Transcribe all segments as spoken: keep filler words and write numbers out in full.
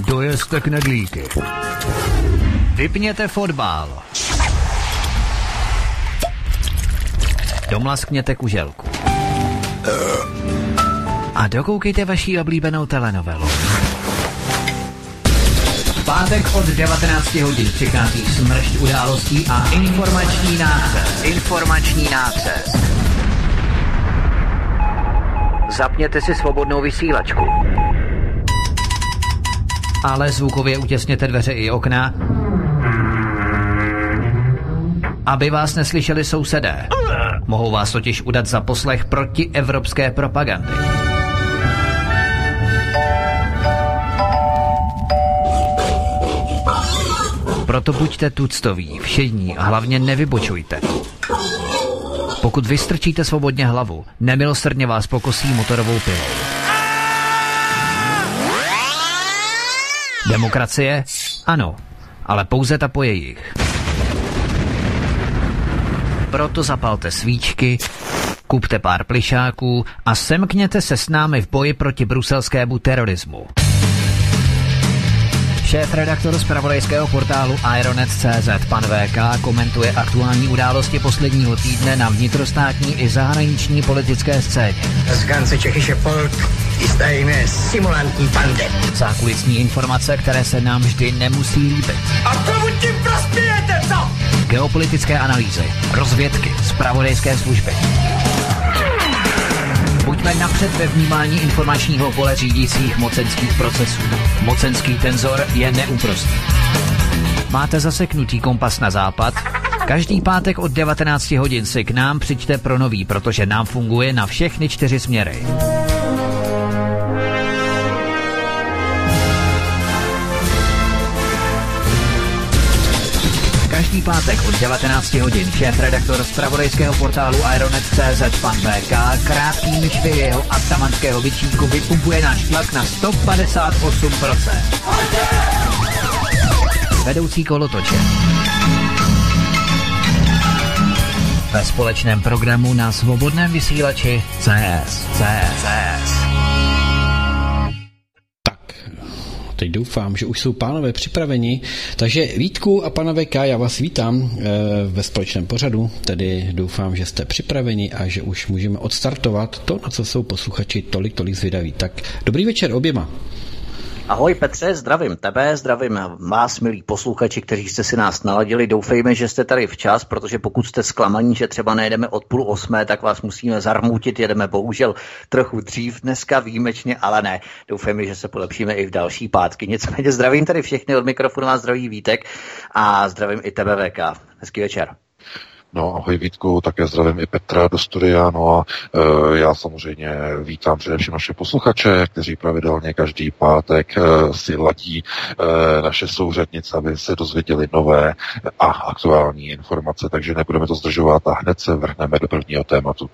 Dojezte knedlíky. Vypněte fotbal. Domlaskněte kuželku. A dokoukejte vaši oblíbenou telenovelu. V pátek od devatenácti hodin přichází smršť událostí a informační nácest. Informační nácest. Zapněte si svobodnou vysílačku. Ale zvukově utěsněte dveře i okna, aby vás neslyšeli sousedé. Mohou vás totiž udat za poslech protievropské propagandy. Proto buďte tuctoví, všední a hlavně nevybočujte. Pokud vystrčíte svobodně hlavu, nemilosrdně vás pokosí motorovou pilou. Demokracie? Ano, ale pouze ta po jejich. Proto zapalte svíčky, kupte pár plišáků a semkněte se s námi v boji proti bruselskému terorismu. Šéf-redaktor zpravodajského portálu Ironet tečka cé zet pan vé ká komentuje aktuální události posledního týdne na vnitrostátní i zahraniční politické scéně. Z ganze Čechische Volk jistajíme simulantní bande. Zákulisní informace, které se nám vždy nemusí líbit. A komu tím prospějete, co? Geopolitické analýzy, rozvědky, zpravodajské služby. Buďme napřed ve vnímání informačního pole řídících mocenských procesů. Mocenský tenzor je neúprostný. Máte zaseknutý kompas na západ? Každý pátek od devatenácti hodin si k nám přijďte pro nový, protože nám funguje na všechny čtyři směry. Každý pátek od devatenácti hodin šéf-redaktor zpravodajského portálu Ironet tečka cé zet pan vé ká krátkými švy jeho atamanského vyčínku vypumpuje náš tlak na sto padesát osm procent. Vedoucí kolotoče. Ve společném programu na svobodném vysílači C S. C S. C S. Teď doufám, že už jsou pánové připraveni. Takže Vítku a pana vé ká, já vás vítám e, ve společném pořadu, tedy doufám, že jste připraveni a že už můžeme odstartovat to, na co jsou posluchači tolik, tolik zvědaví. Tak dobrý večer oběma. Ahoj Petře, zdravím tebe, zdravím vás, milí posluchači, kteří jste si nás naladili. Doufejme, že jste tady včas, protože pokud jste zklamaní, že třeba nejedeme od půl osmé, tak vás musíme zarmoutit, jedeme bohužel trochu dřív dneska výjimečně, ale ne. Doufejme, že se polepšíme i v další pátky. Nicméně zdravím tady všechny, od mikrofonu vás zdraví Vítek a zdravím i tebe vé ká. Hezký večer. No, ahoj Vítku, také zdravím i Petra do studia, no a e, já samozřejmě vítám především naše posluchače, kteří pravidelně každý pátek e, si ladí e, naše souřadnice, aby se dozvěděli nové a aktuální informace, takže nebudeme to zdržovat a hned se vrhneme do prvního tématu.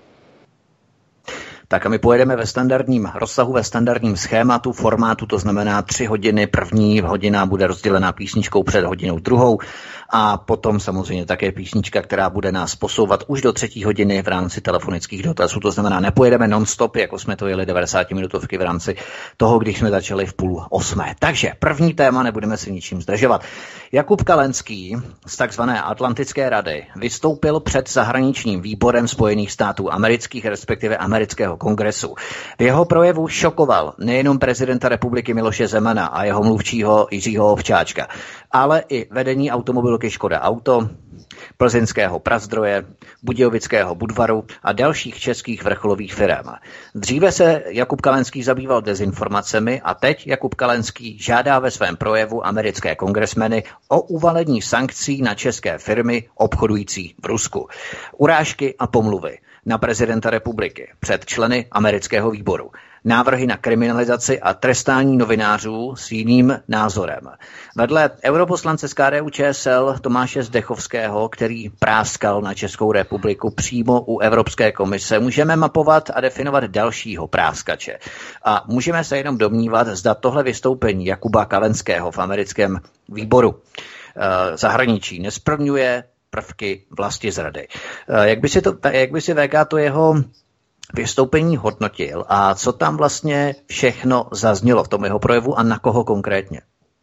Tak a my pojedeme ve standardním rozsahu, ve standardním schématu, formátu, to znamená tři hodiny, první hodina bude rozdělená písničkou před hodinou druhou a potom samozřejmě také písnička, která bude nás posouvat už do třetí hodiny v rámci telefonických dotazů, to znamená nepojedeme non-stop, jako jsme to jeli devadesáti-minutovky v rámci toho, když jsme začali v půl osmé. Takže první téma, nebudeme si ničím zdržovat. Jakub Kalenský z takzvané Atlantické rady vystoupil před zahraničním výborem Spojených států amerických, respektive amerického kongresu. V jeho projevu šokoval nejenom prezidenta republiky Miloše Zemana a jeho mluvčího Jiřího Ovčáčka, ale i vedení automobilky Škoda Auto, plzeňského Prazdroje, Budějovického Budvaru a dalších českých vrcholových firem. Dříve se Jakub Kalenský zabýval dezinformacemi a teď Jakub Kalenský žádá ve svém projevu americké kongresmeny o uvalení sankcí na české firmy obchodující v Rusku. Urážky a pomluvy na prezidenta republiky před členy amerického výboru. Návrhy na kriminalizaci a trestání novinářů s jiným názorem. Vedle europoslance z K D U Č S L Tomáše Zdechovského, který práskal na Českou republiku přímo u Evropské komise, můžeme mapovat a definovat dalšího práskače. A můžeme se jenom domnívat, zda tohle vystoupení Jakuba Kalenského v americkém výboru e, zahraničí nesplňuje prvky vlastizrady. E, jak by si, to, jak by si V K to jeho vystoupení hodnotil a co tam vlastně všechno zaznělo v tom jeho projevu a na koho konkrétně?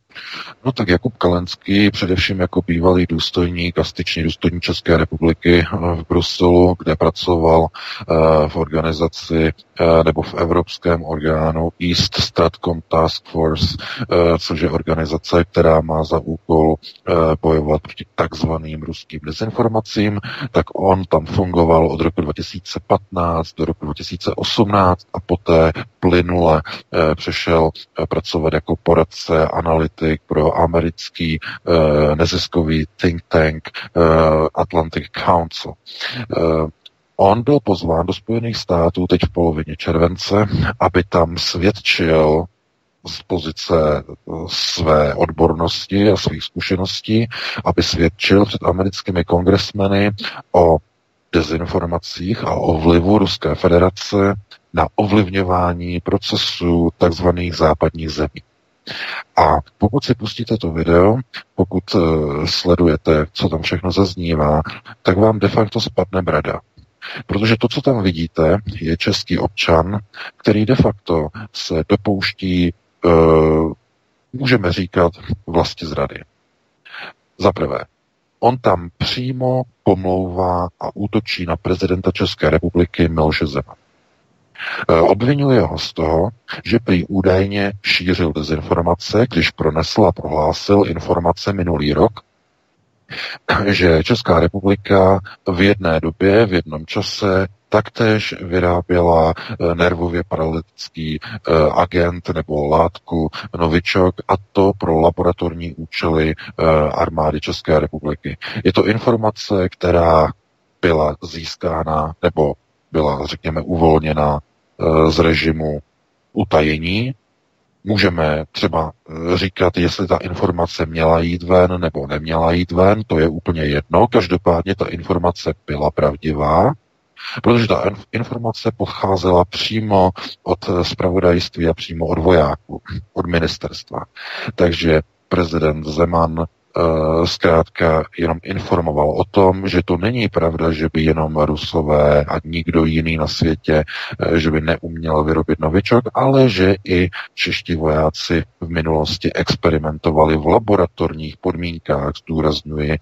No tak Jakub Kalenský, především jako bývalý důstojník a styčný důstojník České republiky v Bruselu, kde pracoval v organizaci nebo v evropském orgánu East Stratcom Task Force, což je organizace, která má za úkol bojovat proti takzvaným ruským dezinformacím, tak on tam fungoval od roku dva tisíce patnáct do roku dva tisíce osmnáct a poté plynule přešel pracovat jako poradce, analytik pro americký uh, neziskový think tank uh, Atlantic Council. Uh, on byl pozván do Spojených států teď v polovině července, aby tam svědčil z pozice své odbornosti a svých zkušeností, aby svědčil před americkými kongresmeny o dezinformacích a o vlivu Ruské federace na ovlivňování procesů takzvaných západních zemí. A pokud si pustíte to video, pokud uh, sledujete, co tam všechno zaznívá, tak vám de facto spadne brada. Protože to, co tam vidíte, je český občan, který de facto se dopouští, uh, můžeme říkat, vlastizrady. Za prvé, on tam přímo pomlouvá a útočí na prezidenta České republiky Miloše Zemana. Obvinuje ho z toho, že prý údajně šířil dezinformace, když pronesl a prohlásil informace minulý rok, že Česká republika v jedné době, v jednom čase taktéž vyráběla nervově paralytický agent nebo látku Novičok, a to pro laboratorní účely armády České republiky. Je to informace, která byla získána nebo byla, řekněme, uvolněna z režimu utajení. Můžeme třeba říkat, jestli ta informace měla jít ven nebo neměla jít ven, to je úplně jedno. Každopádně ta informace byla pravdivá, protože ta informace pocházela přímo od zpravodajství a přímo od vojáků, od ministerstva. Takže prezident Zeman zkrátka jenom informoval o tom, že to není pravda, že by jenom Rusové a nikdo jiný na světě, že by neuměl vyrobit novičok, ale že i čeští vojáci v minulosti experimentovali v laboratorních podmínkách, zdůrazňuji,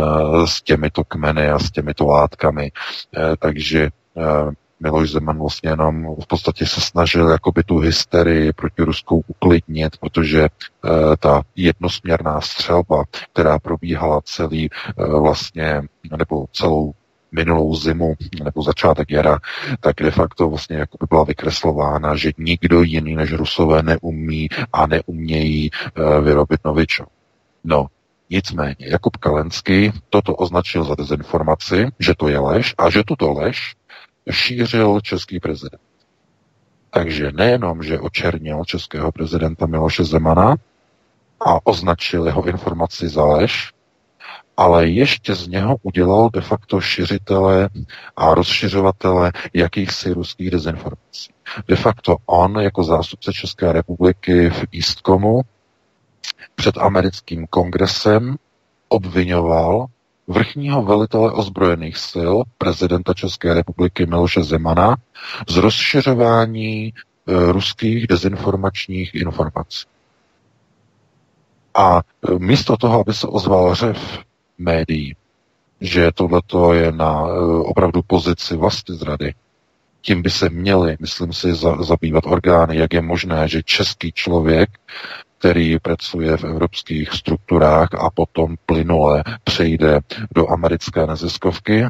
s těmito kmeny a s těmito látkami. Takže Miloš Zeman vlastně jenom v podstatě se snažil jakoby tu hysterii proti Ruskou uklidnit, protože e, ta jednosměrná střelba, která probíhala celý e, vlastně, nebo celou minulou zimu, nebo začátek jara, tak de facto vlastně jakoby byla vykreslována, že nikdo jiný než Rusové neumí a neumějí e, vyrobit novičok. No, nicméně Jakub Kalenský toto označil za dezinformaci, že to je lež a že tuto lež šířil český prezident. Takže nejenom, že očernil českého prezidenta Miloše Zemana a označil jeho informaci za lež, ale ještě z něho udělal de facto šiřitele a rozšiřovatele jakýchsi ruských dezinformací. De facto on jako zástupce České republiky v Eastcomu před americkým kongresem obvinoval vrchního velitele ozbrojených sil, prezidenta České republiky Miloše Zemana, z rozšiřování e, ruských dezinformačních informací. A e, místo toho, aby se ozval řev médií, že tohleto je na e, opravdu pozici vlastizrady, tím by se měli, myslím si, za, zabývat orgány, jak je možné, že český člověk, který pracuje v evropských strukturách a potom plynule přejde do americké neziskovky,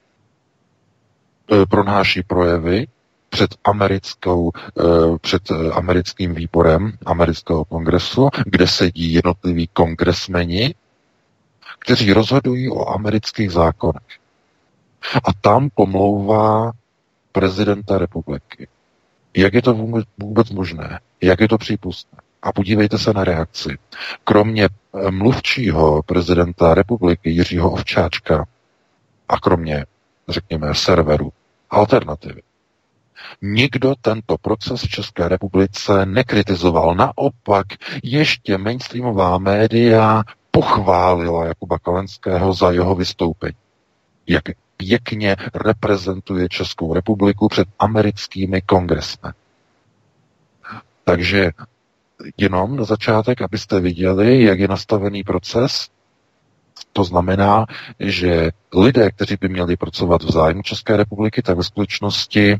pronáší projevy před americkou, před americkým výborem amerického kongresu, kde sedí jednotliví kongresmeni, kteří rozhodují o amerických zákonech. A tam pomlouvá prezidenta republiky. Jak je to vůbec možné? Jak je to přípustné? A podívejte se na reakci. Kromě mluvčího prezidenta republiky Jiřího Ovčáčka a kromě, řekněme, serveru Alternativy, nikdo tento proces v České republice nekritizoval. Naopak ještě mainstreamová média pochválila Jakuba Kalenského za jeho vystoupení. Jak pěkně reprezentuje Českou republiku před americkými kongresmeny. Takže jenom na začátek, abyste viděli, jak je nastavený proces. To znamená, že lidé, kteří by měli pracovat v zájmu České republiky, tak ve skutečnosti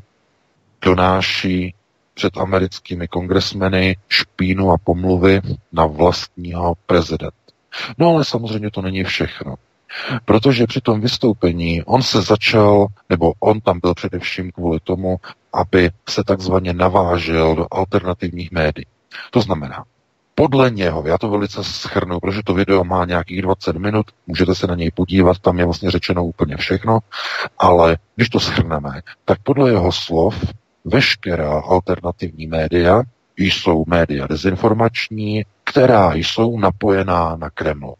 donáší před americkými kongresmeny špínu a pomluvy na vlastního prezidenta. No ale samozřejmě to není všechno. Protože při tom vystoupení on se začal, nebo on tam byl především kvůli tomu, aby se takzvaně navážel do alternativních médií. To znamená, podle něho, já to velice shrnu, protože to video má nějakých dvacet minut, můžete se na něj podívat, tam je vlastně řečeno úplně všechno, ale když to shrneme, tak podle jeho slov veškerá alternativní média jsou média dezinformační, která jsou napojená na Kreml.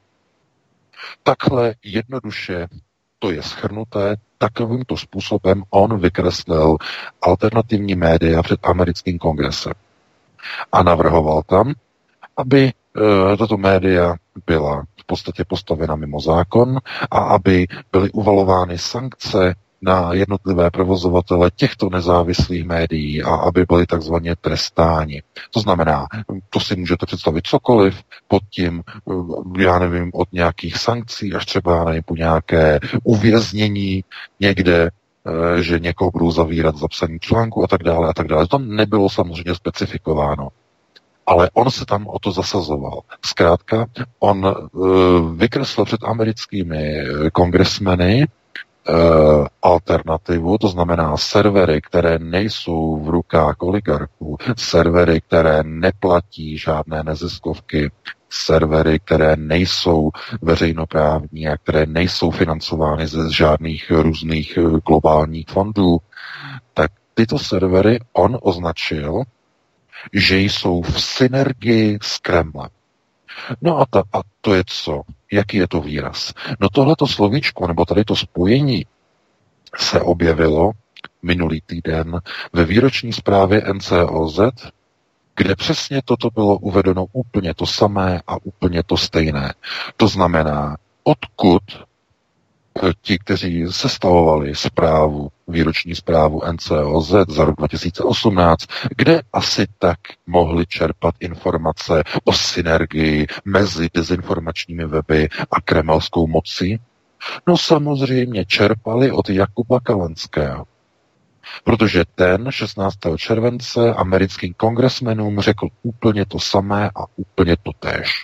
Takhle jednoduše to je shrnuté, takovýmto způsobem on vykreslil alternativní média před americkým kongresem. A navrhoval tam, aby e, tato média byla v podstatě postavena mimo zákon a aby byly uvalovány sankce na jednotlivé provozovatele těchto nezávislých médií a aby byly takzvaně trestáni. To znamená, to si můžete představit cokoliv pod tím, já nevím, od nějakých sankcí až třeba, já nevím, po nějaké uvěznění někde, že někoho budou zavírat za psaní článku a tak dále a tak dále. To tam nebylo samozřejmě specifikováno. Ale on se tam o to zasazoval. Zkrátka, on uh, vykreslil před americkými kongresmeny uh, alternativu, to znamená servery, které nejsou v rukách oligarchů, servery, které neplatí žádné neziskovky, servery, které nejsou veřejnoprávní a které nejsou financovány ze žádných různých globálních fondů, tak tyto servery on označil, že jsou v synergii s Kremlem. No a, ta, a to je co? Jaký je to výraz? No tohleto slovíčko, nebo tady to spojení se objevilo minulý týden ve výroční zprávě N C O Z, kde přesně toto bylo uvedeno úplně to samé a úplně to stejné. To znamená, odkud ti, kteří sestavovali zprávu, výroční zprávu N C O Z za rok dva tisíce osmnáct, kde asi tak mohli čerpat informace o synergii mezi dezinformačními weby a kremelskou mocí? No samozřejmě čerpali od Jakuba Kalenského. Protože ten šestnáctého července americkým kongresmenům řekl úplně to samé a úplně to též.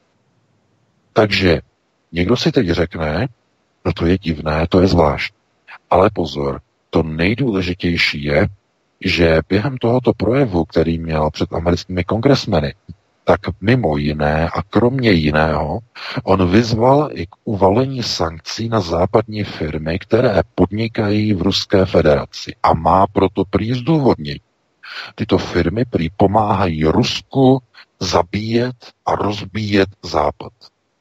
Takže někdo si teď řekne, no to je divné, to je zvláštní. Ale pozor, to nejdůležitější je, že během tohoto projevu, který měl před americkými kongresmeny, tak mimo jiné a kromě jiného, on vyzval i k uvalení sankcí na západní firmy, které podnikají v Ruské federaci a má proto prý zdůvodnění. Tyto firmy prý pomáhají Rusku zabíjet a rozbíjet Západ.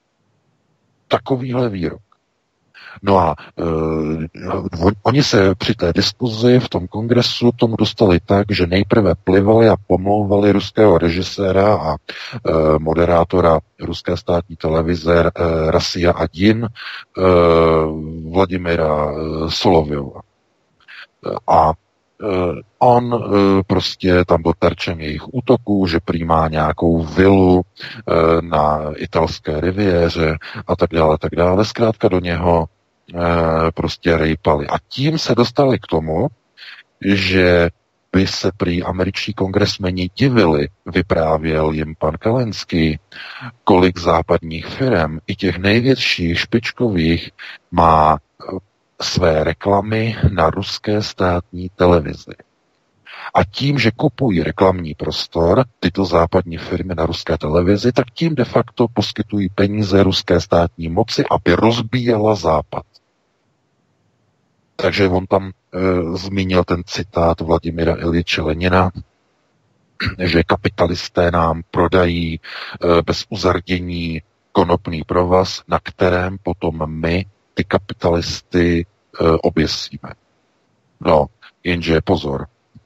Takovýhle výrok. No a uh, oni se při té diskuzi v tom kongresu tomu dostali tak, že nejprve plivali a pomlouvali ruského režiséra a uh, moderátora ruské státní televize uh, Rasia Adin, uh, Vladimira uh, Solovyova. A uh, on uh, prostě tam byl terčem jejich útoků, že prý má nějakou vilu uh, na italské riviéře a tak dále, tak dále. Zkrátka do něho prostě rejpali. A tím se dostali k tomu, že by se prý američtí kongresmeni divili, vyprávěl jim pan Kalenský, kolik západních firm, i těch největších špičkových, má své reklamy na ruské státní televizi. A tím, že kupují reklamní prostor, tyto západní firmy na ruské televizi, tak tím de facto poskytují peníze ruské státní moci, aby rozbíjela Západ. Takže on tam e, zmínil ten citát Vladimira Iljiče Lenina, že kapitalisté nám prodají e, bez uzardění konopný provaz, na kterém potom my ty kapitalisty e, oběsíme. No, jenže pozor.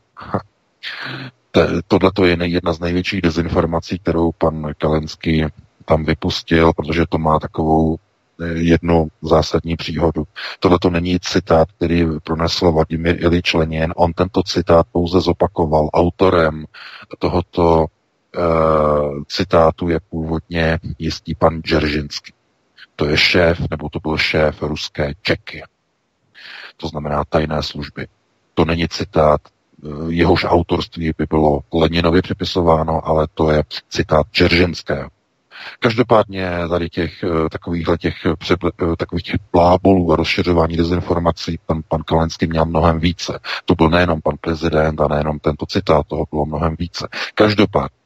Tohle je jedna z největších dezinformací, kterou pan Kalenský tam vypustil, protože to má takovou jednu zásadní příhodu. Tohle to není citát, který pronesl Vladimír Iljič Lenin. On tento citát pouze zopakoval. Autorem tohoto citátu je původně jistý pan Dzeržinský. To je šéf, nebo to byl šéf ruské Čeky. To znamená tajné služby. To není citát, jehož autorství by bylo Leninovi připisováno, ale to je citát Dzeržinského. Každopádně tady těch takovýchhle těch, takových těch blábolů a rozšiřování dezinformací pan, pan Kalenský měl mnohem více. To byl nejenom pan prezident a nejenom tento citát, toho bylo mnohem více. Každopádně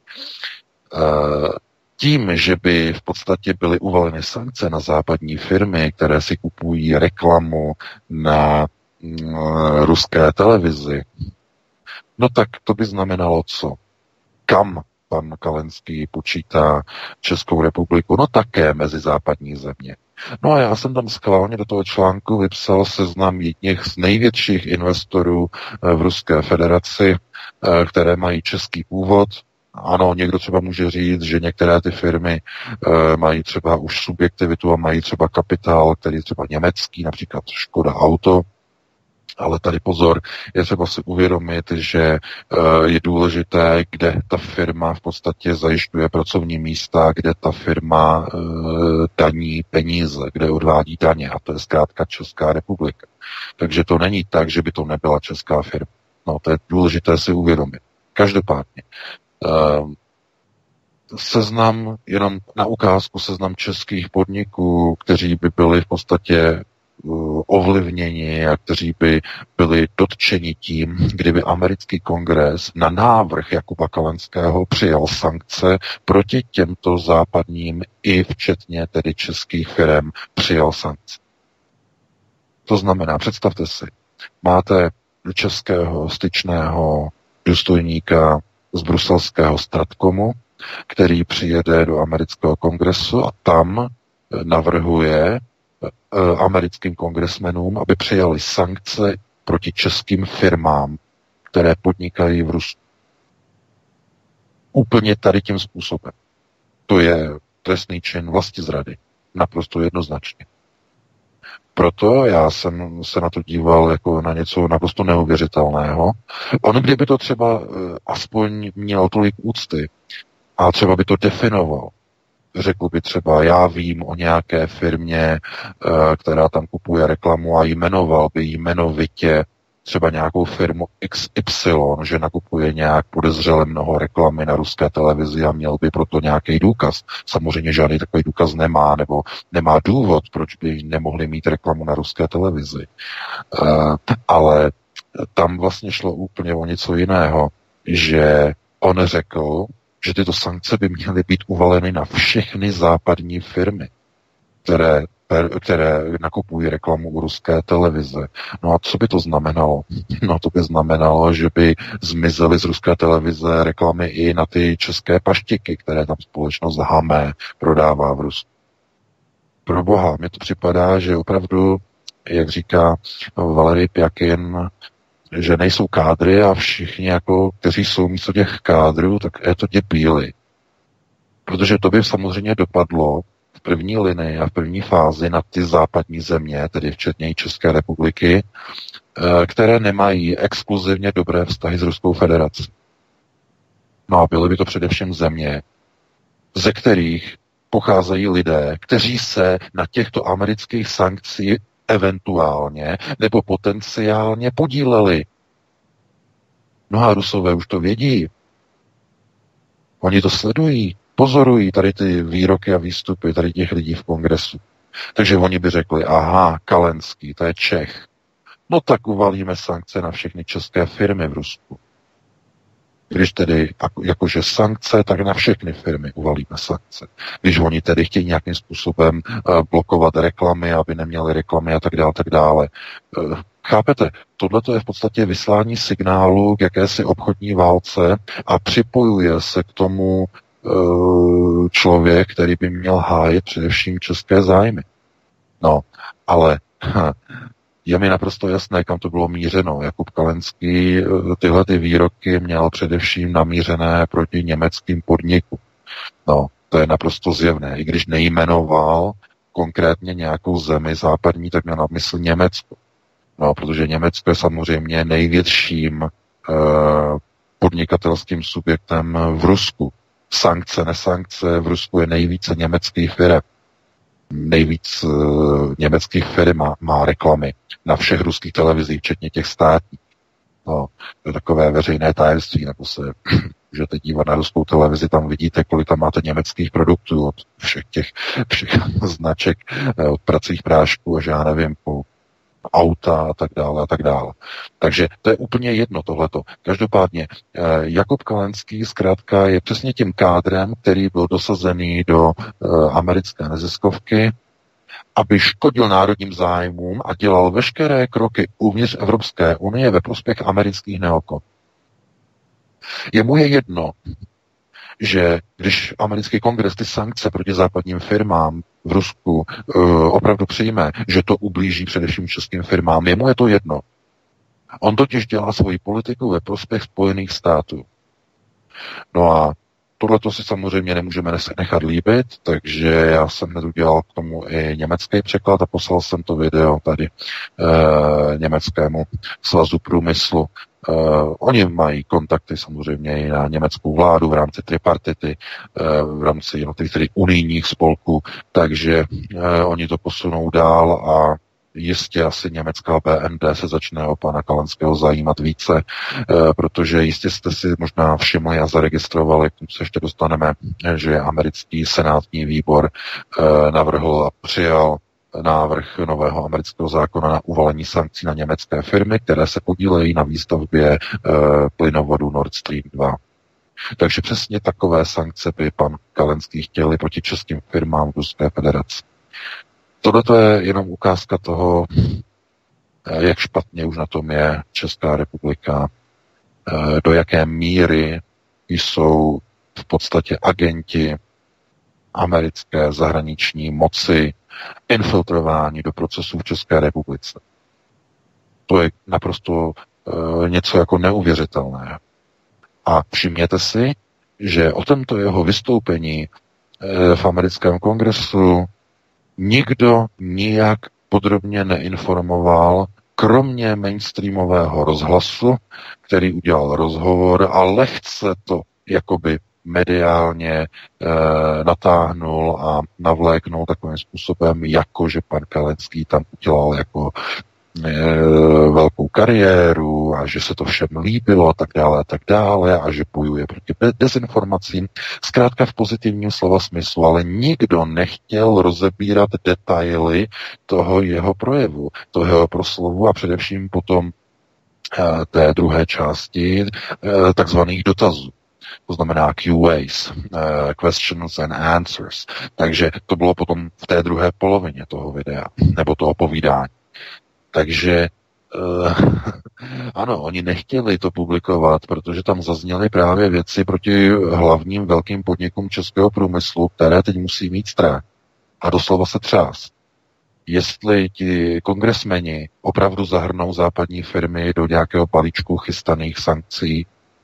tím, že by v podstatě byly uvaleny sankce na západní firmy, které si kupují reklamu na ruské televizi, no tak to by znamenalo co? Kam pan Kalenský počítá Českou republiku? No také mezi západní země. No a já jsem tam schválně do toho článku vypsal seznam jedních z největších investorů v Ruské federaci, které mají český původ. Ano, někdo třeba může říct, že některé ty firmy e, mají třeba už subjektivitu a mají třeba kapitál, který je třeba německý, například Škoda Auto, ale tady pozor, je třeba si uvědomit, že e, je důležité, kde ta firma v podstatě zajišťuje pracovní místa, kde ta firma e, daní peníze, kde odvádí daně, a to je zkrátka Česká republika. Takže to není tak, že by to nebyla česká firma. No, to je důležité si uvědomit. Každopádně, Uh, seznam, jenom na ukázku seznam českých podniků, kteří by byli v podstatě uh, ovlivněni a kteří by byli dotčeni tím, kdyby americký kongres na návrh Jakuba Kalenského přijal sankce proti těmto západním i včetně tedy českých firm přijal sankce. To znamená, představte si, máte českého styčného důstojníka z bruselského Stratcomu, který přijede do amerického kongresu a tam navrhuje americkým kongresmenům, aby přijali sankce proti českým firmám, které podnikají v Rusku. Úplně tady tím způsobem. To je trestný čin vlastizrady. Naprosto jednoznačně. Proto já jsem se na to díval jako na něco naprosto neuvěřitelného. On kdyby to třeba aspoň měl tolik úcty a třeba by to definoval, řekl by třeba, já vím o nějaké firmě, která tam kupuje reklamu a jmenoval by jmenovitě třeba nějakou firmu X Y, že nakupuje nějak podezřele mnoho reklamy na ruské televizi a měl by proto nějaký důkaz. Samozřejmě žádný takový důkaz nemá, nebo nemá důvod, proč by nemohli mít reklamu na ruské televizi. Uh, ale tam vlastně šlo úplně o něco jiného, že on řekl, že tyto sankce by měly být uvaleny na všechny západní firmy, které které nakupují reklamu u ruské televize. No a co by to znamenalo? No to by znamenalo, že by zmizely z ruské televize reklamy i na ty české paštiky, které tam společnost Hamé prodává v Rusku. Pro boha, mně to připadá, že opravdu, jak říká Valery Pjakin, že nejsou kádry a všichni, jako, kteří jsou místo těch kádrů, tak je to debíli. Protože to by samozřejmě dopadlo v první linii a v první fázi na ty západní země, tedy včetně České republiky, které nemají exkluzivně dobré vztahy s Ruskou federací. No a byly by to především země, ze kterých pocházejí lidé, kteří se na těchto amerických sankcích eventuálně nebo potenciálně podíleli. Mnoha Rusové už to vědí. Oni to sledují, pozorují tady ty výroky a výstupy tady těch lidí v kongresu. Takže oni by řekli, aha, Kalenský, to je Čech. No tak uvalíme sankce na všechny české firmy v Rusku. Když tedy jakože sankce, tak na všechny firmy uvalíme sankce. Když oni tedy chtějí nějakým způsobem blokovat reklamy, aby neměli reklamy a tak dále, tak dále. Chápete? Tohle je v podstatě vyslání signálu k jakési obchodní válce a připojuje se k tomu člověk, který by měl hájit především české zájmy. No, ale je mi naprosto jasné, kam to bylo mířeno. Jakub Kalenský tyhle ty výroky měl především namířené proti německým podnikům. No, to je naprosto zjevné. I když nejmenoval konkrétně nějakou zemi západní, tak měl na mysl Německo. No, protože Německo je samozřejmě největším eh, podnikatelským subjektem v Rusku. sankce, nesankce, v Rusku je nejvíce německých firem. Nejvíc uh, německých firm má, má reklamy na všech ruských televizích, včetně těch státních. No, to je takové veřejné tajemství, nebo se můžete dívat na ruskou televizi, tam vidíte, kolik tam máte německých produktů od všech těch všech značek, od pracích prášků, až já nevím, po auta a tak dále a tak dále. Takže to je úplně jedno tohleto. Každopádně Jakub Kalenský zkrátka je přesně tím kádrem, který byl dosazený do americké neziskovky, aby škodil národním zájmům a dělal veškeré kroky uvnitř Evropské unie ve prospěch amerických neokon. Jemu je jedno, že když americký kongres ty sankce proti západním firmám v Rusku uh, opravdu přijme, že to ublíží především českým firmám, jemu je to jedno. On totiž dělá svoji politiku ve prospěch Spojených států. No a tohle to si samozřejmě nemůžeme nechat líbit, takže já jsem udělal k tomu i německý překlad a poslal jsem to video tady e, německému svazu průmyslu. E, oni mají kontakty samozřejmě i na německou vládu v rámci tripartity, e, v rámci jednotlivých tedy unijních spolků, takže e, oni to posunou dál a jistě asi německá B N D se začne o pana Kalenského zajímat více, protože jistě jste si možná všimli a zaregistrovali, k tomu se ještě dostaneme, že americký senátní výbor navrhl a přijal návrh nového amerického zákona na uvalení sankcí na německé firmy, které se podílejí na výstavbě plynovodu Nord Stream dva. Takže přesně takové sankce by pan Kalenský chtěli proti českým firmám v Ruské federaci. Tohle je jenom ukázka toho, jak špatně už na tom je Česká republika, do jaké míry jsou v podstatě agenti americké zahraniční moci infiltrováni do procesů v České republice. To je naprosto něco jako neuvěřitelného. A všimněte si, že o tomto jeho vystoupení v americkém kongresu nikdo nijak podrobně neinformoval, kromě mainstreamového rozhlasu, který udělal rozhovor a lehce to jakoby mediálně e, natáhnul a navléknul takovým způsobem, jako že pan Kalenský tam udělal jako e, velkou kariéru a že se to všem líbilo a tak dále a tak dále a že bojuje proti dezinformacím. Zkrátka v pozitivním slova smyslu, ale nikdo nechtěl rozebírat detaily toho jeho projevu, toho jeho proslovu a především potom e, té druhé části e, takzvaných dotazů. To znamená Q As, uh, questions and answers. Takže to bylo potom v té druhé polovině toho videa, nebo toho povídání. Takže uh, ano, oni nechtěli to publikovat, protože tam zazněly právě věci proti hlavním velkým podnikům českého průmyslu, které teď musí mít strach. A doslova se třás. Jestli ti kongresmeni opravdu zahrnou západní firmy do nějakého balíčku chystaných sankcí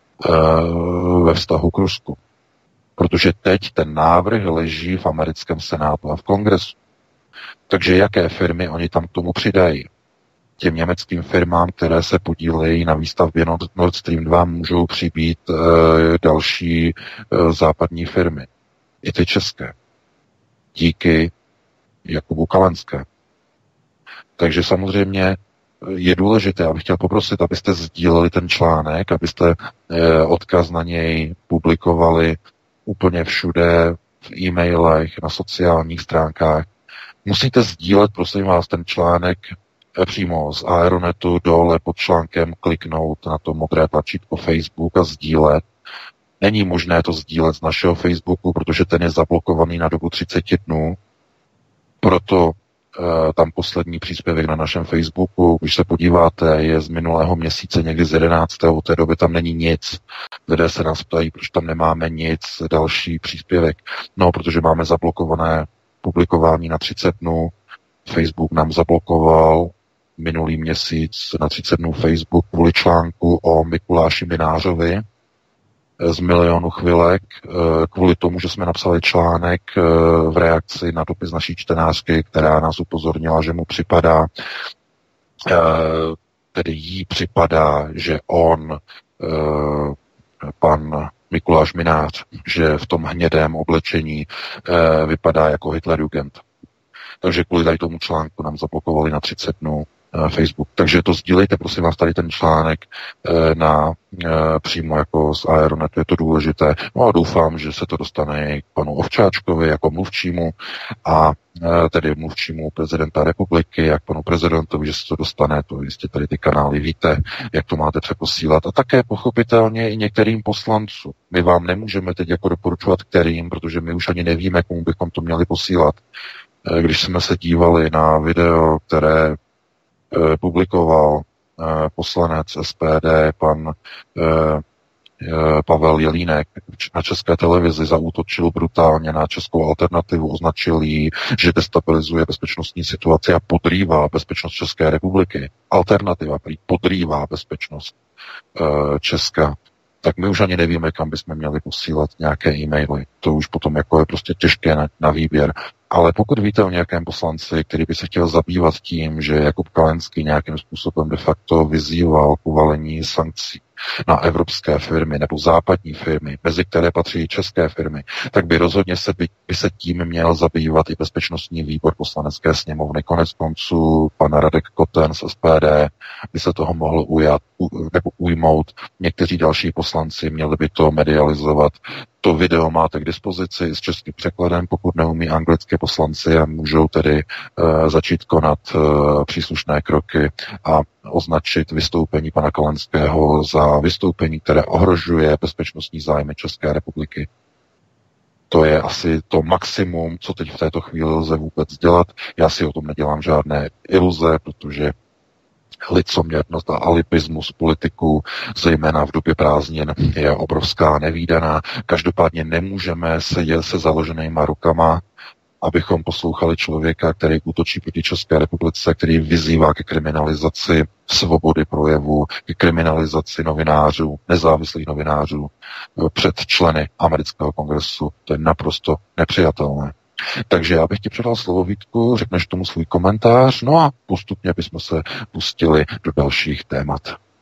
ve vztahu k Rusku. Protože teď ten návrh leží v americkém senátu a v kongresu. Takže jaké firmy oni tam k tomu přidají? Těm německým firmám, které se podílejí na výstavbě Nord Stream dva, můžou přibýt e, další e, západní firmy. I ty české. Díky Jakubu Kalenskému. Takže samozřejmě je důležité, abych chtěl poprosit, abyste sdíleli ten článek, abyste eh, odkaz na něj publikovali úplně všude, v e-mailech, na sociálních stránkách. Musíte sdílet, prosím vás, ten článek eh, přímo z Aeronetu dole pod článkem, kliknout na to modré tlačítko Facebook a sdílet. Není možné to sdílet z našeho Facebooku, protože ten je zablokovaný na dobu třicet dnů. Proto tam poslední příspěvek na našem Facebooku, když se podíváte, je z minulého měsíce, někdy z jedenáctého Od té doby tam není nic. Lidé se nás ptají, proč tam nemáme nic, další příspěvek. No, protože máme zablokované publikování na třicet dnů. Facebook nám zablokoval minulý měsíc na třicet dnů Facebook kvůli článku o Mikuláši Minářovi z Milionu chvilek, kvůli tomu, že jsme napsali článek v reakci na dopis naší čtenářky, která nás upozornila, že mu připadá, tedy jí připadá, že on, pan Mikuláš Minář, že v tom hnědém oblečení e, vypadá jako Hitlerjugend. Takže kvůli tady tomu článku nám zablokovali na třicet dnů e, Facebook. Takže to sdílejte, prosím vás, tady ten článek e, na e, přímo jako z Aeronetu, je to důležité. No a doufám, že se to dostane i k panu Ovčáčkovi jako mluvčímu a e, tedy mluvčímu prezidenta republiky, jak panu prezidentovi, že se to dostane, to jistě tady ty kanály víte, jak to máte přeposílat. A také pochopitelně i některým poslancům. My vám nemůžeme teď jako doporučovat kterým, protože my už ani nevíme, komu bychom to měli posílat. E, když jsme se dívali na video, které e, publikoval e, poslanec S P D, pan e, Pavel Jelínek na České televizi zaútočil brutálně na Českou alternativu, označil ji, že destabilizuje bezpečnostní situaci a podrývá bezpečnost České republiky. Alternativa prý podrývá bezpečnost uh, Česka. Tak my už ani nevíme, kam bychom měli posílat nějaké e-maily. To už potom jako je prostě těžké na, na výběr. Ale pokud víte o nějakém poslanci, který by se chtěl zabývat tím, že Jakub Kalenský nějakým způsobem de facto vyzýval k uvalení sankcí na evropské firmy nebo západní firmy, mezi které patří i české firmy, tak by rozhodně se by, by se tím měl zabývat i bezpečnostní výbor poslanecké sněmovny. Konec konců pan Radek Koten z S P D by se toho mohl ujat, u, nebo ujmout. Někteří další poslanci měli by to medializovat. To video máte k dispozici s českým překladem, pokud neumí anglicky poslanci a můžou tedy uh, začít konat uh, příslušné kroky a označit vystoupení pana Kalenského za vystoupení, které ohrožuje bezpečnostní zájmy České republiky. To je asi to maximum, co teď v této chvíli lze vůbec dělat. Já si o tom nedělám žádné iluze, protože licoměrnost a alibismus politiků, zejména v době prázdnin, je obrovská, nevídaná. Každopádně nemůžeme sedět se založenýma rukama, abychom poslouchali člověka, který útočí proti České republice, který vyzývá ke kriminalizaci svobody projevu, ke kriminalizaci novinářů, nezávislých novinářů před členy amerického kongresu. To je naprosto nepřijatelné. Takže já bych ti předal slovo, Vítku, řekneš tomu svůj komentář, no a postupně bychom se pustili do dalších témat.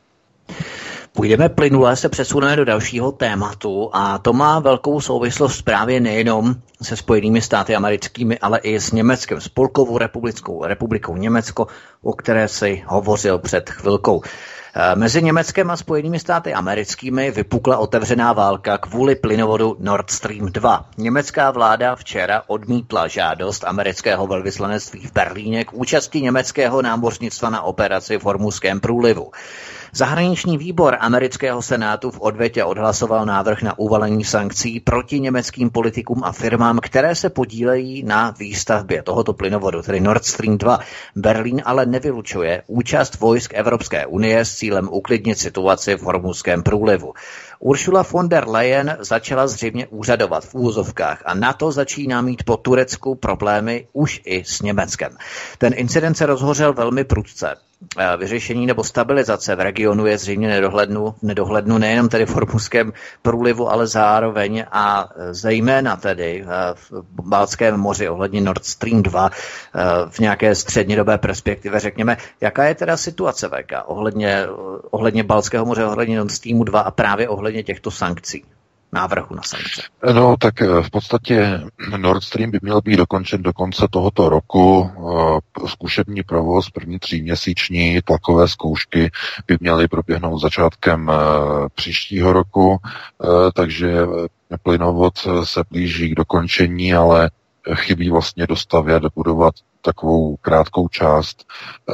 Půjdeme plynule, se přesuneme do dalšího tématu a to má velkou souvislost právě nejenom se Spojenými státy americkými, ale i s Německem, Spolkovou republikou, republikou Německo, o které si hovořil před chvilkou. Mezi Německem a Spojenými státy americkými vypukla otevřená válka kvůli plynovodu Nord Stream dva. Německá vláda včera odmítla žádost amerického velvyslanectví v Berlíně k účasti německého námořnictva na operaci v Hormuzském průlivu. Zahraniční výbor amerického senátu v odvětě odhlasoval návrh na uvalení sankcí proti německým politikům a firmám, které se podílejí na výstavbě tohoto plynovodu, tedy Nord Stream dva. Berlín ale nevylučuje účast vojsk Evropské unie s cílem uklidnit situaci v Hormuzském průlivu. Ursula von der Leyen začala zřejmě úřadovat v úvozovkách a NATO začíná mít po Turecku problémy už i s Německem. Ten incident se rozhořel velmi prudce. Vyřešení nebo stabilizace v regionu je zřejmě nedohlednu, nedohlednu nejenom tedy v Hormuzském průlivu, ale zároveň a zejména tedy v Baltském moři ohledně Nord Stream dva v nějaké střednědobé perspektivě, řekněme. Jaká je teda situace V K ohledně, ohledně Baltského moře, ohledně Nord Streamu dva a právě ohledně těchto sankcí? Návrhu na sankce. No, tak v podstatě Nord Stream by měl být dokončen do konce tohoto roku. Zkušební provoz, první tříměsíční tlakové zkoušky by měly proběhnout začátkem příštího roku, takže plynovod se blíží k dokončení, ale chybí vlastně dostavět, dobudovat takovou krátkou část.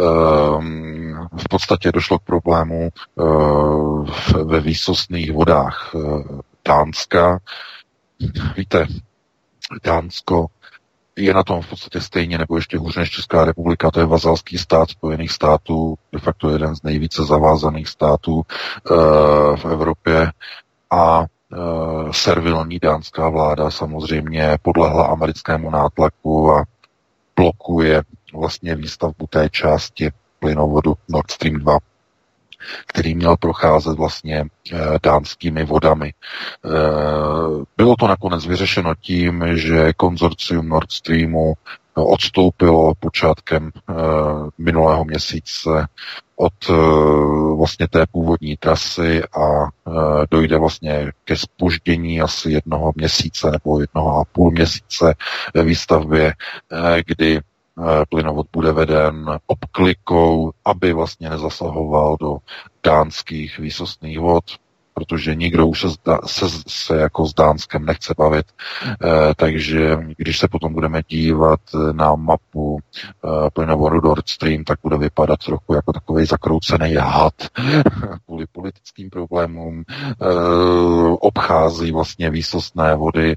V podstatě došlo k problému ve výsostných vodách Dánska. Víte, Dánsko je na tom v podstatě stejně nebo ještě hůř než Česká republika, to je vazalský stát Spojených států, de facto jeden z nejvíce zavázaných států v Evropě a servilní dánská vláda samozřejmě podlehla americkému nátlaku a blokuje vlastně výstavbu té části plynovodu Nord Stream dva, který měl procházet vlastně e, dánskými vodami. E, bylo to nakonec vyřešeno tím, že konzorcium Nord Streamu odstoupilo počátkem e, minulého měsíce od vlastně té původní trasy a dojde vlastně ke zpoždění asi jednoho měsíce nebo jednoho a půl měsíce ve výstavbě, kdy plynovod bude veden obklikou, aby vlastně nezasahoval do dánských výsostných vod, protože nikdo už se, zda, se, se jako s Dánskem nechce bavit. E, takže když se potom budeme dívat na mapu e, plynovodu Nord Stream, tak bude vypadat trochu jako takový zakroucený had kvůli politickým problémům. E, obchází vlastně výsostné vody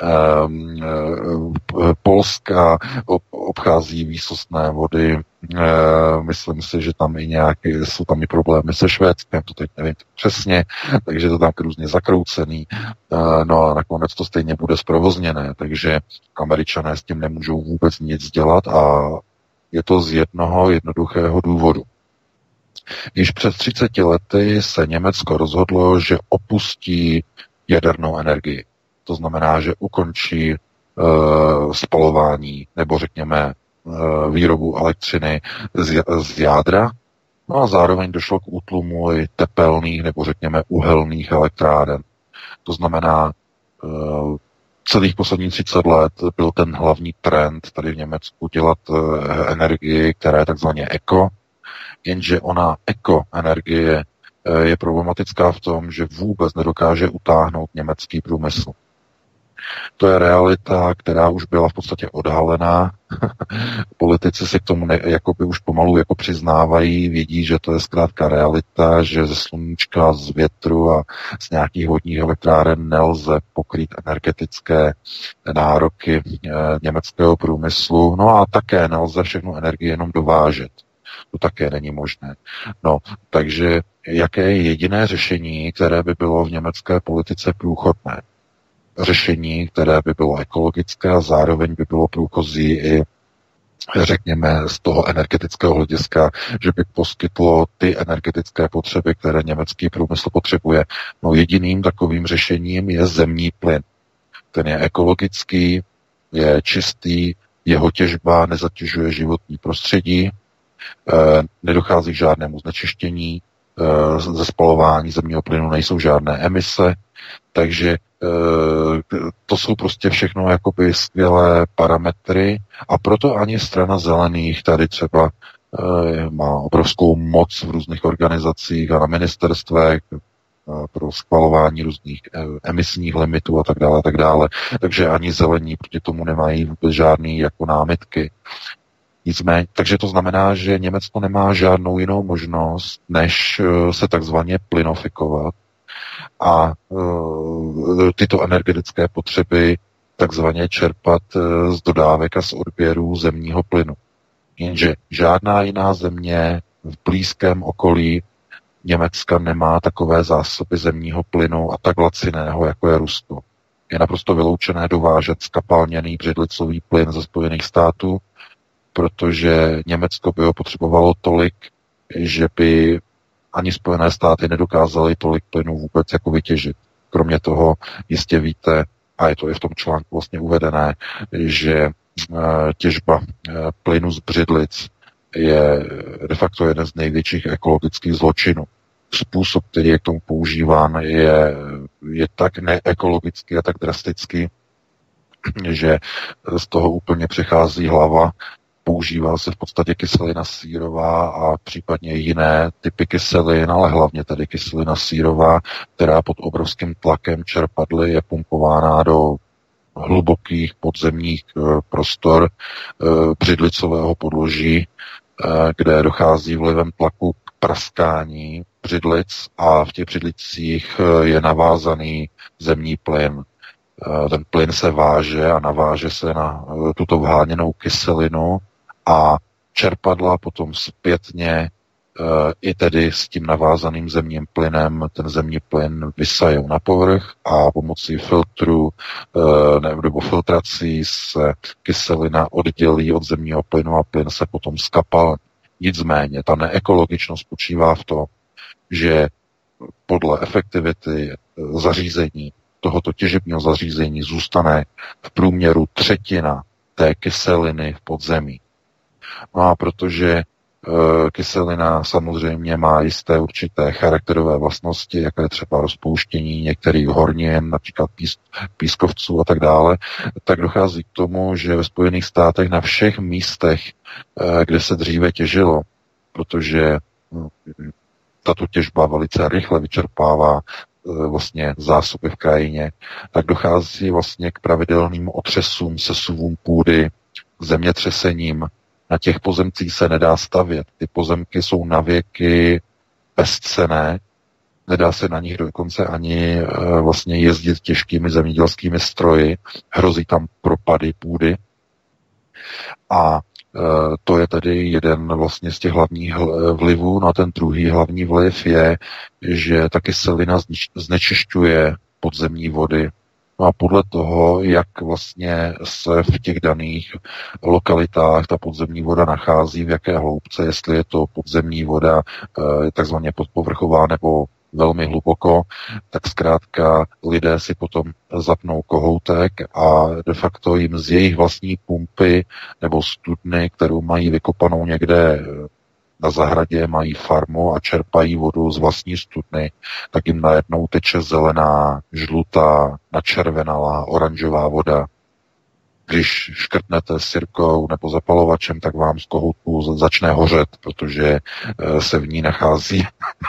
Polska, obchází výsostné vody. Myslím si, že tam i nějaké, jsou tam i problémy se Švédskem, to teď nevím přesně, takže to tam různě zakroucený. No a nakonec to stejně bude zprovozněné, takže Američané s tím nemůžou vůbec nic dělat a je to z jednoho jednoduchého důvodu. Již před třiceti lety se Německo rozhodlo, že opustí jadernou energii. To znamená, že ukončí e, spalování nebo řekněme e, výrobu elektřiny z, z jádra. No a zároveň došlo k útlumu i tepelných nebo řekněme uhelných elektráren. To znamená, e, celých posledních třicet let byl ten hlavní trend tady v Německu dělat e, energii, která je takzvaně eko, jenže ona eko-energie e, je problematická v tom, že vůbec nedokáže utáhnout německý průmysl. To je realita, která už byla v podstatě odhalená. Politici si k tomu ne, jakoby už pomalu jako přiznávají, vědí, že to je zkrátka realita, že ze sluníčka, z větru a z nějakých vodních elektráren nelze pokrýt energetické nároky e, německého průmyslu. No a také nelze všechnu energii jenom dovážet. To také není možné. No, takže jaké je jediné řešení, které by bylo v německé politice průchodné? Řešení, které by bylo ekologické a zároveň by bylo průchozí i, řekněme, z toho energetického hlediska, že by poskytlo ty energetické potřeby, které německý průmysl potřebuje. No jediným takovým řešením je zemní plyn. Ten je ekologický, je čistý, jeho těžba nezatěžuje životní prostředí, eh, nedochází k žádnému znečištění, eh, ze spalování zemního plynu nejsou žádné emise, takže to jsou prostě všechno jakoby skvělé parametry a proto ani strana zelených tady třeba má obrovskou moc v různých organizacích a na ministerstvech pro schvalování různých emisních limitů a tak dále, a tak dále. Takže ani zelení proti tomu nemají vůbec žádný jako námitky. Nicméně, takže to znamená, že Německo nemá žádnou jinou možnost, než se takzvaně plynofikovat a uh, tyto energetické potřeby takzvaně čerpat uh, z dodávek a z odběrů zemního plynu. Jenže žádná jiná země v blízkém okolí Německa nemá takové zásoby zemního plynu a tak laciného, jako je Rusko. Je naprosto vyloučené dovážet skapalněný břidlicový plyn ze Spojených států, protože Německo by ho potřebovalo tolik, že by ani Spojené státy nedokázaly tolik plynu vůbec jako vytěžit. Kromě toho jistě víte, a je to i v tom článku vlastně uvedené, že těžba plynu z břidlic je de facto jeden z největších ekologických zločinů. Způsob, který je k tomu používán, je, je tak neekologický a tak drastický, že z toho úplně přechází hlava. Používá se v podstatě kyselina sírová a případně jiné typy kyselin, ale hlavně tedy kyselina sírová, která pod obrovským tlakem čerpadly je pumpována do hlubokých podzemních prostor břidlicového podloží, kde dochází vlivem tlaku k praskání břidlic a v těch břidlicích je navázaný zemní plyn. Ten plyn se váže a naváže se na tuto vháněnou kyselinu a čerpadla potom zpětně i tedy s tím navázaným zemním plynem ten zemní plyn vysajou na povrch a pomocí filtru nebo filtrací se kyselina oddělí od zemního plynu a plyn se potom skapal. Nicméně ta neekologičnost spočívá v tom, že podle efektivity zařízení tohoto těžebního zařízení zůstane v průměru třetina té kyseliny v podzemí. No a protože Kyselina samozřejmě má jisté určité charakterové vlastnosti, jako je třeba rozpouštění některých hornin, například pís, pískovců a tak dále, tak dochází k tomu, že ve Spojených státech na všech místech, kde se dříve těžilo, protože tato těžba velice rychle vyčerpává vlastně zásoby v krajině, tak dochází vlastně k pravidelným otřesům, sesuvům půdy, zemětřesením. Na těch pozemcích se nedá stavět. Ty pozemky jsou navěky bezcenné, nedá se na nich dokonce ani e, vlastně jezdit těžkými zemědělskými stroji, hrozí tam propady půdy. A e, to je tedy jeden vlastně z těch hlavních vlivů. No a ten druhý hlavní vliv je, že ta kyselina znečišťuje podzemní vody. No a podle toho, jak vlastně se v těch daných lokalitách ta podzemní voda nachází, v jaké hloubce, jestli je to podzemní voda takzvaně podpovrchová nebo velmi hluboko, tak zkrátka lidé si potom zapnou kohoutek a de facto jim z jejich vlastní pumpy nebo studny, kterou mají vykopanou někde na zahradě, mají farmu a čerpají vodu z vlastní studny, tak jim najednou teče zelená, žlutá, načervenalá, oranžová voda. Když škrtnete sirkou nebo zapalovačem, tak vám z kohoutku začne hořet, protože se v ní nachází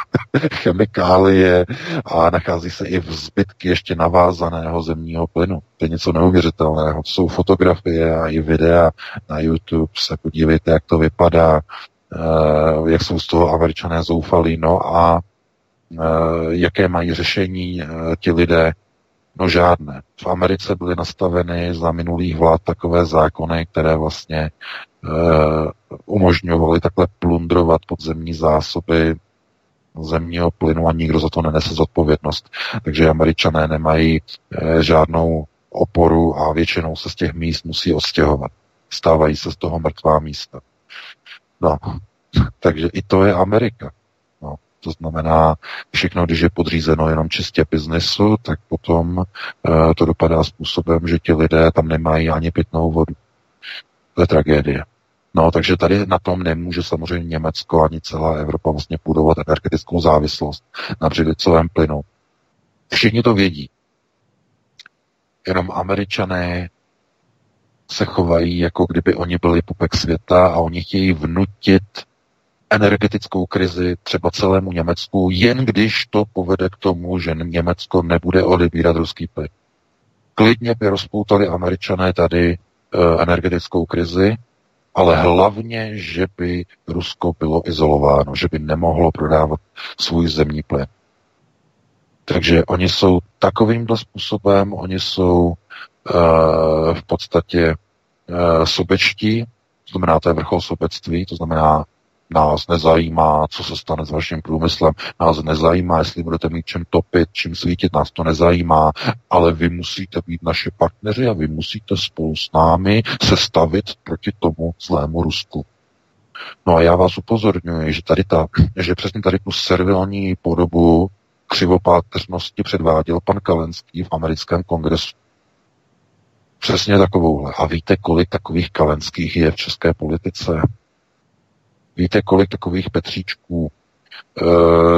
chemikálie a nachází se i v zbytky ještě navázaného zemního plynu. To je něco neuvěřitelného. To jsou fotografie a i videa na YouTube. Se podívejte, jak to vypadá, jak jsou z toho Američané zoufalí, no a jaké mají řešení ti lidé. No žádné. V Americe byly nastaveny za minulých vlád takové zákony, které vlastně e, umožňovaly takhle plundrovat podzemní zásoby zemního plynu a nikdo za to nenese zodpovědnost. Takže Američané nemají e, žádnou oporu a většinou se z těch míst musí odstěhovat. Stávají se z toho mrtvá místa. No, takže i to je Amerika. No. To znamená, všechno, když je podřízeno jenom čistě biznesu, tak potom e, to dopadá způsobem, že ti lidé tam nemají ani pitnou vodu. To je tragédie. No, takže tady na tom nemůže samozřejmě Německo ani celá Evropa vlastně budovat energetickou závislost na břidlicovém plynu. Všichni to vědí. Jenom Američané se chovají, jako kdyby oni byli pupek světa a oni chtějí vnutit energetickou krizi třeba celému Německu, jen když to povede k tomu, že Německo nebude odebírat ruský plyn. Klidně by rozpoutali Američané tady e, energetickou krizi, ale hlavně, že by Rusko bylo izolováno, že by nemohlo prodávat svůj zemní plyn. Takže oni jsou takovýmhle způsobem, oni jsou e, v podstatě e, sobečtí, to znamená, to je vrchol sobectví, to znamená, nás nezajímá, co se stane s vaším průmyslem, nás nezajímá, jestli budete mít čem topit, čím svítit, nás to nezajímá, ale vy musíte být naši partneři a vy musíte spolu s námi se stavit proti tomu zlému Rusku. No a já vás upozorňuji, že tady ta, že přesně tady tu servilní podobu křivopáteřnosti předváděl pan Kalenský v americkém kongresu. Přesně takovouhle. A víte, kolik takových Kalenských je v české politice? Víte, kolik takových Petříčků e,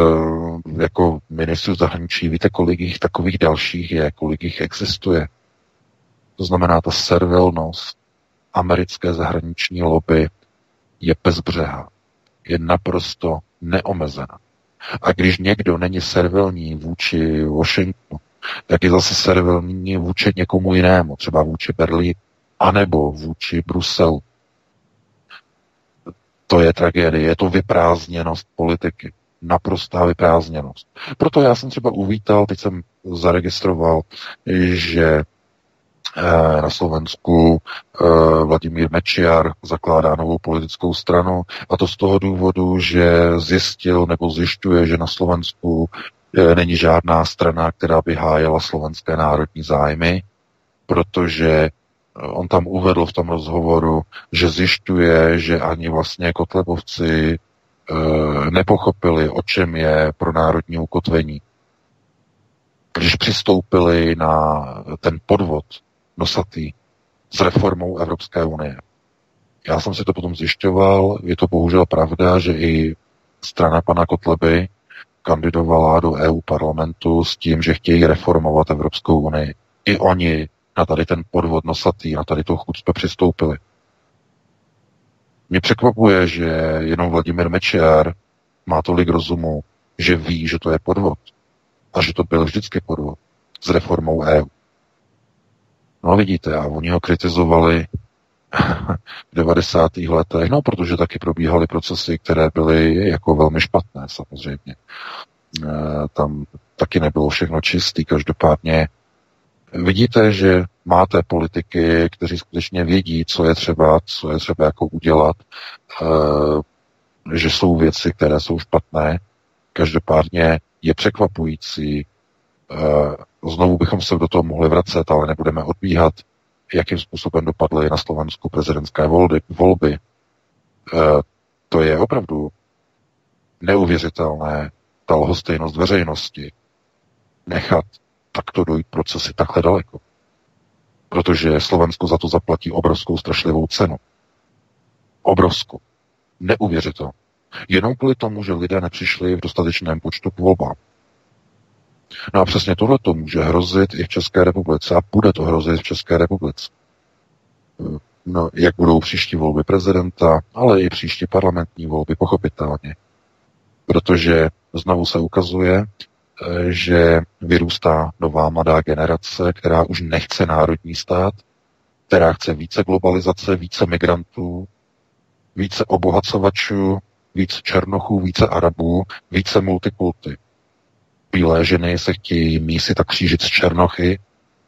jako ministrů zahraničí, víte, kolik jich takových dalších je, kolik jich existuje. To znamená, ta servilnost americké zahraniční lobby je bezbřehá. Je naprosto neomezená. A když někdo není servilní vůči Washingtonu, tak je zase servilní vůči někomu jinému, třeba vůči Berlínu, anebo vůči Bruselu. To je tragédie, je to vyprázdněnost politiky. Naprostá vyprázdněnost. Proto já jsem třeba uvítal, teď jsem zaregistroval, že na Slovensku Vladimír Mečiar zakládá novou politickou stranu, a to z toho důvodu, že zjistil nebo zjišťuje, že na Slovensku není žádná strana, která by hájela slovenské národní zájmy, protože on tam uvedl v tom rozhovoru, že zjišťuje, že ani vlastně Kotlebovci e, nepochopili, o čem je pro národní ukotvení. Když přistoupili na ten podvod nosatý s reformou Evropské unie. Já jsem si to potom zjišťoval, je to bohužel pravda, že i strana pana Kotleby kandidovala do E U parlamentu s tím, že chtějí reformovat Evropskou unii. I oni na tady ten podvod nosatý, na tady tu chucpe přistoupili. Mě překvapuje, že jenom Vladimír Mečiar má tolik rozumu, že ví, že to je podvod. A že to byl vždycky podvod s reformou E U. No vidíte, a oni ho kritizovali v devadesátých letech, no protože taky probíhaly procesy, které byly jako velmi špatné samozřejmě. E, tam taky nebylo všechno čistý, každopádně vidíte, že máte politiky, kteří skutečně vědí, co je třeba, co je třeba jako udělat, e, že jsou věci, které jsou špatné. Každopádně je překvapující, e, znovu bychom se do toho mohli vracet, ale nebudeme odbíhat, jakým způsobem dopadly na Slovensku prezidentské volby. volby. E, to je opravdu neuvěřitelné, ta lhostejnost veřejnosti nechat takto dojít procesy takhle daleko. Protože Slovensko za to zaplatí obrovskou strašlivou cenu. Obrovskou. Neuvěřitelnou. Jenom kvůli tomu, že lidé nepřišli v dostatečném počtu k volbám. No a přesně tohle to může hrozit i v České republice a bude to hrozit v České republice. No, jak budou příští volby prezidenta, ale i příští parlamentní volby, pochopitelně. Protože znovu se ukazuje, že vyrůstá nová mladá generace, která už nechce národní stát, která chce více globalizace, více migrantů, více obohacovačů, více černochů, více Arabů, více multikulty. Bílé ženy se chtějí mísit a křížit s černochy.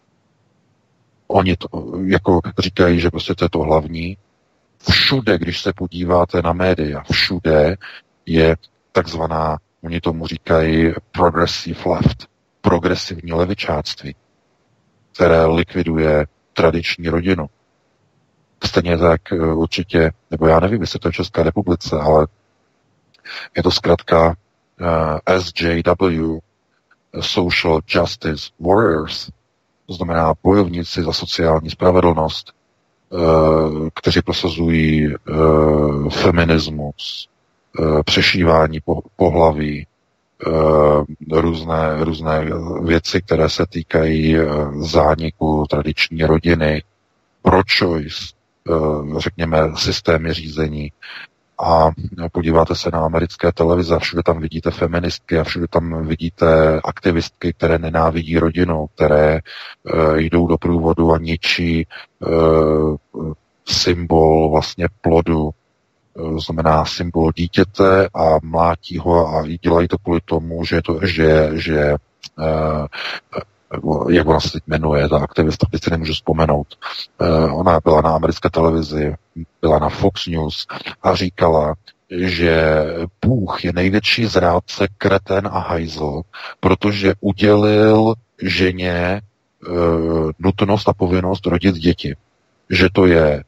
Oni to jako říkají, že prostě to je to hlavní. Všude, když se podíváte na média, všude je takzvaná, oni tomu říkají progressive left, progresivní levičáctví, které likviduje tradiční rodinu. Stejně tak určitě, nebo já nevím, jestli to je v České republice, ale je to zkrátka uh, S J W, Social Justice Warriors, to znamená bojovníci za sociální spravedlnost, uh, kteří prosazují uh, feminismus, uh, přešívání po, pohlaví, uh, různé, různé věci, které se týkají uh, zániku tradiční rodiny, pro-choice, uh, řekněme, systémy řízení. A podíváte se na americké televize a všude tam vidíte feministky a všude tam vidíte aktivistky, které nenávidí rodinu, které uh, jdou do průvodu a ničí uh, symbol vlastně plodu, uh, znamená symbol dítěte a mlátí ho a dělají to kvůli tomu, že, to, že, že uh, jak ona se teď jmenuje, ta aktivista, teď si nemůžu vzpomenout. Uh, ona byla na americké televizi, byla na Fox News a říkala, že Bůh je největší zrádce, kreten a hajzl, protože udělil ženě uh, nutnost a povinnost rodit děti. Že to je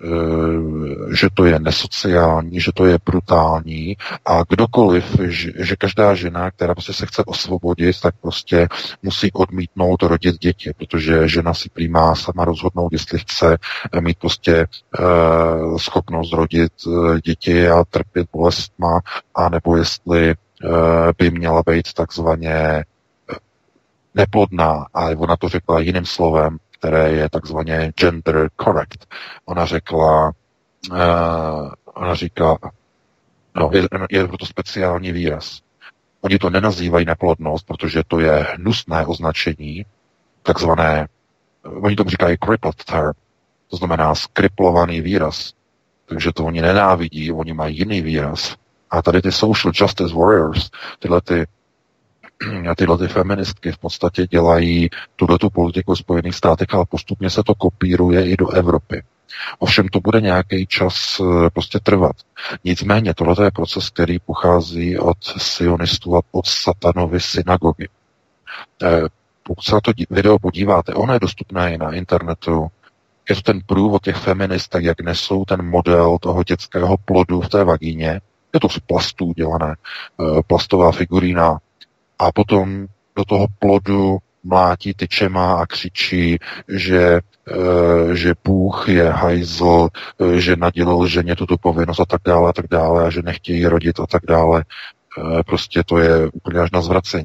že to je nesociální, že to je brutální a kdokoliv, že, že každá žena, která prostě se chce osvobodit, tak prostě musí odmítnout rodit děti, protože žena si prý má sama rozhodnout, jestli chce mít prostě uh, schopnost rodit uh, děti a trpět bolestma, anebo jestli uh, by měla být takzvaně neplodná, ale ona to řekla jiným slovem, které je takzvaně gender correct. Ona řekla, uh, ona říká, no, je, je to speciální výraz. Oni to nenazývají neplodnost, protože to je hnusné označení, takzvané, oni tomu říkají crippled term, to znamená skriplovaný výraz. Takže to oni nenávidí, oni mají jiný výraz. A tady ty social justice warriors, tyhle ty a tyhle ty feministky v podstatě dělají tuhletu politiku v Spojených státech, ale postupně se to kopíruje i do Evropy. Ovšem to bude nějaký čas prostě trvat. Nicméně tohle je proces, který pochází od sionistů a od Satanovy synagogy. Pokud se na to video podíváte, ono je dostupné i na internetu, je to ten průvod těch feministek, jak nesou ten model toho dětského plodu v té vagíně. Je to z plastů dělané, plastová figurína. A potom do toho plodu mlátí tyčema a křičí, že, e, že Bůh Bůh je hajzl, že nadělil ženě tuto povinnost a tak dále a tak dále a že nechtějí rodit a tak dále. Prostě to je úplně až na zvracení.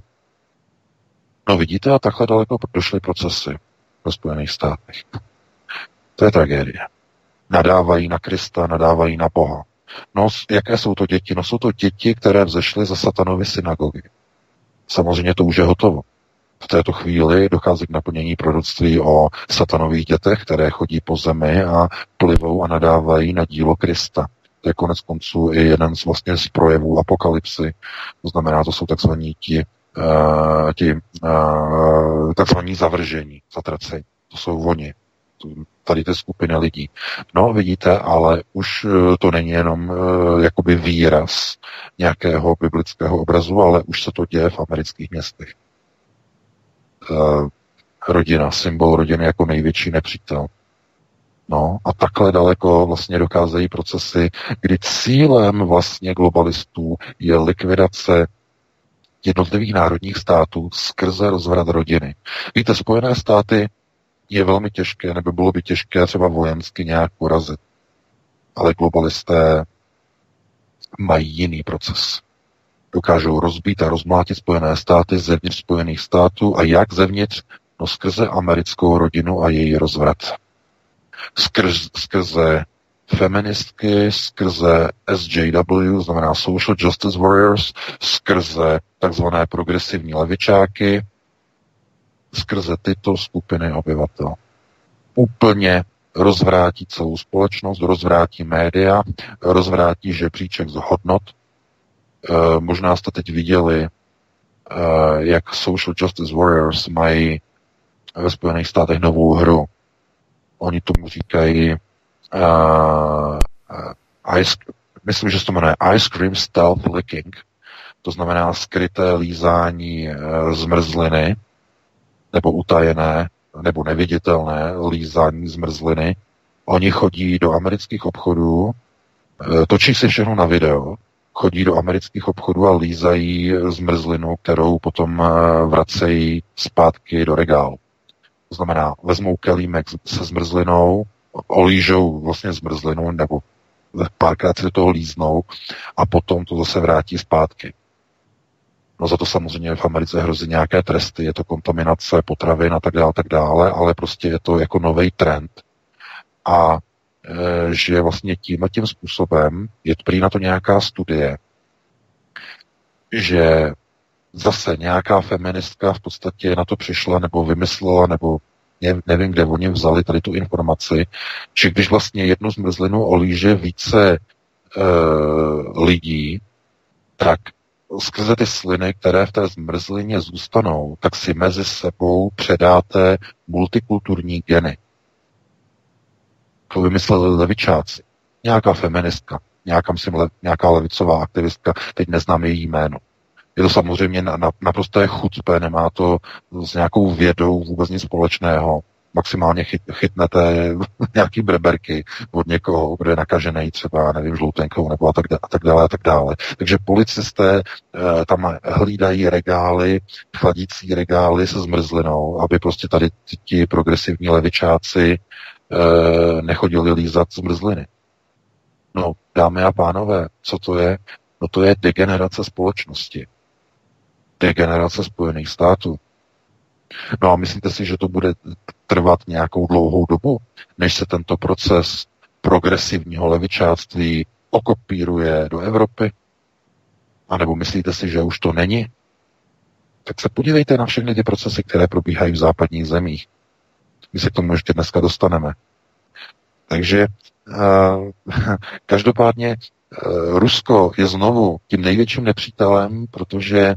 No vidíte, a takhle daleko došly procesy ve Spojených státech. To je tragédie. Nadávají na Krista, nadávají na Boha. No, jaké jsou to děti? No, jsou to děti, které vzešly ze Satanovy synagogy. Samozřejmě to už je hotovo. V této chvíli dochází k naplnění proroctví o satanových dětech, které chodí po zemi a plivou a nadávají na dílo Krista. To je konec konců i jeden z vlastně z projevů apokalypsy. To znamená, to jsou takzvaní ti, uh, ti uh, takzvaní zavržení, zatracení. To jsou oni. Tady ty skupiny lidí. No, vidíte, ale už to není jenom uh, jakoby výraz nějakého biblického obrazu, ale už se to děje v amerických městech. Uh, rodina, symbol rodiny jako největší nepřítel. No a takhle daleko vlastně dokázají procesy, kdy cílem vlastně globalistů je likvidace jednotlivých národních států skrze rozvrat rodiny. Víte, Spojené státy je velmi těžké, nebo bylo by těžké třeba vojensky nějak porazit. Ale globalisté mají jiný proces. Dokážou rozbít a rozmlátit Spojené státy zevnitř Spojených států a jak zevnitř? No skrze americkou rodinu a její rozvrat. Skrz, skrze feministky, skrze S J W, znamená Social Justice Warriors, skrze takzvané progresivní levičáky, skrze tyto skupiny obyvatel. Úplně rozvrátí celou společnost, rozvrátí média, rozvrátí žebříček z hodnot. E, možná jste teď viděli, e, jak Social Justice Warriors mají ve Spojených státech novou hru. Oni tomu říkají uh, uh, ice, myslím, že se to jmenuje Ice Cream Stealth Licking, to znamená skryté lízání uh, zmrzliny, nebo utajené, nebo neviditelné lízání zmrzliny. Oni chodí do amerických obchodů, uh, točí si všechno na video, chodí do amerických obchodů a lízají zmrzlinu, kterou potom uh, vracejí zpátky do regálu. To znamená, vezmou kelímek se zmrzlinou, olížou vlastně zmrzlinu, nebo párkrát si do toho líznou a potom to zase vrátí zpátky. No za to samozřejmě v Americe hrozí nějaké tresty, je to kontaminace potravin a tak dále, tak dále, ale prostě je to jako nový trend. A e, že vlastně tím a tím způsobem, je prý na to nějaká studie, že zase nějaká feministka v podstatě na to přišla nebo vymyslela, nebo nevím, kde oni vzali tady tu informaci, že když vlastně jednu zmrzlinu olíže více e, lidí, tak skrze ty sliny, které v té zmrzlině zůstanou, tak si mezi sebou předáte multikulturní geny. To vymysleli levičáci. Nějaká feministka, nějaká, myslím, le, nějaká levicová aktivistka, teď neznám její jméno. Je to samozřejmě na, na, naprosté chucpe, nemá to s nějakou vědou vůbec nic společného. Maximálně chyt, chytnete nějaký breberky od někoho, kdo je nakažený třeba, nevím, žloutenkou nebo a tak, a tak dále a tak dále. Takže policisté e, tam hlídají regály, chladící regály se zmrzlinou, aby prostě tady ti progresivní levičáci e, nechodili lízat zmrzliny. No, dámy a pánové, co to je? No to je degenerace společnosti. Degenerace Spojených států. No a myslíte si, že to bude trvat nějakou dlouhou dobu, než se tento proces progresivního levičáctví okopíruje do Evropy? A nebo myslíte si, že už to není? Tak se podívejte na všechny ty procesy, které probíhají v západních zemích. My se k tomu ještě dneska dostaneme. Takže uh, každopádně Rusko je znovu tím největším nepřítelem, protože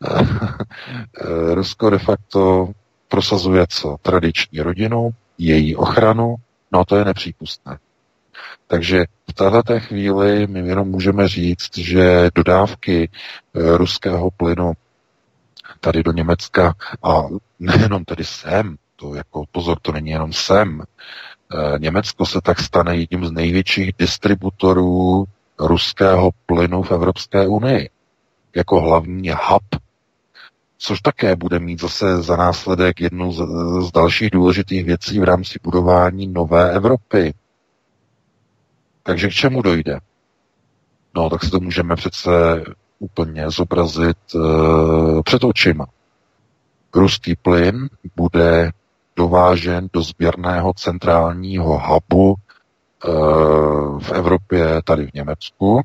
Rusko de facto prosazuje co? Tradiční rodinu, její ochranu, no to je nepřípustné. Takže v této chvíli my jenom můžeme říct, že dodávky ruského plynu tady do Německa a nejenom tedy sem, to jako pozor, to není jenom sem, Německo se tak stane jedním z největších distributorů ruského plynu v Evropské unii. Jako hlavní hub což také bude mít zase za následek jednu z, z dalších důležitých věcí v rámci budování nové Evropy. Takže k čemu dojde? No, tak si to můžeme přece úplně zobrazit uh, před očima. Ruský plyn bude dovážen do sběrného centrálního hubu uh, v Evropě, tady v Německu.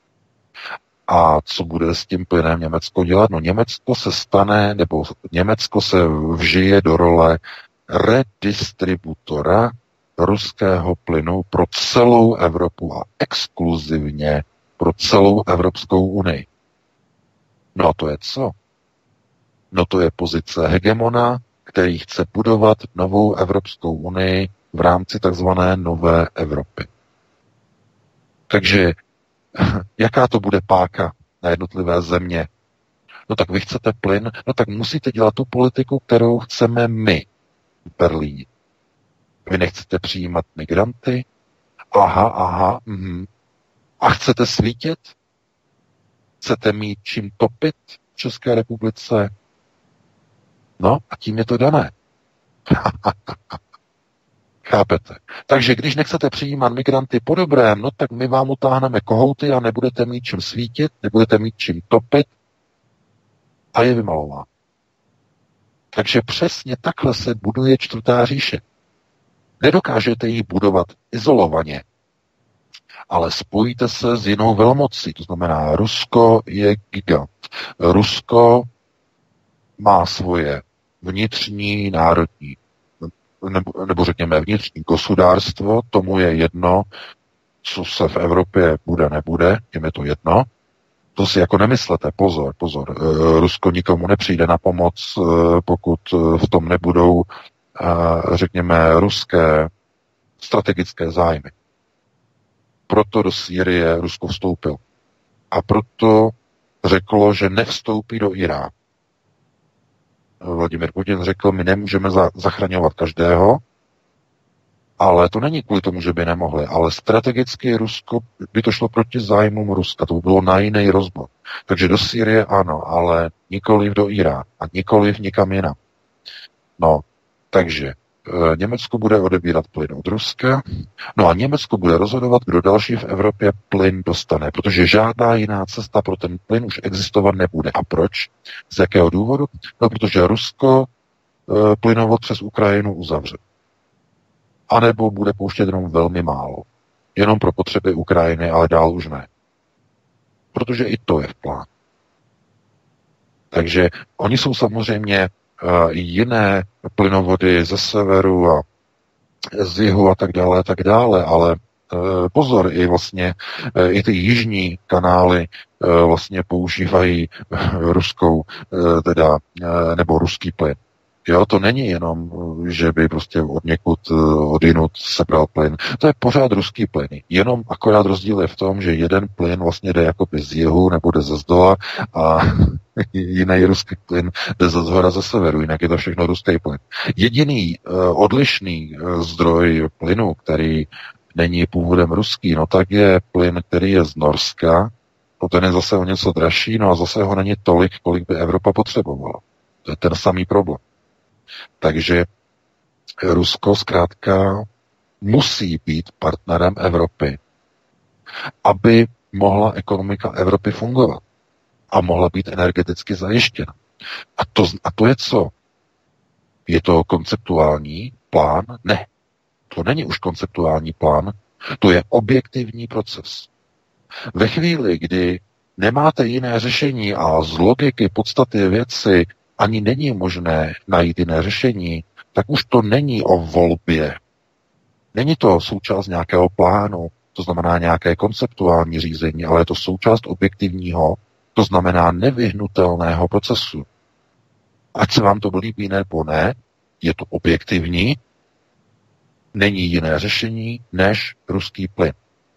A co bude s tím plynem Německo dělat? No Německo se stane, nebo Německo se vžije do role redistributora ruského plynu pro celou Evropu a exkluzivně pro celou Evropskou unii. No a to je co? No to je pozice hegemona, který chce budovat novou Evropskou unii v rámci takzvané nové Evropy. Takže jaká to bude páka na jednotlivé země? No tak vy chcete plyn, no tak musíte dělat tu politiku, kterou chceme my v Berlíně. Vy nechcete přijímat migranty? Aha, aha, mhm. A chcete svítit? Chcete mít čím topit v České republice? No a tím je to dané. Chápete? Takže když nechcete přijímat migranty po dobrém, no tak my vám utáhneme kohouty a nebudete mít čím svítit, nebudete mít čím topit a je vymalován. Takže přesně takhle se buduje čtvrtá říše. Nedokážete ji budovat izolovaně, ale spojíte se s jinou velmocí. To znamená, Rusko je gigant. Rusko má svoje vnitřní národní nebo, nebo řekněme vnitřní gospodářstvo, tomu je jedno, co se v Evropě bude, nebude, jim je to jedno. To si jako nemyslete, pozor, pozor. Rusko nikomu nepřijde na pomoc, pokud v tom nebudou, řekněme, ruské strategické zájmy. Proto do Sýrie Rusko vstoupil. A proto řeklo, že nevstoupí do Iráku. Vladimír Putin řekl, my nemůžeme za- zachraňovat každého, ale to není kvůli tomu, že by nemohli, ale strategicky Rusko, by to šlo proti zájmům Ruska, to by bylo na jiný rozbor. Takže do Sýrie ano, ale nikoliv do Iráku a nikoliv nikam jinam. No, takže e, Německo bude odebírat plyn od Ruska, no a Německo bude rozhodovat, kdo další v Evropě plyn dostane, protože žádná jiná cesta pro ten plyn už existovat nebude. A proč? Z jakého důvodu? No, protože Rusko e, plynovod přes Ukrajinu uzavře. A nebo bude pouštět jenom velmi málo. Jenom pro potřeby Ukrajiny, ale dál už ne. Protože i to je v plánu. Takže oni jsou samozřejmě uh, jiné plynovody ze severu a z jihu a tak dále, a tak dále, ale uh, pozor, i vlastně uh, i ty jižní kanály uh, vlastně používají uh, ruskou, uh, teda, uh, nebo ruský plyn. Jo, to není jenom, že by prostě od někud, od jinut sebral plyn. To je pořád ruský plyn. Jenom akorát rozdíl je v tom, že jeden plyn vlastně jde jakoby z jihu nebo jde ze zdola a jiný ruský plyn jde ze zhora ze severu, jinak je to všechno ruský plyn. Jediný uh, odlišný uh, zdroj plynu, který není původem ruský, no tak je plyn, který je z Norska, no ten je zase o něco dražší, no a zase ho není tolik, kolik by Evropa potřebovala. To je ten samý problém. Takže Rusko zkrátka musí být partnerem Evropy, aby mohla ekonomika Evropy fungovat a mohla být energeticky zajištěna. A to, a to je co? Je to konceptuální plán? Ne. To není už konceptuální plán, to je objektivní proces. Ve chvíli, kdy nemáte jiné řešení a z logiky podstaty věci ani není možné najít jiné řešení, tak už to není o volbě. Není to součást nějakého plánu, to znamená nějaké konceptuální řízení, ale je to součást objektivního, to znamená nevyhnutelného procesu. Ať se vám to líbí nebo ne, je to objektivní, není jiné řešení než ruský plyn.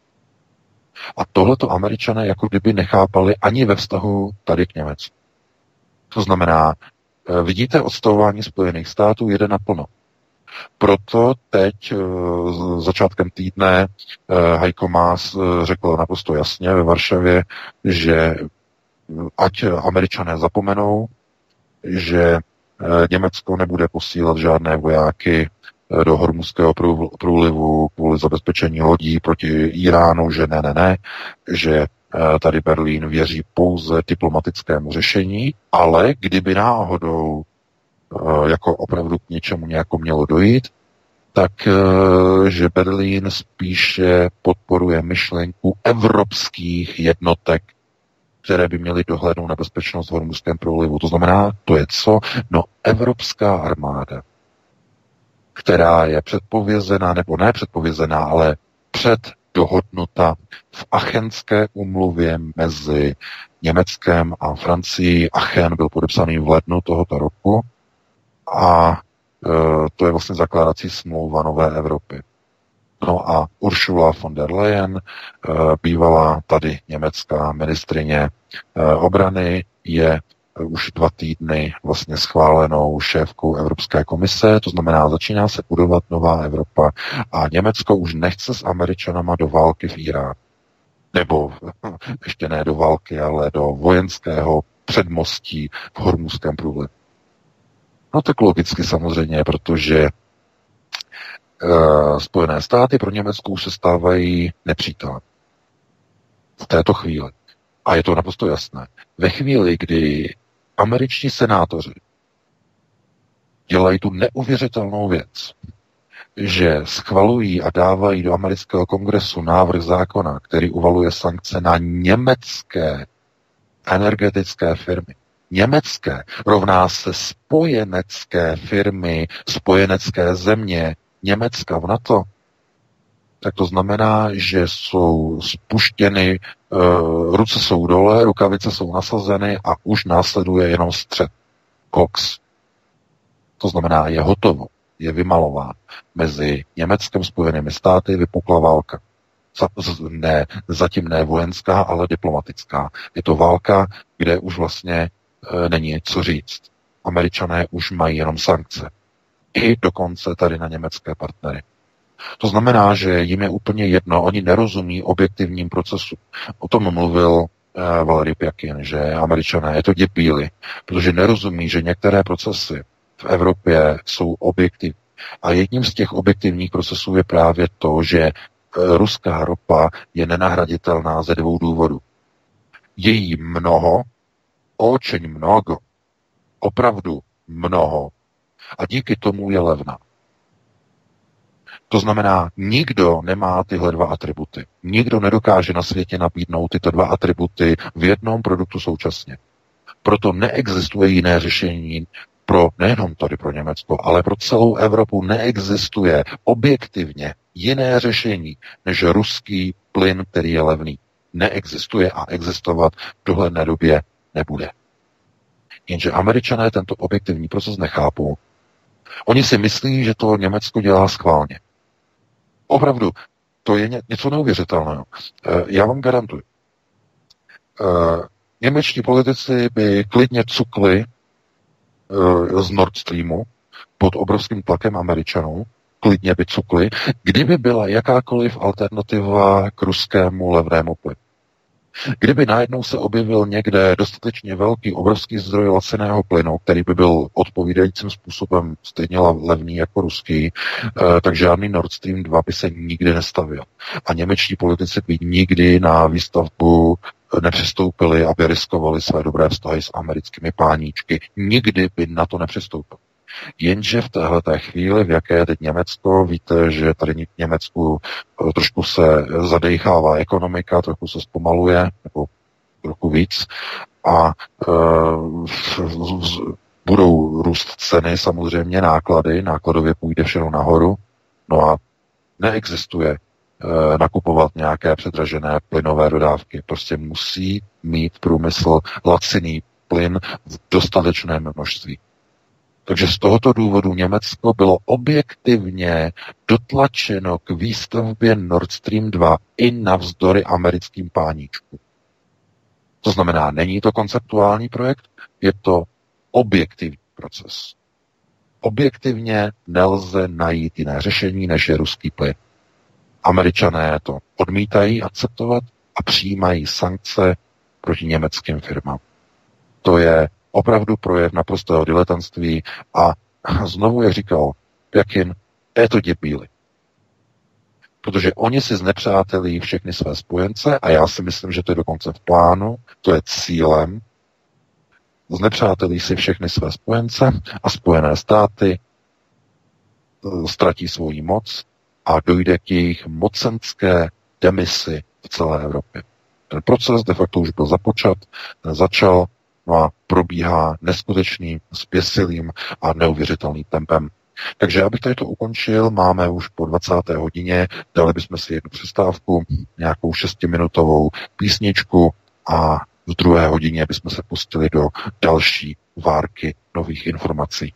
A tohleto Američané jako kdyby nechápali ani ve vztahu tady k Německu. To znamená, vidíte, odstavování Spojených států jede naplno. Proto teď začátkem týdne Heiko Maas řekl naprosto jasně ve Varšavě, že ať Američané zapomenou že Německo nebude posílat žádné vojáky do Hormuzského průlivu kvůli zabezpečení lodí proti Iránu, že ne, ne, ne, že tady Berlín věří pouze diplomatickému řešení, ale kdyby náhodou jako opravdu k něčemu nějako mělo dojít, tak že Berlín spíše podporuje myšlenku evropských jednotek, které by měly dohlédnout na bezpečnost v Hormuzském průlivu. To znamená, to je co? No, evropská armáda, která je předpovězená, nebo ne předpovězená, ale předdohodnuta v Achenské úmluvě mezi Německem a Francií. Aachen byl podepsaný v lednu tohoto roku a e, to je vlastně zakládací smlouva Nové Evropy. No a Ursula von der Leyen, bývalá tady německá ministrině obrany, je už dva týdny vlastně schválenou šéfkou Evropské komise, to znamená, začíná se budovat nová Evropa a Německo už nechce s Američanama do války v Iránu. Nebo ještě ne do války, ale do vojenského předmostí v Hormuzském průlivu. No tak logicky samozřejmě, protože Spojené státy pro Německo už se stávají nepřítelem. V této chvíli. A je to naprosto jasné. Ve chvíli, kdy američtí senátoři dělají tu neuvěřitelnou věc, že schvalují a dávají do amerického kongresu návrh zákona, který uvaluje sankce na německé energetické firmy. Německé rovná se spojenecké firmy, spojenecké země, Německa v NATO, tak to znamená, že jsou spuštěny, uh, ruce jsou dole, rukavice jsou nasazeny a už následuje jenom střet. Cox. To znamená, je hotovo, je vymalován. Mezi Německem, Spojenými státy vypukla válka. Ne, zatím ne vojenská, ale diplomatická. Je to válka, kde už vlastně uh, není co říct. Američané už mají jenom sankce. I dokonce tady na německé partnery. To znamená, že jim je úplně jedno, oni nerozumí objektivním procesu. O tom mluvil eh, Valery Pjakin, že Američané, je to děbíli, protože nerozumí, že některé procesy v Evropě jsou objektivní. A jedním z těch objektivních procesů je právě to, že eh, ruská ropa je nenahraditelná ze dvou důvodů. Je jí mnoho, očeň mnoho, opravdu mnoho, a díky tomu je levná. To znamená, nikdo nemá tyhle dva atributy. Nikdo nedokáže na světě nabídnout tyto dva atributy v jednom produktu současně. Proto neexistuje jiné řešení pro, nejenom tady pro Německo, ale pro celou Evropu neexistuje objektivně jiné řešení než ruský plyn, který je levný. Neexistuje a existovat v dohledné době nebude. Jenže Američané tento objektivní proces nechápou. Oni si myslí, že to Německo dělá schválně. Opravdu, to je něco neuvěřitelného. Já vám garantuju. Němečtí politici by klidně cukli z Nord Streamu pod obrovským tlakem Američanů, klidně by cukli, kdyby byla jakákoliv alternativa k ruskému levnému plynu. Kdyby najednou se objevil někde dostatečně velký, obrovský zdroj laciného plynu, který by byl odpovídajícím způsobem stejně levný jako ruský, tak žádný Nord Stream dva by se nikdy nestavil. A němečtí politici by nikdy na výstavbu nepřistoupili, aby riskovali své dobré vztahy s americkými páníčky. Nikdy by na to nepřistoupili. Jenže v téhleté chvíli, v jaké je teď Německo, víte, že tady v Německu trošku se zadejchává ekonomika, trochu se zpomaluje, nebo trochu víc, a e, budou růst ceny, samozřejmě náklady, nákladově půjde všechno nahoru, no a neexistuje e, nakupovat nějaké předražené plynové dodávky. Prostě musí mít průmysl laciný plyn v dostatečném množství. Takže z tohoto důvodu Německo bylo objektivně dotlačeno k výstavbě Nord Stream dva i navzdory americkým páníčkům. To znamená, není to konceptuální projekt, je to objektivní proces. Objektivně nelze najít jiné řešení, než je ruský plyn. Američané to odmítají akceptovat a přijímají sankce proti německým firmám. To je opravdu projev naprostého diletantství a znovu, jak říkal Pjakin, je to děbíli. Protože oni si znepřátelí všechny své spojence a já si myslím, že to je dokonce v plánu, to je cílem, znepřátelí si všechny své spojence a Spojené státy ztratí svoji moc a dojde k jejich mocenské demisi v celé Evropě. Ten proces de facto už byl započat, začal, no a probíhá neskutečným, zběsilým a neuvěřitelným tempem. Takže abych tady to ukončil, máme už po dvacáté hodině, dali bychom si jednu přestávku, nějakou šestiminutovou písničku a v druhé hodině bychom se pustili do další várky nových informací.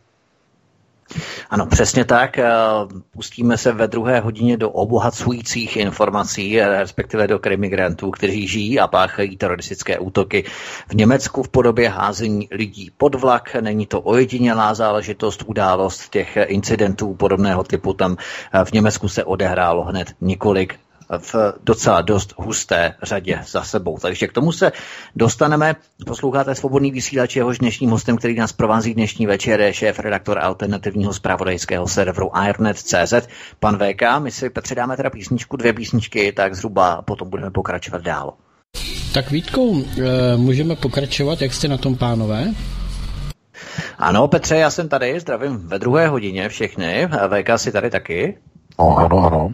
Ano, přesně tak. Pustíme se ve druhé hodině do obohacujících informací, respektive do krimigrantů, kteří žijí a páchají teroristické útoky v Německu v podobě házení lidí pod vlak. Není to ojedinělá záležitost, událost těch incidentů podobného typu. Tam v Německu se odehrálo hned několik v docela dost husté řadě za sebou. Takže k tomu se dostaneme. Posloucháte Svobodný vysílač, jehož dnešním hostem, který nás provází dnešní večer, je šéf-redaktor alternativního zpravodajského serveru iRnet tečka cé zet, pan vé ká. My si, Petře, dáme teda písničku, dvě písničky, tak zhruba potom budeme pokračovat dál. Tak Vítko, můžeme pokračovat, jak jste na tom, pánové? Ano, Petře, já jsem tady, zdravím ve druhé hodině všechny. vé ká si tady taky? No, ano, ano.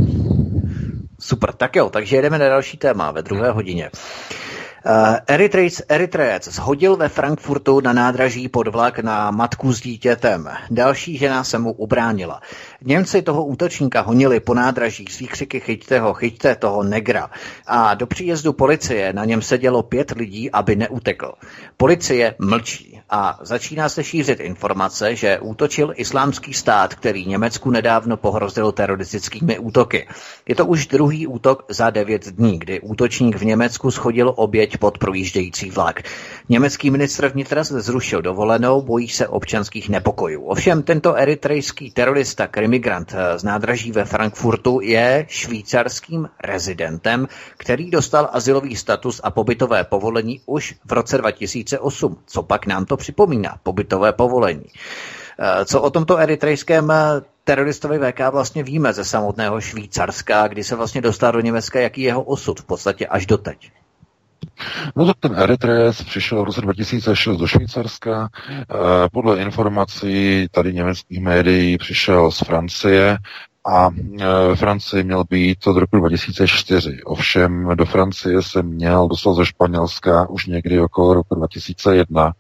Super, tak jo, takže jedeme na další téma ve druhé hodině. Uh, Eritrejec, Eritrejec shodil ve Frankfurtu na nádraží pod vlak na matku s dítětem. Další žena se mu ubránila. Němci toho útočníka honili po nádraží s výkřiky chyťte ho, chyťte toho negra. A do příjezdu policie na něm sedělo pět lidí, aby neutekl. Policie mlčí a začíná se šířit informace, že útočil Islámský stát, který Německu nedávno pohrozil teroristickými útoky. Je to už druhý útok za devět dní, kdy útočník v Německu shodil oběť pod projíždějící vlak. Německý ministr vnitra se zrušil dovolenou, bojí se občanských nepokojů. Ovšem tento eritrejský terorista, krimigrant z nádraží ve Frankfurtu je švýcarským rezidentem, který dostal azylový status a pobytové povolení už v roce dva tisíce osm. Co pak nám to připomíná? Pobytové povolení. Co o tomto eritrejském teroristovi vé ká vlastně víme ze samotného Švýcarska, kdy se vlastně dostal do Německa, jaký jeho osud v podstatě až doteď? No tak ten Eritrejec přišel v roce dva tisíce šest do Švýcarska. Podle informací tady německých médií přišel z Francie a ve Francii měl být od roku dva tisíce čtyři. Ovšem do Francie se měl dostat ze Španělska už někdy okolo roku dva tisíce jedna.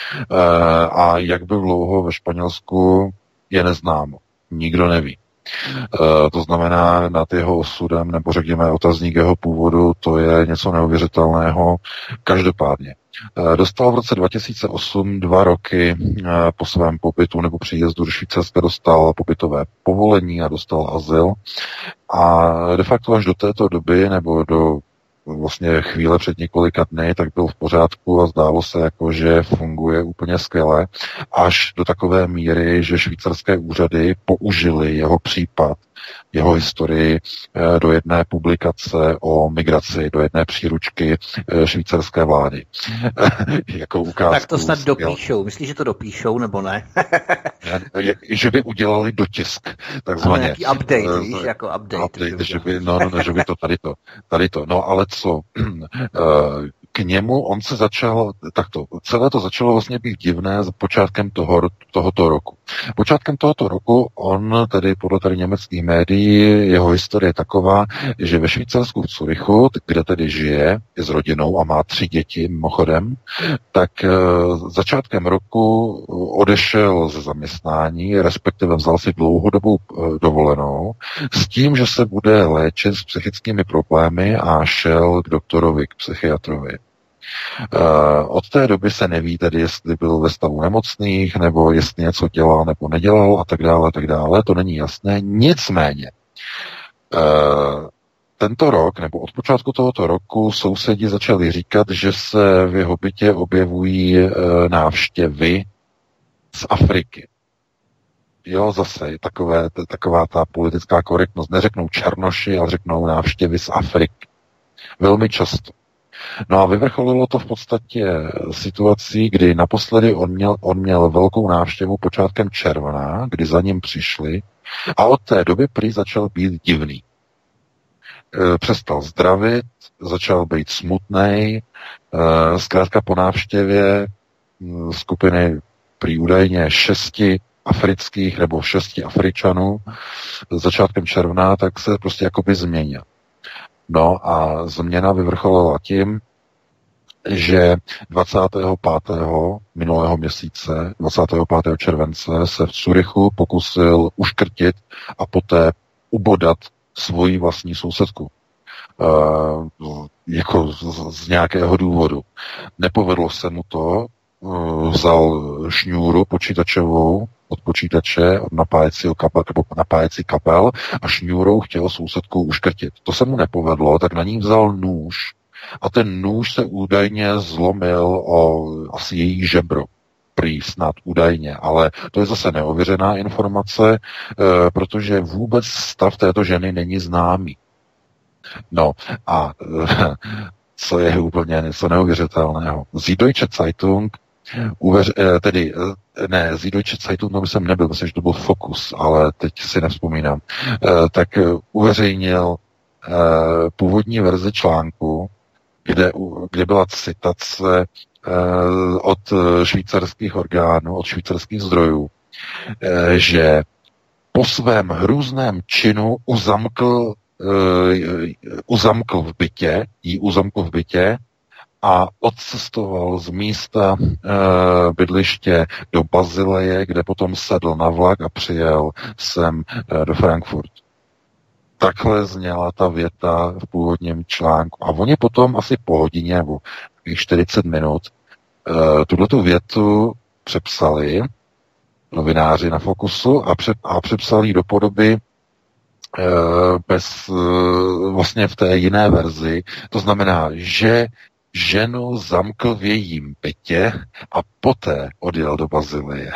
A jak byl dlouho ve Španělsku, je neznámo. Nikdo neví. Uh, to znamená, nad jeho osudem, nebo řekněme otazník jeho původu, to je něco neuvěřitelného. Každopádně. Uh, dostal v roce dva tisíce osm dva roky uh, po svém pobytu nebo příjezdu do Švýcarska dostal pobytové povolení a dostal azyl. A de facto až do této doby, nebo do vlastně chvíle před několika dny, tak byl v pořádku a zdálo se jako, že funguje úplně skvěle, až do takové míry, že švýcarské úřady použili jeho případ, jeho historii do jedné publikace o migraci, do jedné příručky švýcarské vlády. Jako ukázku. Tak to snad dopíšou. Myslíš, že to dopíšou, nebo ne? Že by udělali dotisk, takzvaně. Nějaký update, víš, jako update. update že by, no, no, že by to tady to, tady to. No, ale co? K němu on se začal, takto, celé to začalo vlastně být divné s počátkem toho, tohoto roku. Počátkem tohoto roku on tedy podle tady německých médií, jeho historie je taková, že ve Švýcarsku v Curychu, kde tedy žije, je s rodinou a má tři děti mimochodem, tak začátkem roku odešel ze zaměstnání, respektive vzal si dlouhodobou dovolenou, s tím, že se bude léčit s psychickými problémy a šel k doktorovi, k psychiatrovi. Uh, od té doby se neví tedy, jestli byl ve stavu nemocných, nebo jestli něco dělal, nebo nedělal a tak dále, a tak dále, to není jasné. Nicméně, uh, tento rok, nebo od počátku tohoto roku, sousedi začali říkat, že se v jeho bytě objevují uh, návštěvy z Afriky. Jo, zase takové, taková ta politická korektnost. Neřeknou černoši, ale řeknou návštěvy z Afriky. Velmi často. No a vyvrcholilo to v podstatě situací, kdy naposledy on měl, on měl velkou návštěvu počátkem června, kdy za ním přišli a od té doby prý začal být divný. E, přestal zdravit, začal být smutnej, e, zkrátka po návštěvě skupiny prý údajně šesti afrických nebo šesti Afričanů začátkem června, tak se prostě jakoby změnil. No a změna vyvrcholila tím, že dvacátého pátého minulého měsíce, dvacátého pátého července, se v Curychu pokusil uškrtit a poté ubodat svoji vlastní sousedku. Uh, jako z, z nějakého důvodu. Nepovedlo se mu to, uh, vzal šňůru počítačovou od počítače, od napájecího kapel, nebo napájecí kapel a šňůrou chtěl sousedku uškrtit. To se mu nepovedlo, tak na ní vzal nůž a ten nůž se údajně zlomil o asi její žebro. Prý snad údajně, ale to je zase neověřená informace, e, protože vůbec stav této ženy není známý. No a e, co je úplně něco neuvěřitelného. Süddeutsche Zeitung uveř, e, tedy ne, Süddeutsche Zeitung, no jsem nebyl, myslím, že to byl Focus, ale teď si nevzpomínám, e, tak uveřejnil e, původní verzi článku, kde, kde byla citace od švýcarských orgánů, od švýcarských zdrojů, že po svém hrůzném činu uzamkl, uzamkl v bytě, jí uzamkl v bytě a odcestoval z místa bydliště do Bazileje, kde potom sedl na vlak a přijel sem do Frankfurtu. Takhle zněla ta věta v původním článku. A oni potom asi po hodině nebo čtyřicet minut uh, tuhletu větu přepsali novináři na Focusu a, pře- a přepsali do podoby uh, bez uh, vlastně v té jiné verzi. To znamená, že ženu zamkl v jejím bytě a poté odjel do Bazileje.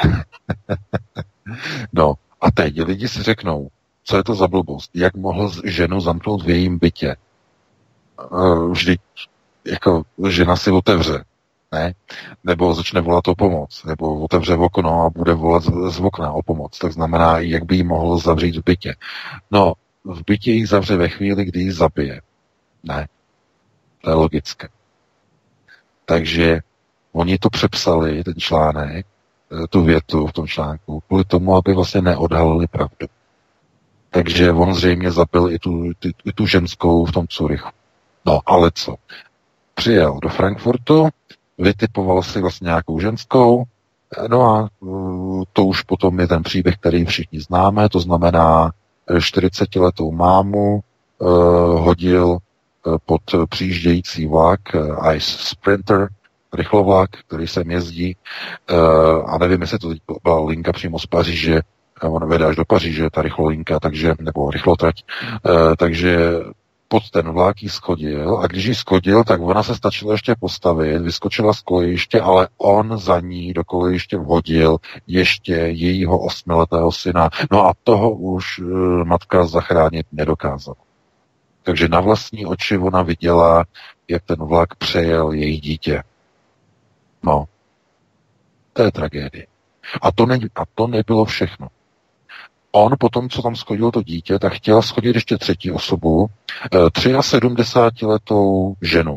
No a teď lidi si řeknou, co je to za blbost? Jak mohl ženu zamknout v jejím bytě? Vždyť jako žena si otevře, ne? Nebo začne volat o pomoc, nebo otevře okno a bude volat z, z okna o pomoc. Tak znamená, jak by jí mohl zavřít v bytě. No, v bytě jí zavře ve chvíli, kdy ji zabije. Ne. To je logické. Takže oni to přepsali, ten článek, tu větu v tom článku, kvůli tomu, aby vlastně neodhalili pravdu. Takže on zřejmě zabil i tu, i, i tu ženskou v tom Curychu. No, ale co? Přijel do Frankfurtu, vytipoval si vlastně nějakou ženskou, no a to už potom je ten příběh, který všichni známe, to znamená čtyřicetiletou mámu eh, hodil eh, pod přijíždějící vlak eh, Ice Sprinter, rychlovlak, který sem jezdí, eh, a nevím, jestli to byla linka přímo z Paříže, on vede až do Paříže, ta rychlolinka, takže, nebo rychlotrať, eh, takže pod ten vlák jí schodil a když jí schodil, tak ona se stačila ještě postavit, vyskočila z kolejiště, ale on za ní do kolejiště vhodil ještě jejího osmiletého syna. No a toho už e, matka zachránit nedokázala. Takže na vlastní oči ona viděla, jak ten vlak přejel její dítě. No, to je tragédie. A to, ne, a to nebylo všechno. On potom, co tam schodil to dítě, tak chtěl schodit ještě třetí osobu, sedmdesátiletou ženu.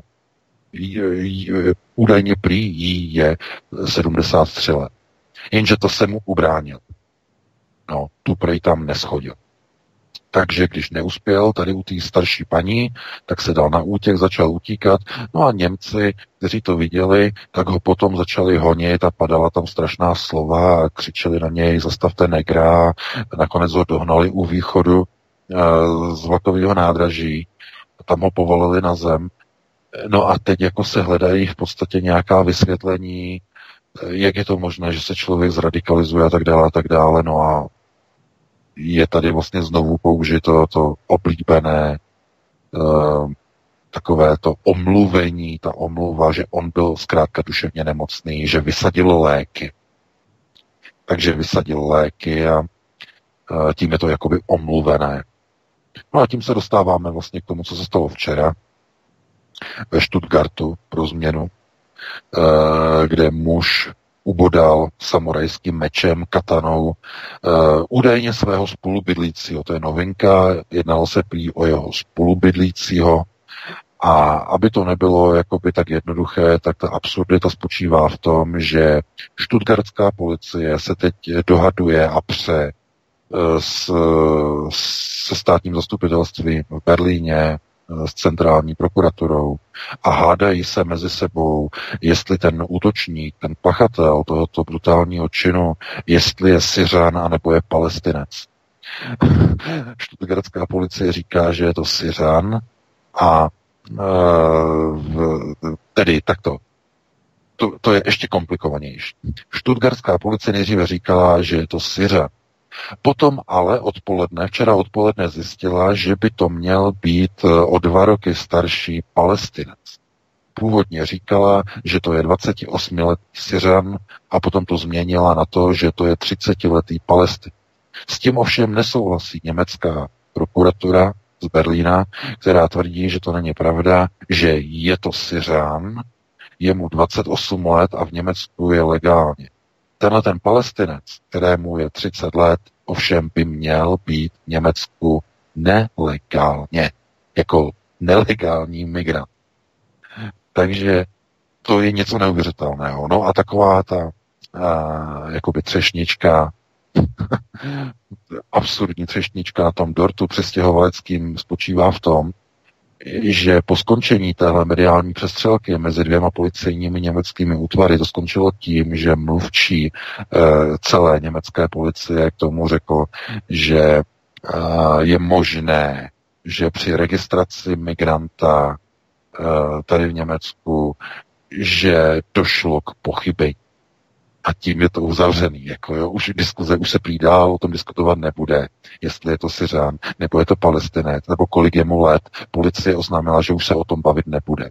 Údajně prý jí je sedmdesát tři let. Jenže to se mu ubránil. No, tu prej tam neschodil. Takže když neuspěl tady u té starší paní, tak se dal na útěk, začal utíkat. No a Němci, kteří to viděli, tak ho potom začali honit a padala tam strašná slova a křičeli na něj, zastavte negra. Nakonec ho dohnali u východu z vlakového nádraží. Tam ho povolili na zem. No a teď jako se hledají v podstatě nějaká vysvětlení, jak je to možné, že se člověk zradikalizuje a tak dále a tak dále. No a je tady vlastně znovu použito to oblíbené uh, takové to omluvení, ta omluva, že on byl zkrátka duševně nemocný, že vysadil léky. Takže vysadil léky a uh, tím je to jakoby omluvené. No a tím se dostáváme vlastně k tomu, co se stalo včera, ve Stuttgartu pro změnu, kde muž ubodal samurajským mečem, katanou, uh, údajně svého spolubydlícího. To je novinka, jednalo se prý o jeho spolubydlícího a aby to nebylo jakoby tak jednoduché, tak ta absurdita spočívá v tom, že stuttgartská policie se teď dohaduje a pře uh, s, se státním zastupitelstvím v Berlíně, s centrální prokuraturou a hádají se mezi sebou, jestli ten útočník, ten pachatel tohoto brutálního činu, jestli je Syřan anebo je Palestinec. Stuttgartská policie říká, že je to Syřan a e, tedy takto. To, to je ještě komplikovanější. Stuttgartská policie nejdříve říkala, že je to Syřan. Potom ale odpoledne, včera odpoledne zjistila, že by to měl být o dva roky starší Palestinec. Původně říkala, že to je dvacetiosmiletý Syřan a potom to změnila na to, že to je třicetiletý Palestinec. S tím ovšem nesouhlasí německá prokuratura z Berlína, která tvrdí, že to není pravda, že je to Syřan, je mu dvacet osm let a v Německu je legálně. Tenhle ten Palestinec, kterému je třicet let, ovšem by měl být v Německu nelegálně, jako nelegální migrant. Takže to je něco neuvěřitelného. No a taková ta a, jakoby třešnička, absurdní třešnička na tom dortu přestěhovaleckým spočívá v tom, že po skončení téhle mediální přestřelky mezi dvěma policejními německými útvary to skončilo tím, že mluvčí e, celé německé policie k tomu řekl, že e, je možné, že při registraci migranta e, tady v Německu, že došlo k pochybení. A tím je to uzavřený. Jako jo, už diskuze, už se prý dál o tom diskutovat nebude, jestli je to Syřan, nebo je to Palestinec, nebo kolik je mu let. Policie oznámila, že už se o tom bavit nebude.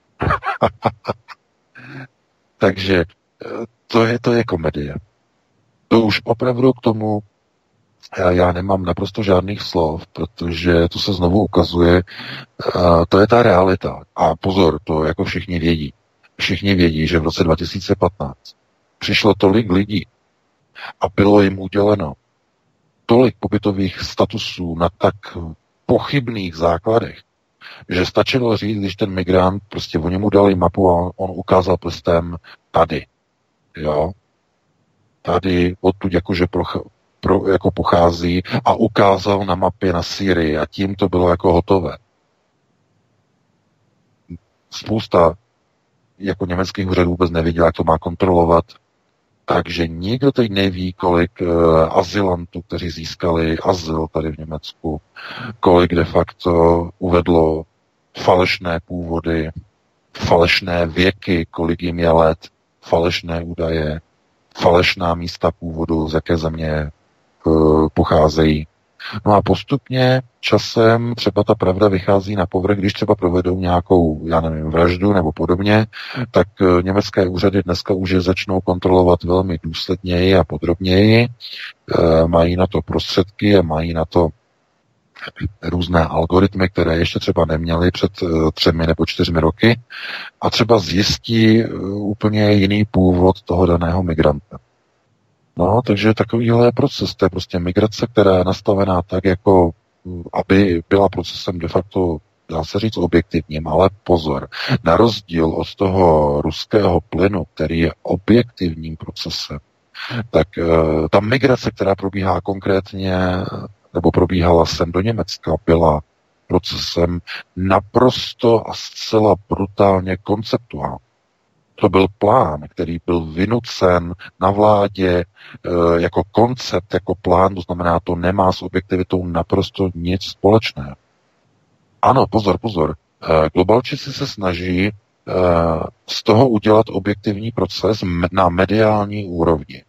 Takže to je, to je komedie. To už opravdu k tomu já, já nemám naprosto žádných slov, protože to se znovu ukazuje, to je ta realita. A pozor, to jako všichni vědí. Všichni vědí, že v roce dva tisíce patnáct přišlo tolik lidí a bylo jim uděleno tolik pobytových statusů na tak pochybných základech, že stačilo říct, když ten migrant, prostě oni mu dali mapu a on ukázal prstem tady. Jo? Tady odtud jakože pro, pro, jako pochází a ukázal na mapě na Sýrii a tím to bylo jako hotové. Spousta jako německých úřadů vůbec nevěděla, jak to má kontrolovat. Takže nikdo teď neví, kolik uh, azylantů, kteří získali azyl tady v Německu, kolik de facto uvedlo falešné původy, falešné věky, kolik jim je let, falešné údaje, falešná místa původu, z jaké země uh, pocházejí. No a postupně časem třeba ta pravda vychází na povrch, když třeba provedou nějakou, já nevím, vraždu nebo podobně, tak německé úřady dneska už je začnou kontrolovat velmi důsledněji a podrobněji, e, mají na to prostředky a mají na to různé algoritmy, které ještě třeba neměly před třemi nebo čtyřmi roky a třeba zjistí úplně jiný původ toho daného migranta. No, takže takovýhle je proces. To je prostě migrace, která je nastavená tak, jako aby byla procesem de facto, dá se říct, objektivním, ale pozor, na rozdíl od toho ruského plynu, který je objektivním procesem, tak uh, ta migrace, která probíhá konkrétně, nebo probíhala sem do Německa, byla procesem naprosto a zcela brutálně konceptuální. To byl plán, který byl vynucen na vládě e, jako koncept, jako plán, to znamená, to nemá s objektivitou naprosto nic společného. Ano, pozor, pozor. E, globalčici se snaží e, z toho udělat objektivní proces na mediální úrovni.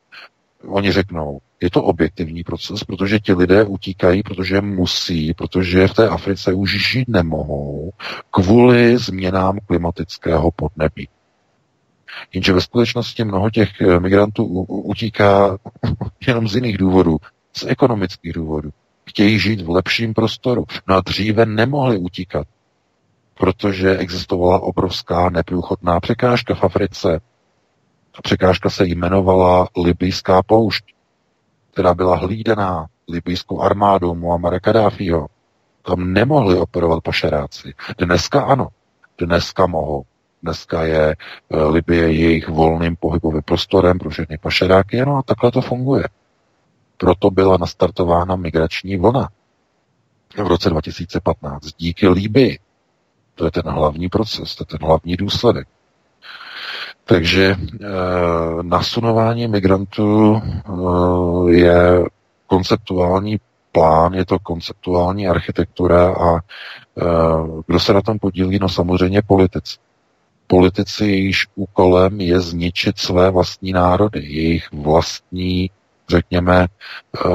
Oni řeknou, je to objektivní proces, protože ti lidé utíkají, protože musí, protože v té Africe už žít nemohou kvůli změnám klimatického podnebí. Jenže ve skutečnosti mnoho těch migrantů utíká jenom z jiných důvodů, z ekonomických důvodů. Chtějí žít v lepším prostoru. No a dříve nemohli utíkat. protože existovala obrovská neprůchodná překážka v Africe. Ta překážka se jmenovala Libyjská poušť, která byla hlídaná libijskou armádou Muammara Kaddáfího. Tam nemohli operovat pašeráci. Dneska ano, dneska mohou. Dneska je Libye jejich volným pohybovým prostorem pro všechny pašeráky, no a takhle to funguje. Proto byla nastartována migrační vlna v roce dva tisíce patnáct díky Libyi. To je ten hlavní proces, to je ten hlavní důsledek. Takže e, nasunování migrantů e, je konceptuální plán, je to konceptuální architektura a e, kdo se na tom podílí? No samozřejmě politici. Politici, jejichž úkolem je zničit své vlastní národy, jejich vlastní, řekněme, e,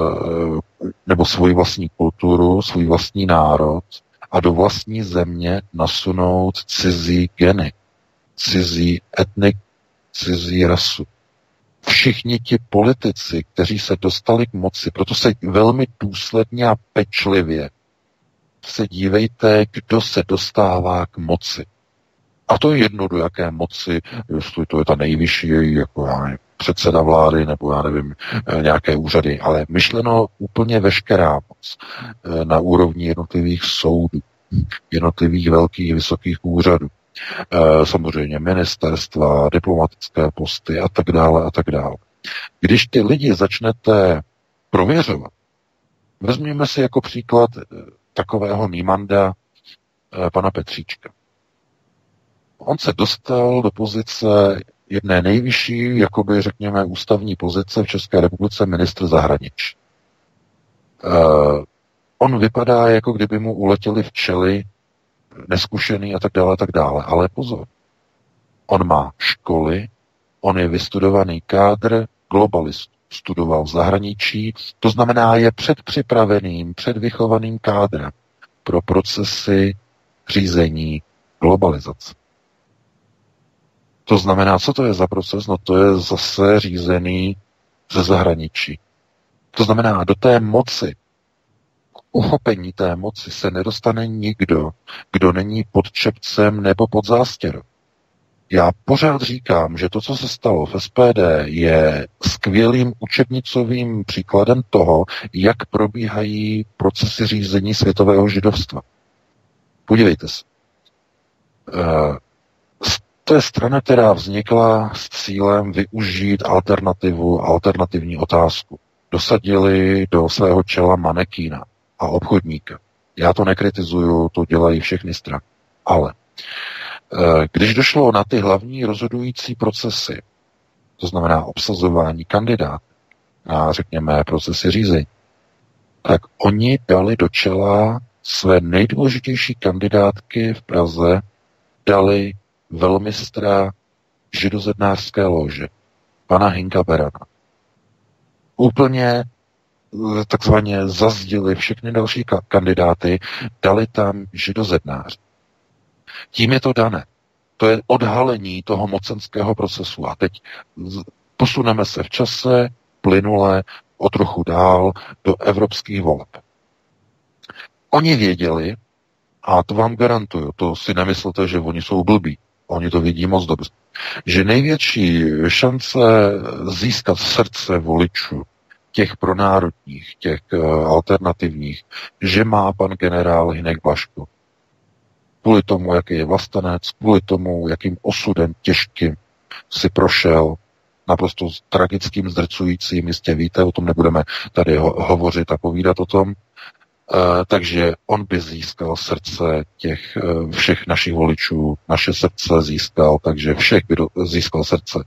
nebo svoji vlastní kulturu, svůj vlastní národ a do vlastní země nasunout cizí geny, cizí etnik, cizí rasu. Všichni ti politici, kteří se dostali k moci, proto se velmi důsledně a pečlivě se dívejte, kdo se dostává k moci. A to je jedno, do jaké moci, jestli to je ta nejvyšší, jako já nevím, předseda vlády, nebo já nevím, nějaké úřady, ale myšleno úplně veškerá moc na úrovni jednotlivých soudů, jednotlivých velkých, vysokých úřadů. Samozřejmě ministerstva, diplomatické posty a tak dále a tak dále. Když ty lidi začnete prověřovat, vezměme si jako příklad takového Nímanda pana Petříčka. On se dostal do pozice jedné nejvyšší, jakoby řekněme, ústavní pozice v České republice ministr zahraničí. Uh, on vypadá, jako kdyby mu uletěli včely, neskušený a tak dále, a tak dále. Ale pozor, on má školy, on je vystudovaný kádr, globalist, studoval v zahraničí, to znamená, je předpřipraveným, předvychovaným kádrem pro procesy řízení globalizace. To znamená, co to je za proces? No to je zase řízený ze zahraničí. To znamená, do té moci, uchopení té moci se nedostane nikdo, kdo není pod čepcem nebo pod zástěrou. Já pořád říkám, že to, co se stalo v S P D, je skvělým učebnicovým příkladem toho, jak probíhají procesy řízení světového židovstva. Podívejte se. To je strana, která vznikla s cílem využít alternativu, alternativní otázku. Dosadili do svého čela manekína a obchodníka. Já to nekritizuju, to dělají všechny strany. Ale když došlo na ty hlavní rozhodující procesy, to znamená obsazování kandidátů a řekněme procesy řízení, tak oni dali do čela své nejdůležitější kandidátky v Praze, dali velmistra židozednářské lože, pana Hinka Berana. Úplně takzvaně zazdili všechny další kandidáty, dali tam židozednář. Tím je to dané. To je odhalení toho mocenského procesu. A teď posuneme se v čase plynule o trochu dál do evropských voleb. Oni věděli, a to vám garantuju, to si nemyslete, že oni jsou blbí. Oni to vidí moc dobře. Že největší šance získat srdce voličů, těch pronárodních, těch uh, alternativních, že má pan generál Hynek Blažko. Kvůli tomu, jaký je vlastenec, kvůli tomu, jakým osudem těžkým si prošel, naprosto tragickým, zdrcujícím, jistě víte, o tom nebudeme tady ho- hovořit a povídat o tom. Uh, takže on by získal srdce těch uh, všech našich voličů, naše srdce získal, takže všech by do, získal srdce.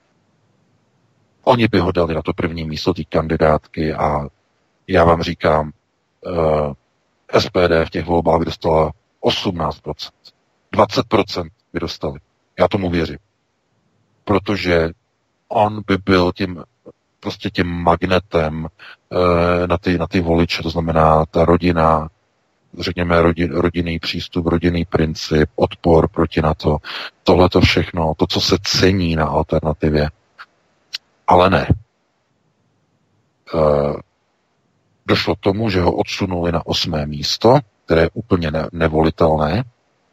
Oni by ho dali na to první místo té kandidátky a já vám říkám, uh, S P D v těch volbách by dostala osmnáct procent. dvacet procent by dostali. Já tomu věřím. Protože on by byl tím prostě tím magnetem e, na, ty, na ty voliče, to znamená ta rodina, řekněme rodin, rodinný přístup, rodinný princip, odpor proti NATO, tohle to všechno, to, co se cení na alternativě. Ale ne. E, došlo k tomu, že ho odsunuli na osmé místo, které je úplně ne, nevolitelné,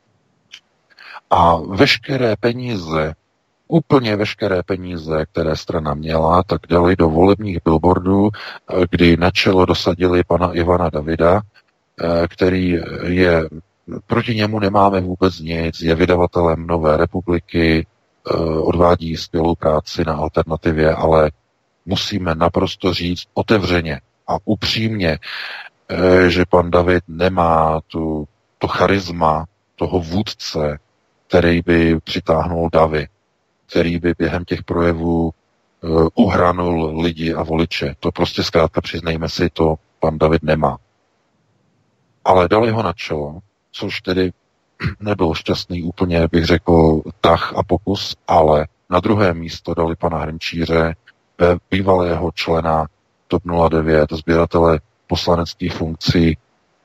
A veškeré peníze, úplně veškeré peníze, které strana měla, tak dali do volebních billboardů, kdy na čelo dosadili pana Ivana Davida, který je, proti němu nemáme vůbec nic, je vydavatelem Nové republiky, odvádí skvělou práci na Alternativě, ale musíme naprosto říct otevřeně a upřímně, že pan David nemá tu, to charisma toho vůdce, který by přitáhnul davy, který by během těch projevů uh, uhranul lidi a voliče. To prostě zkrátka, přiznejme si, to pan David nemá. Ale dali ho na čelo, což tedy nebyl šťastný úplně, bych řekl, tah a pokus, ale na druhé místo dali pana Hrnčíře, bývalého člena TOP nula devět, sběratele poslaneckých funkcí.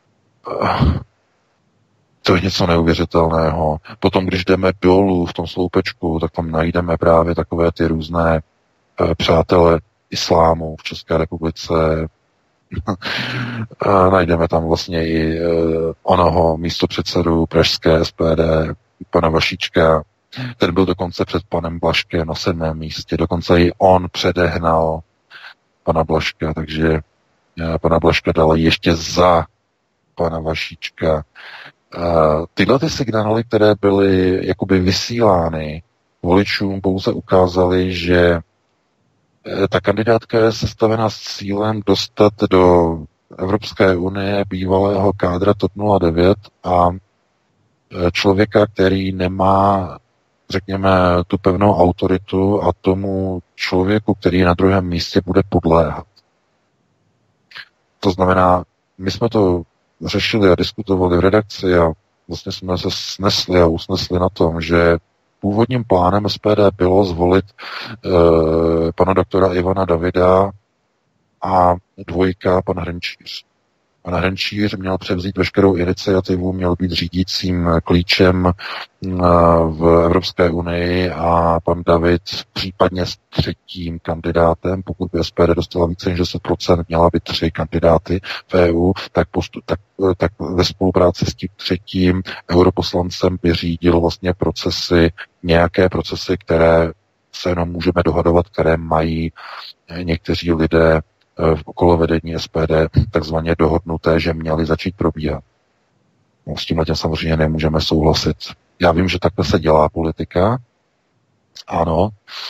To je něco neuvěřitelného. Potom, když jdeme dolů v tom sloupečku, tak tam najdeme právě takové ty různé e, přátele islámu v České republice. e, najdeme tam vlastně i e, onoho místopředsedu pražské S P D, pana Vašíčka. Ten byl dokonce před panem Blažkem na sedmém místě. Dokonce i on předehnal pana Blažka, takže e, pana Blažka dal ještě za pana Vašíčka. Uh, tyhle ty signály, které byly jakoby vysílány voličům, pouze ukázaly, že ta kandidátka je sestavená s cílem dostat do Evropské unie bývalého kádra TOP nula devět a člověka, který nemá, řekněme, tu pevnou autoritu a tomu člověku, který je na druhém místě, bude podléhat. To znamená, my jsme to řešili a diskutovali v redakci a vlastně jsme se snesli a usnesli na tom, že původním plánem S P D bylo zvolit e, pana doktora Ivana Davida a dvojka pan Hrnčíř. Pan Hrnčíř měl převzít veškerou iniciativu, měl být řídícím klíčem v Evropské unii a pan David případně s třetím kandidátem, pokud by S P D dostala více než deset procent, měla by tři kandidáty v E U, tak, postu, tak, tak ve spolupráci s tím třetím europoslancem by řídil vlastně procesy, nějaké procesy, které se jenom můžeme dohadovat, které mají někteří lidé v okolo vedení S P D takzvaně dohodnuté, že měly začít probíhat. No, s tímhle tím samozřejmě nemůžeme souhlasit. Já vím, že takhle se dělá politika, ano,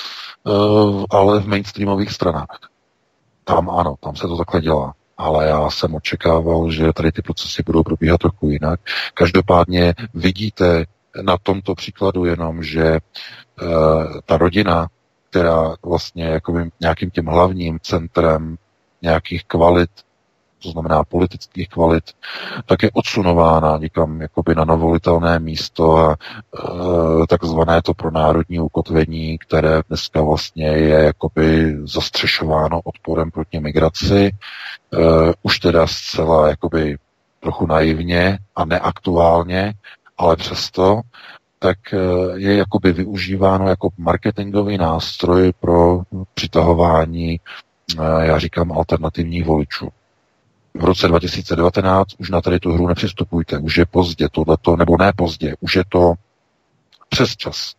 ale v mainstreamových stranách. Tam ano, tam se to takhle dělá. Ale já jsem očekával, že tady ty procesy budou probíhat trochu jinak. Každopádně vidíte na tomto příkladu jenom, že ta rodina, která vlastně jakoby nějakým tím hlavním centrem nějakých kvalit, to znamená politických kvalit, tak je odsunována někam jakoby na nevolitelné místo a e, takzvané to pronárodní ukotvení, které dneska vlastně je jakoby zastřešováno odporem proti migraci, e, už teda zcela jakoby trochu naivně a neaktuálně, ale přesto tak je jakoby využíváno jako marketingový nástroj pro přitahování, já říkám, alternativních voličů. V roce dva tisíce devatenáct už na tady tu hru nepřistupujte, už je pozdě tohleto, nebo ne pozdě, už je to přes čas.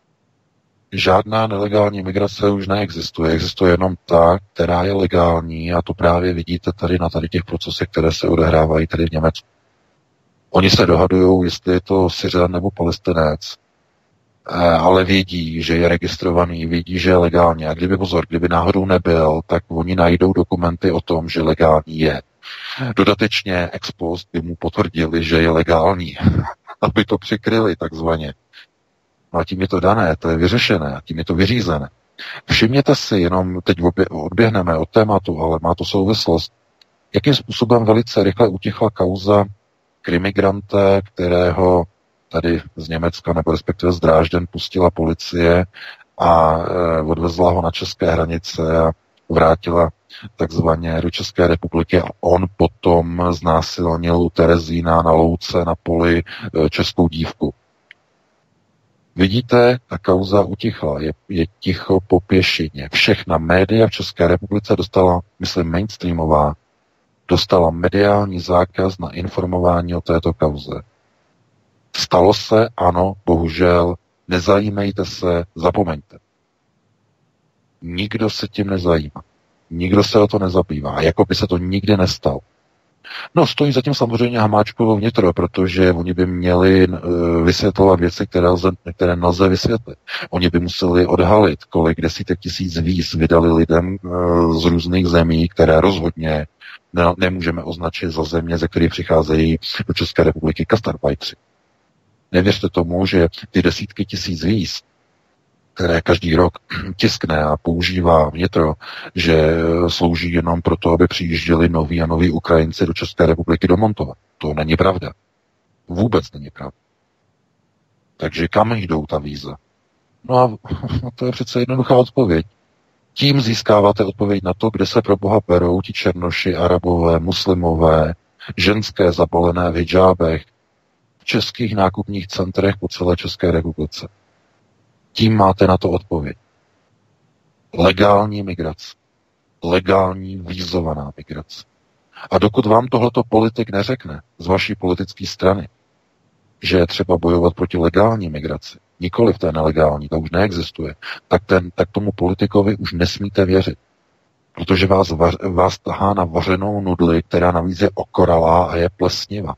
Žádná nelegální migrace už neexistuje, existuje jenom ta, která je legální a to právě vidíte tady na tady těch procesech, které se odehrávají tady v Německu. Oni se dohadují, jestli je to Syřan nebo Palestinec, ale vědí, že je registrovaný, vědí, že je legální. A kdyby pozor, kdyby náhodou nebyl, tak oni najdou dokumenty o tom, že legální je. Dodatečně ex post by mu potvrdili, že je legální, aby to přikryli takzvaně. No a tím je to dané, to je vyřešené, a tím je to vyřízené. Všimněte si, jenom teď odběhneme od tématu, ale má to souvislost, jakým způsobem velice rychle utichla kauza krimigranta, kterého tady z Německa, nebo respektive z Drážďan pustila policie a e, odvezla ho na české hranice a vrátila takzvaně do České republiky a on potom znásilnil u Terezína na louce na poli e, českou dívku. Vidíte, ta kauza utichla, je, je ticho po pěšině. Všechna média v České republice dostala, myslím mainstreamová, dostala mediální zákaz na informování o této kauze. Stalo se, ano, bohužel, nezajímejte se, zapomeňte. Nikdo se tím nezajímá. Nikdo se o to nezabývá, jako by se to nikdy nestalo. No, stojí zatím samozřejmě Hamáčkovo vnitro, protože oni by měli vysvětlovat věci, které, lze, které nelze vysvětlit. Oni by museli odhalit, kolik desítek tisíc víz vydali lidem z různých zemí, které rozhodně ne, nemůžeme označit za země, ze kterých přicházejí do České republiky gastarbajtři. Nevěřte tomu, že ty desítky tisíc víz, které každý rok tiskne a používá vnitro, že slouží jenom proto, aby přijížděli noví a noví Ukrajinci do České republiky domontovat. To není pravda. Vůbec není pravda. Takže kam jdou ta víza? No a to je přece jednoduchá odpověď. Tím získáváte odpověď na to, kde se pro Boha berou ti černoši, arabové, muslimové, ženské zabalené v hidžábech, v českých nákupních centrech po celé České republice. Tím máte na to odpověď. Legální migrace. Legální vízovaná migrace. A dokud vám tohleto politik neřekne z vaší politické strany, že je třeba bojovat proti legální migraci, nikoli v té nelegální, ta už neexistuje, tak, ten, tak tomu politikovi už nesmíte věřit. Protože vás, vař, vás tahá na vařenou nudli, která navíc je okoralá a je plesnivá.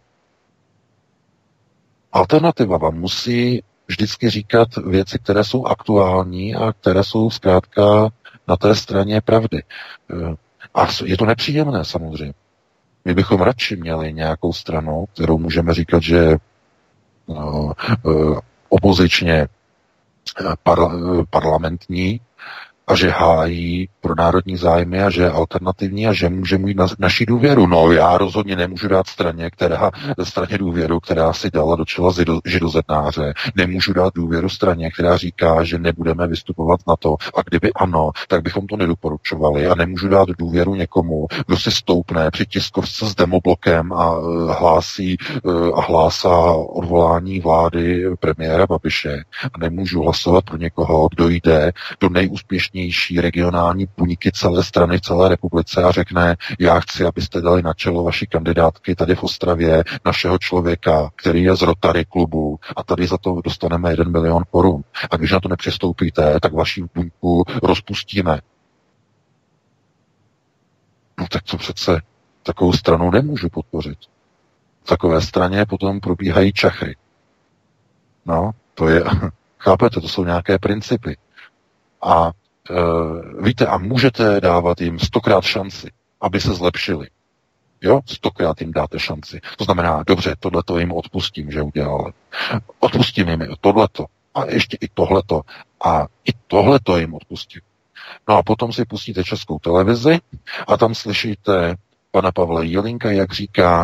Alternativa vám musí vždycky říkat věci, které jsou aktuální a které jsou zkrátka na té straně pravdy. A je to nepříjemné samozřejmě. My bychom radši měli nějakou stranu, kterou můžeme říkat, že no, opozičně parla- parlamentní a že hájí pro národní zájmy a že je alternativní a že může mít na, naši důvěru. No já rozhodně nemůžu dát straně, která, straně důvěru, která si dala do čela židozednáře. Nemůžu dát důvěru straně, která říká, že nebudeme vystupovat na to. A kdyby ano, tak bychom to nedoporučovali. A nemůžu dát důvěru někomu, kdo si stoupne při tiskovce s demoblokem a hlásí a hlásá odvolání vlády premiéra Babiše. A nemůžu hlasovat pro někoho, kdo jde do nejúspěšnější regionální buňky celé strany v celé republice a řekne, já chci, abyste dali na čelo vaší kandidátky tady v Ostravě našeho člověka, který je z Rotary klubu a tady za to dostaneme jeden milion korun. A když na to nepřistoupíte, tak vaši buňku rozpustíme. No tak to přece takovou stranu nemůžu podpořit. V takové straně potom probíhají čachry. No, to je, chápete, to jsou nějaké principy. A Uh, víte, a můžete dávat jim stokrát šanci, aby se zlepšili. Jo, stokrát jim dáte šanci. To znamená, dobře, tohleto jim odpustím, že udělali. Odpustím jim tohleto. A ještě i tohleto. A i tohleto jim odpustím. No a potom si pustíte Českou televizi a tam slyšíte pana Pavla Jelínka, jak říká,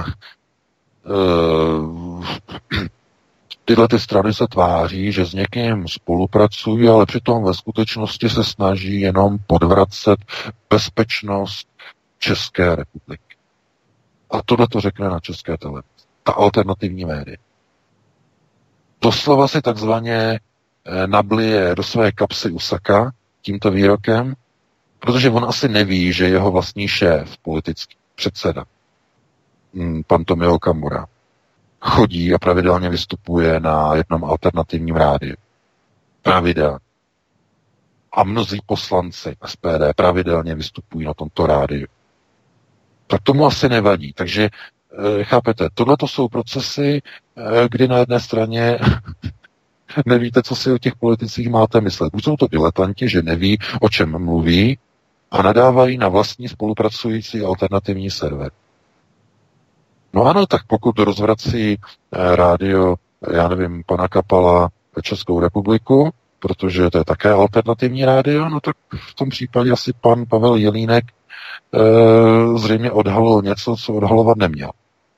uh, tyhle ty strany se tváří, že s někým spolupracují, ale přitom ve skutečnosti se snaží jenom podvracet bezpečnost České republiky. A tohle to řekne na České televizi. Ta alternativní média. Doslova si takzvaně nablije do své kapsy Usaka tímto výrokem, protože on asi neví, že jeho vlastní šéf, politický předseda, pan Tomio Okamura, chodí a pravidelně vystupuje na jednom alternativním rádiu. Pravidelně. A mnozí poslanci S P D pravidelně vystupují na tomto rádiu. Tak tomu asi nevadí. Takže chápete, tohle to jsou procesy, kdy na jedné straně nevíte, co si o těch politicích máte myslet. Buď jsou to diletanti, že neví, o čem mluví a nadávají na vlastní spolupracující alternativní server. No ano, tak pokud rozvrací rádio, já nevím, pana Kapala Českou republiku, protože to je také alternativní rádio, no tak v tom případě asi pan Pavel Jelínek e, zřejmě odhalil něco, co odhalovat neměl.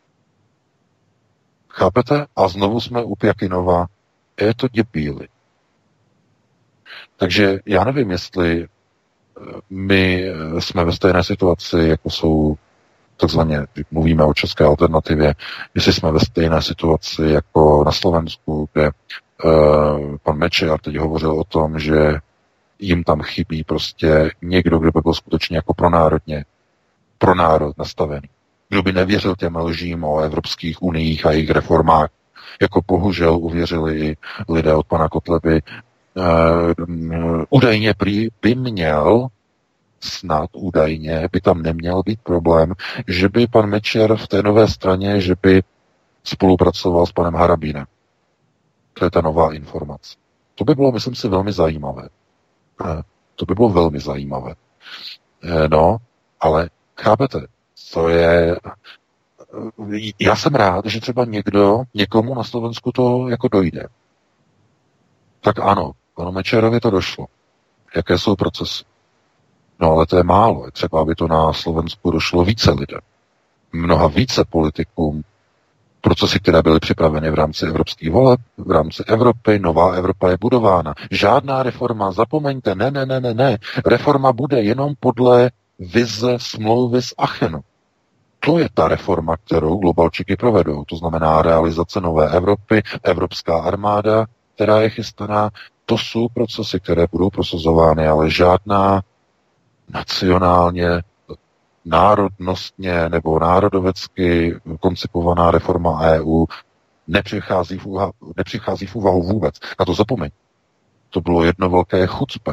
Chápete? A znovu jsme u Pjakinova. Je to děbíli. Takže já nevím, jestli my jsme ve stejné situaci, jako jsou takzvaně, mluvíme o české alternativě, jestli jsme ve stejné situaci jako na Slovensku, kde uh, pan Mečiar teď hovořil o tom, že jim tam chybí prostě někdo, kdo by byl skutečně jako pronárodně, pro národ nastavený. Kdo by nevěřil těm lžím o evropských uniích a jejich reformách, jako bohužel uvěřili i lidé od pana Kotleby, uh, údajně prý by měl, snad údajně, by tam neměl být problém, že by pan Mečiar v té nové straně, že by spolupracoval s panem Harabínem. To je ta nová informace. To by bylo, myslím si, velmi zajímavé. To by bylo velmi zajímavé. No, ale chápete, to je... Já jsem rád, že třeba někdo, někomu na Slovensku to jako dojde. Tak ano, panu Mečiarovi to došlo. Jaké jsou procesy? No ale to je málo. Je třeba, aby to na Slovensku došlo více lidem. Mnoha více politikům. Procesy, které byly připraveny v rámci evropských voleb, v rámci Evropy, nová Evropa je budována. Žádná reforma, zapomeňte, ne, ne, ne, ne, ne. Reforma bude jenom podle vize smlouvy z Achenu. To je ta reforma, kterou globalčiky provedou. To znamená realizace nové Evropy, evropská armáda, která je chystaná. To jsou procesy, které budou prosazovány, ale žádná nacionálně, národnostně nebo národovecky koncipovaná reforma E U nepřichází v, úha, nepřichází v úvahu vůbec. Na to zapomeň. To bylo jedno velké chucpe.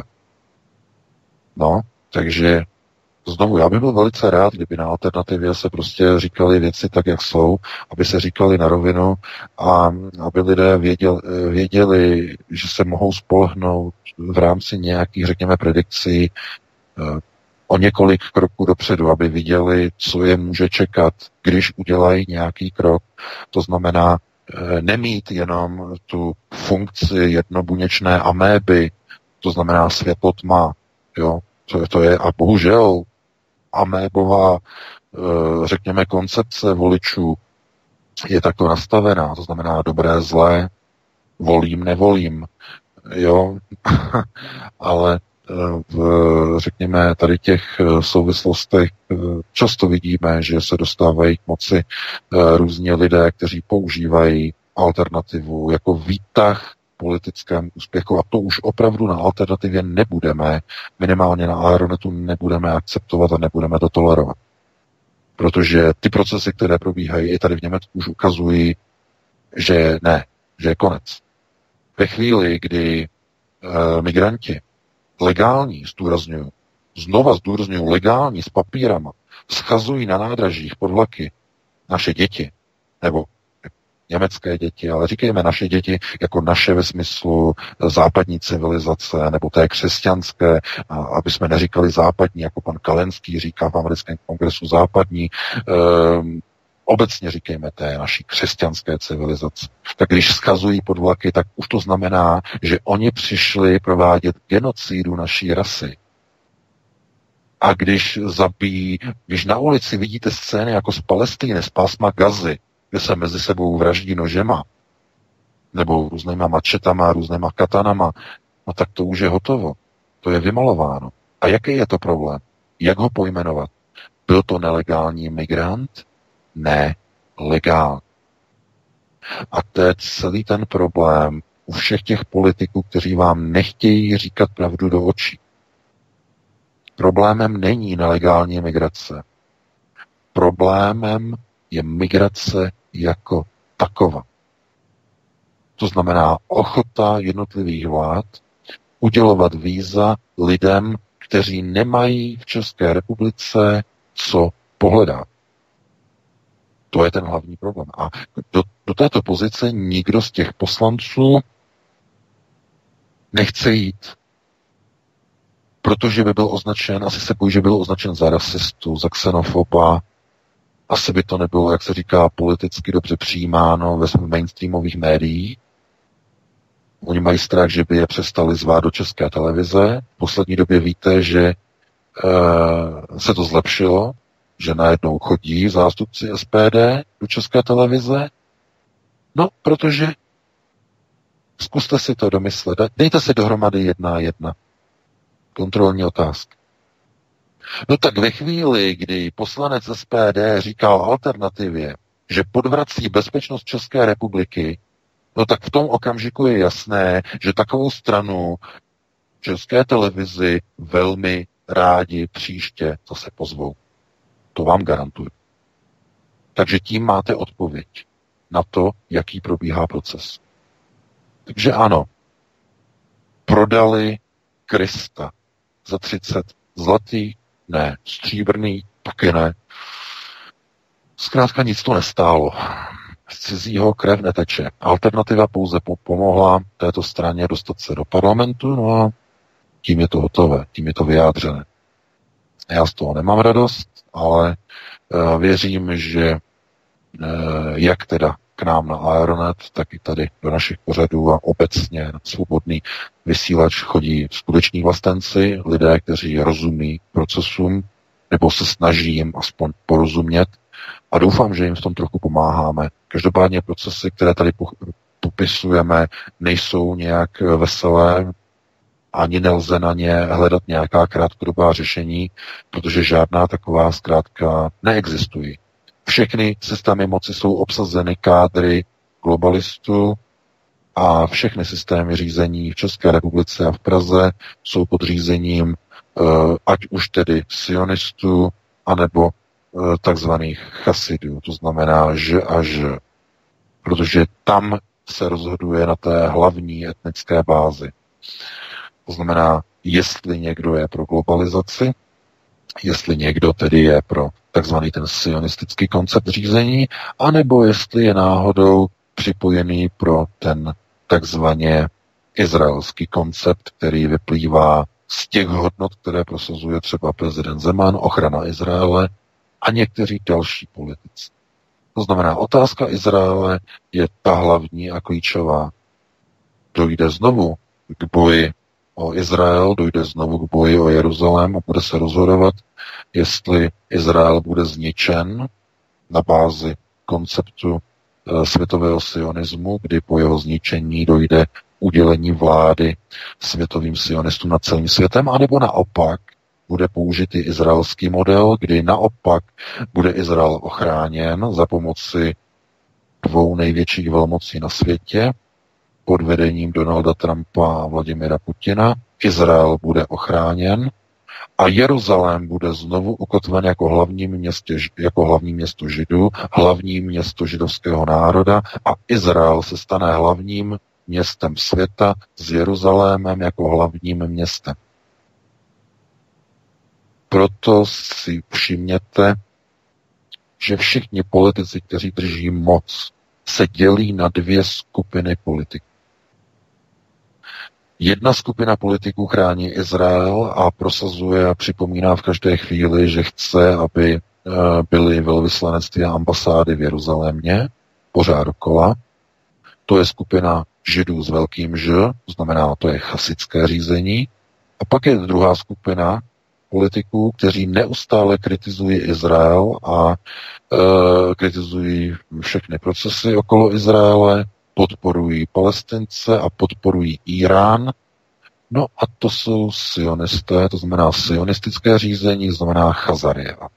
No, takže znovu, já bych byl velice rád, kdyby na alternativě se prostě říkali věci tak, jak jsou, aby se říkali na rovinu a aby lidé věděli, věděli že se mohou spolehnout v rámci nějakých, řekněme, predikcí o několik kroků dopředu, aby viděli, co je může čekat, když udělají nějaký krok. To znamená nemít jenom tu funkci jednobuněčné améby, to znamená světlo tma, jo, to, to je, a bohužel amébová, řekněme, koncepce voličů je takto nastavená, to znamená dobré, zlé, volím, nevolím, jo, ale v, řekněme, tady těch souvislostech často vidíme, že se dostávají k moci různí lidé, kteří používají alternativu jako výtah politickému úspěchu a to už opravdu na alternativě nebudeme, minimálně na Aeronetu nebudeme akceptovat a nebudeme to tolerovat. Protože ty procesy, které probíhají i tady v Německu, už ukazují, že ne, že je konec. Ve chvíli, kdy e, migranti legální, zdůrazňuju, znova zdůrazňuju, legální s papírama, schazují na nádražích pod vlaky naše děti, nebo německé děti, ale říkejme naše děti jako naše ve smyslu západní civilizace, nebo té křesťanské, aby jsme neříkali západní, jako pan Kalenský říká v americkém kongresu západní, um, obecně říkejme té naší křesťanské civilizace. Tak když schazují pod vlaky, tak už to znamená, že oni přišli provádět genocidu naší rasy. A když zabijí, když na ulici vidíte scény jako z Palestiny, z pásma Gazy, kde se mezi sebou vraždí nožema, nebo různýma mačetama, různýma katanama, no tak to už je hotovo. To je vymalováno. A jaký je to problém? Jak ho pojmenovat? Byl to nelegální migrant? Ne, legální. A to je celý ten problém u všech těch politiků, kteří vám nechtějí říkat pravdu do očí. Problémem není nelegální migrace. Problémem je migrace jako taková. To znamená ochota jednotlivých vlád udělovat víza lidem, kteří nemají v České republice co pohledat. To je ten hlavní problém. A do, do této pozice nikdo z těch poslanců nechce jít. Protože by byl označen, asi se bojí, že byl označen za rasistu, za xenofoba. Asi by to nebylo, jak se říká, politicky dobře přijímáno ve mainstreamových médiích. Oni mají strach, že by je přestali zvát do České televize. V poslední době víte, že e, se to zlepšilo, že najednou chodí zástupci S P D do České televize. No, protože zkuste si to domyslet. Dejte si dohromady jedna a jedna. Kontrolní otázka. No tak ve chvíli, kdy poslanec S P D říkal alternativě, že podvrací bezpečnost České republiky, no tak v tom okamžiku je jasné, že takovou stranu České televizi velmi rádi příště zase pozvou. To vám garantuju. Takže tím máte odpověď. na to, jaký probíhá proces. Takže ano, prodali Krista za třicet zlatých, ne, stříbrný, taky ne. Zkrátka nic to nestálo. Z cizího krev neteče. Alternativa pouze pomohla této straně dostat se do parlamentu, no a tím je to hotové, tím je to vyjádřené. Já z toho nemám radost, ale uh, věřím, že uh, jak teda k nám na Aeronet, tak i tady do našich pořadů a obecně na svobodný vysílač chodí skuteční vlastenci, lidé, kteří rozumí procesům, nebo se snaží jim aspoň porozumět a doufám, že jim v tom trochu pomáháme. Každopádně procesy, které tady popisujeme, nejsou nějak veselé, ani nelze na ně hledat nějaká krátkodobá řešení, protože žádná taková zkrátka neexistují. Všechny systémy moci jsou obsazeny kádry globalistů a všechny systémy řízení v České republice a v Praze jsou pod řízením ať už tedy sionistů, anebo takzvaných chasidů, to znamená Ž a Ž. Protože tam se rozhoduje na té hlavní etnické bázi. To znamená, jestli někdo je pro globalizaci, jestli někdo tedy je pro takzvaný ten sionistický koncept řízení, anebo jestli je náhodou připojený pro ten takzvaně izraelský koncept, který vyplývá z těch hodnot, které prosazuje třeba prezident Zeman, ochrana Izraele a někteří další politici. To znamená, otázka Izraele je ta hlavní a klíčová. Dojde znovu k boji o Izrael, dojde znovu k boji o Jeruzalém a bude se rozhodovat, jestli Izrael bude zničen na bázi konceptu e, světového sionismu, kdy po jeho zničení dojde udělení vlády světovým sionistům nad celým světem, anebo naopak bude použitý izraelský model, kdy naopak bude Izrael ochráněn za pomoci dvou největších velmocí na světě, pod vedením Donalda Trumpa a Vladimira Putina. Izrael bude ochráněn a Jeruzalém bude znovu ukotven jako hlavní město, jako hlavní město Židů, hlavní město židovského národa a Izrael se stane hlavním městem světa s Jeruzalémem jako hlavním městem. Proto si všimněte, že všichni politici, kteří drží moc, se dělí na dvě skupiny politiků. Jedna skupina politiků chrání Izrael a prosazuje a připomíná v každé chvíli, že chce, aby byly velvyslanectví a ambasády v Jeruzalémě pořád dokola. To je skupina Židů s velkým Ž, to znamená, to je chasické řízení. A pak je druhá skupina politiků, kteří neustále kritizují Izrael a e, kritizují všechny procesy okolo Izraele, podporují Palestince a podporují Irán. No a to jsou sionisté, to znamená sionistické řízení, to znamená Chazarieva.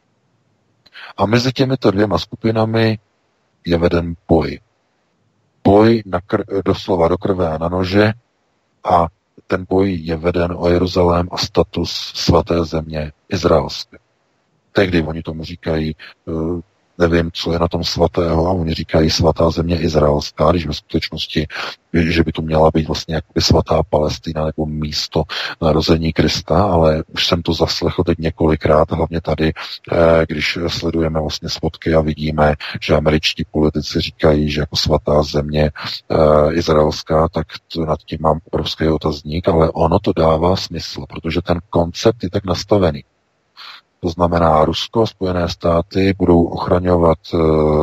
A mezi těmito dvěma skupinami je veden boj. Boj na kr- doslova do krve a na nože a ten boj je veden o Jeruzalém a status svaté země izraelské. Tehdy oni tomu říkají, nevím, co je na tom svatého, a oni říkají svatá země izraelská, když ve skutečnosti, že by to měla být vlastně jakoby svatá Palestina nebo místo narození Krista, ale už jsem to zaslechl teď několikrát, hlavně tady, když sledujeme vlastně spotky a vidíme, že američtí politici říkají, že jako svatá země izraelská, tak to, nad tím mám obrovský otazník, ale ono to dává smysl, protože ten koncept je tak nastavený. To znamená, Rusko a Spojené státy budou ochraňovat e,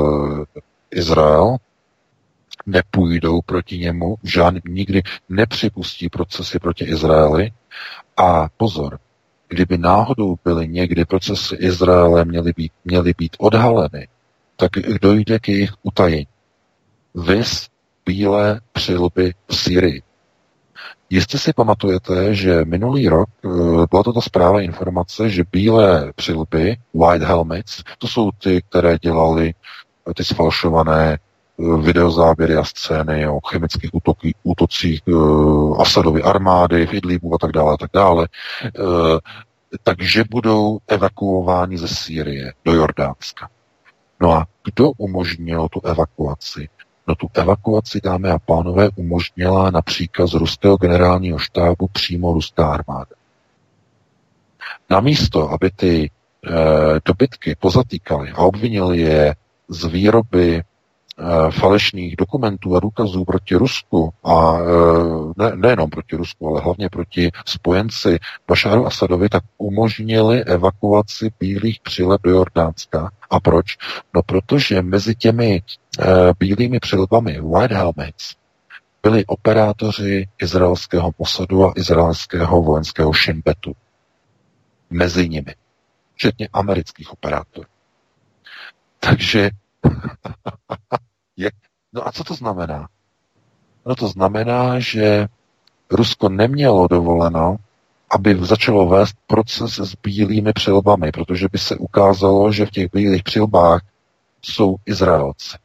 Izrael, nepůjdou proti němu, žádný, nikdy nepřipustí procesy proti Izraeli. A pozor, kdyby náhodou byly někdy procesy Izraele měly být, měly být odhaleny, tak dojde k jejich utajení. Vys bílé přilby v Syrii. Jistě si pamatujete, že minulý rok byla to ta zpráva informace, že bílé přilby, white helmets, to jsou ty, které dělali ty sfalšované videozáběry a scény o chemických útoky, útocích uh, Asadovy armády v Idlibu a tak dále a tak dále. Uh, takže budou evakuováni ze Sýrie do Jordánska. No a kdo umožnil tu evakuaci? No tu evakuaci, dámy a pánové, umožnila na příkaz ruského generálního štábu přímo ruská armáda. Namísto, aby ty e, dobytky pozatýkali a obvinili je z výroby e, falešných dokumentů a důkazů proti Rusku a e, ne, nejenom proti Rusku, ale hlavně proti spojenci Bašáru Asadovi, tak umožnili evakuaci bílých přileb do Jordánska. A proč? No protože mezi těmi e, bílými přilbami, White Helmets, byli operátoři izraelského Mossadu a izraelského vojenského Shin Betu. Mezi nimi. Včetně amerických operátorů. Takže jak, no a co to znamená? No to znamená, že Rusko nemělo dovoleno, aby začalo vést proces s bílými přilbami, protože by se ukázalo, že v těch bílých přilbách jsou Izraelci.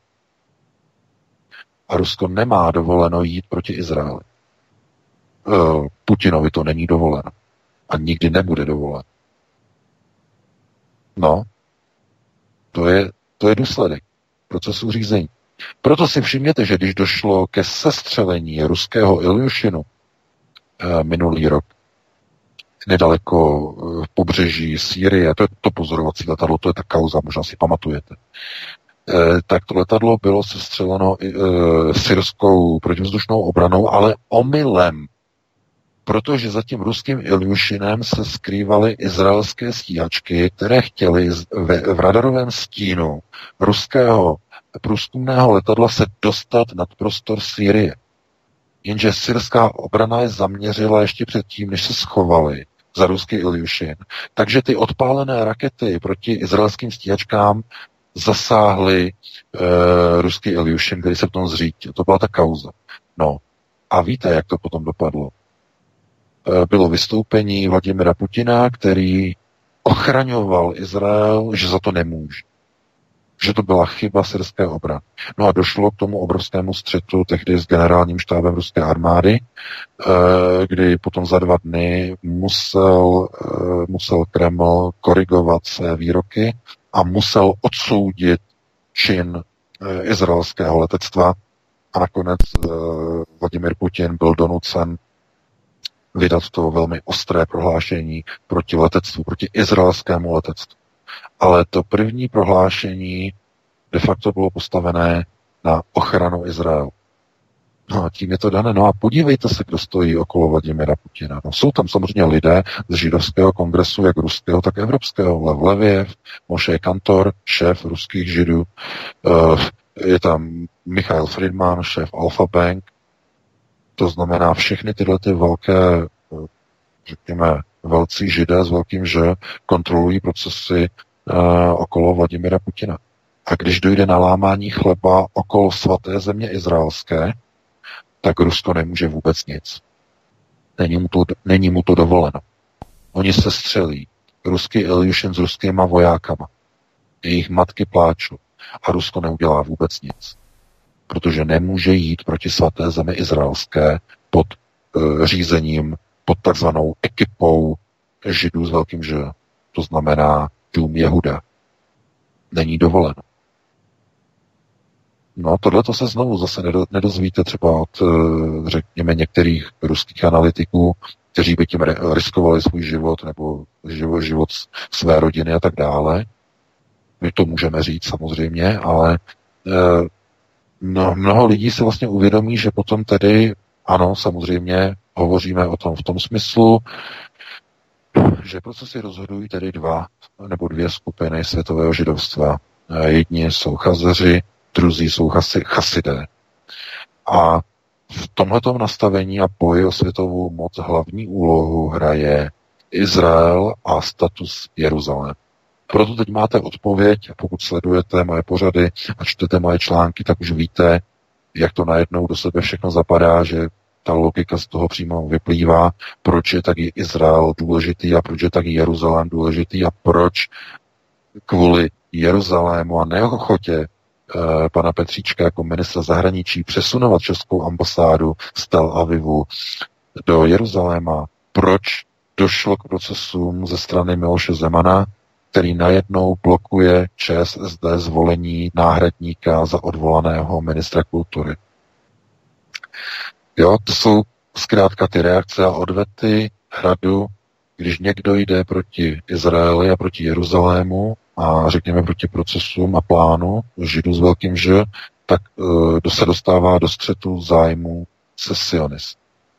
A Rusko nemá dovoleno jít proti Izraeli. Putinovi to není dovoleno. A nikdy nebude dovoleno. No, to je, to je důsledek procesu řízení. Proto si všimněte, že když došlo ke sestřelení ruského Iljušinu eh, minulý rok, nedaleko v pobřeží Sýrie, to je to pozorovací letadlo, to je ta kauza, možná si pamatujete, eh, tak to letadlo bylo sestřeleno eh, syrskou protivzdušnou obranou, ale omylem, protože za tím ruským Iljušinem se skrývaly izraelské stíhačky, které chtěly v, v radarovém stínu ruského průzkumného letadla se dostat nad prostor Sýrie. Jenže syrská obrana je zaměřila ještě předtím, než se schovali za ruský Iljušin. Takže ty odpálené rakety proti izraelským stíhačkám zasáhly e, ruský Iljušin, který se v tom zřítil. To byla ta kauza. No a víte, jak to potom dopadlo? Bylo vystoupení Vladimira Putina, který ochraňoval Izrael, že za to nemůže. Že to byla chyba syrské obrany. No a došlo k tomu obrovskému střetu tehdy s generálním štábem ruské armády, kdy potom za dva dny musel, musel Kreml korigovat své výroky a musel odsoudit čin izraelského letectva a nakonec Vladimir Putin byl donucen vydat to velmi ostré prohlášení proti letectvu, proti izraelskému letectvu. Ale to první prohlášení de facto bylo postavené na ochranu Izraelu. No a tím je to dané. No a podívejte se, kdo stojí okolo Vladimira Putina. No, jsou tam samozřejmě lidé z židovského kongresu, jak ruského, tak evropského. Lev Leviev, Moshe Kantor, šéf ruských židů, je tam Michail Friedman, šéf Alfa Bank. To znamená všechny tyhle ty velké, řekněme, velcí židé s velkým že kontrolují procesy uh, okolo Vladimira Putina. A když dojde na lámání chleba okolo svaté země izraelské, tak Rusko nemůže vůbec nic. Není mu to, není mu to dovoleno. Oni se střelí. Ruský Iljušin s ruskýma vojákama. Jejich matky pláčou. A Rusko neudělá vůbec nic. Protože nemůže jít proti svaté zemi izraelské pod uh, řízením, pod takzvanou ekipou židů s velkým že. To znamená dům Jehuda. Není dovoleno. No, tohle to se znovu zase nedozvíte třeba od, řekněme, některých ruských analytiků, kteří by tím riskovali svůj život nebo život, život své rodiny a tak dále. My to můžeme říct samozřejmě, ale no, mnoho lidí se vlastně uvědomí, že potom tedy, ano, samozřejmě hovoříme o tom v tom smyslu, že procesy rozhodují tedy dva nebo dvě skupiny světového židovstva. Jedni jsou chazeři, druzí jsou chasidé. A v tomhletom nastavení a boji o světovou moc hlavní úlohu hraje Izrael a status Jeruzalém. Proto teď máte odpověď, a pokud sledujete moje pořady a čtete moje články, tak už víte, jak to najednou do sebe všechno zapadá, že ta logika z toho přímo vyplývá, proč je taky Izrael důležitý a proč je taky Jeruzalém důležitý a proč kvůli Jeruzalému a neochotě eh, pana Petříčka jako ministra zahraničí přesunovat českou ambasádu z Tel Avivu do Jeruzaléma, proč došlo k procesům ze strany Miloše Zemana, který najednou blokuje ČSSD zvolení náhradníka za odvolaného ministra kultury. Jo, to jsou zkrátka ty reakce a odvety Hradu, když někdo jde proti Izraeli a proti Jeruzalému a řekněme proti procesům a plánu Židů s velkým Ž, tak uh, se dostává do střetu zájmu se sionisty.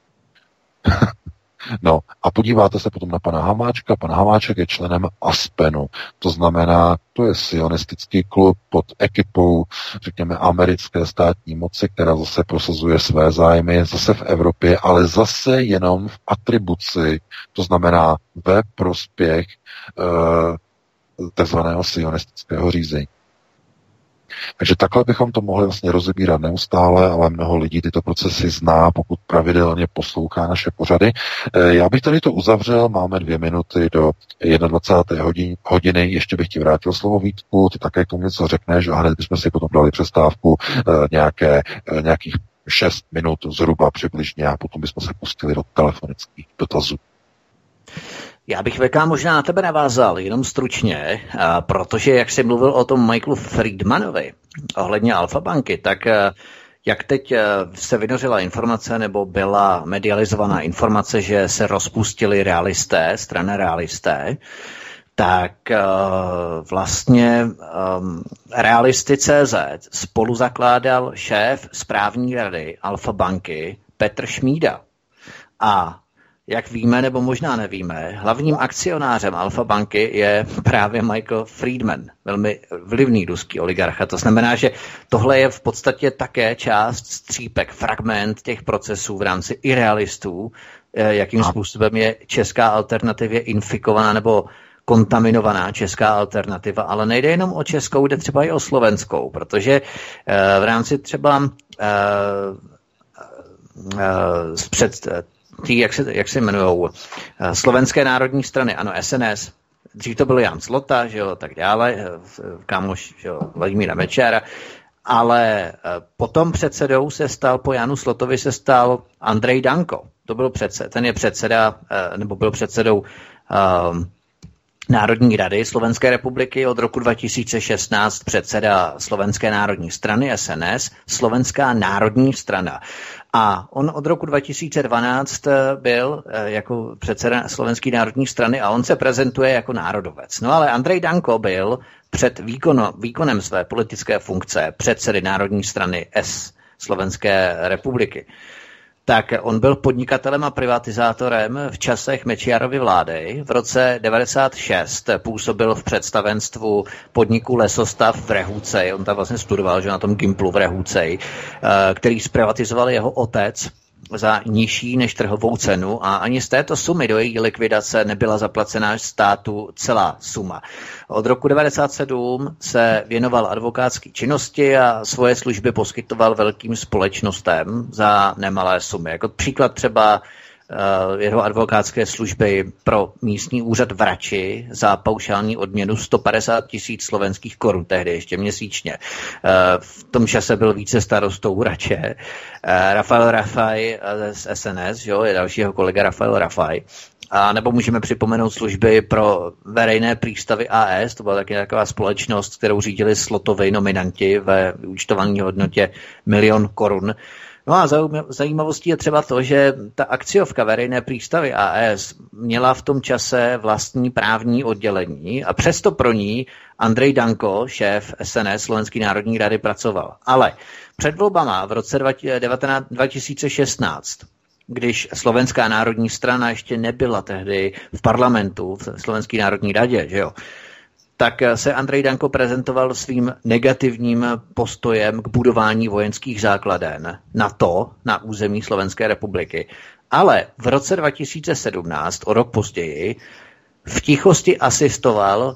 No a podíváte se potom na pana Hamáčka. Pan Hamáček je členem Aspenu. To znamená, to je sionistický klub pod ekipou, řekněme, americké státní moci, která zase prosazuje své zájmy, zase v Evropě, ale zase jenom v atribuci, to znamená ve prospěch eh, takzvaného sionistického řízení. Takže takhle bychom to mohli vlastně rozebírat neustále, ale mnoho lidí tyto procesy zná, pokud pravidelně poslouchá naše pořady. Já bych tady to uzavřel, máme dvě minuty do dvacáté jedné hodiny, ještě bych ti vrátil slovo, Vítku, ty také k tomu něco řekneš a hned bychom si potom dali přestávku nějaké, nějakých šest minut zhruba přibližně a potom bychom se pustili do telefonických dotazů. Já bych V K možná na tebe navázal, jenom stručně, a protože jak jsi mluvil o tom Michaelu Friedmanovi ohledně Alfa banky, tak jak teď se vynořila informace, nebo byla medializovaná informace, že se rozpustili realisté, strana realisté, tak vlastně realisty tečka cé zet spolu zakládal šéf správní rady Alfa banky Petr Šmída. A jak víme, nebo možná nevíme, hlavním akcionářem Alfa banky je právě Michael Friedman, velmi vlivný ruský oligarcha. To znamená, že tohle je v podstatě také část, střípek, fragment těch procesů v rámci irealistů, jakým způsobem je česká alternativa infikovaná nebo kontaminovaná česká alternativa, ale nejde jenom o českou, jde třeba i o slovenskou, protože v rámci třeba před Tý, jak se, jak se jmenujou, Slovenské národní strany, ano, S N S, dřív to byl Jan Slota, že jo, tak dále, kámoš, že jo, Vladimíra Mečiara, ale potom předsedou se stal, po Janu Slotovi se stal Andrej Danko, to byl předseda, ten je předseda, nebo byl předsedou um, Národní rady Slovenské republiky od roku dva tisíce šestnáct, předseda Slovenské národní strany S N S, Slovenská národní strana. A on od roku dva tisíce dvanáct byl jako předseda Slovenské národní strany a on se prezentuje jako národovec. No ale Andrej Danko byl před výkono, výkonem své politické funkce předsedy Národní strany S Slovenské republiky. Tak on byl podnikatelem a privatizátorem v časech Mečiarovy vlády. V roce devadesát šest působil v představenstvu podniku Lesostav v Rehůcej. On tam vlastně studoval, že na tom Gimplu v Rehůcej, který zprivatizoval jeho otec za nižší než trhovou cenu a ani z této sumy do její likvidace nebyla zaplacená státu celá suma. Od roku devadesát sedm se věnoval advokátské činnosti a svoje služby poskytoval velkým společnostem za nemalé sumy. Jako příklad třeba uh, jeho advokátské služby pro místní úřad v Rači za paušální odměnu sto padesát tisíc slovenských korun, tehdy ještě měsíčně. Uh, v tom čase byl více starostou Rače. Uh, Rafael Rafaj z S N S, jo, je dalšího kolega Rafael Rafaj. A nebo můžeme připomenout služby pro veřejné přístavy A S, to byla taky taková společnost, kterou řídili slotovi nominanti ve účtované hodnotě milion korun. No a zajímavostí je třeba to, že ta akciovka veřejné přístavy A S měla v tom čase vlastní právní oddělení a přesto pro ní Andrej Danko, šéf S N S Slovenské národní rady, pracoval. Ale před volbama v roce dva tisíce šestnáct, když Slovenská národní strana ještě nebyla tehdy v parlamentu, v Slovenské národní radě, že jo, tak se Andrej Danko prezentoval svým negativním postojem k budování vojenských základen NATO na území Slovenské republiky. Ale v roce dva tisíce sedmnáct, o rok později, v tichosti asistoval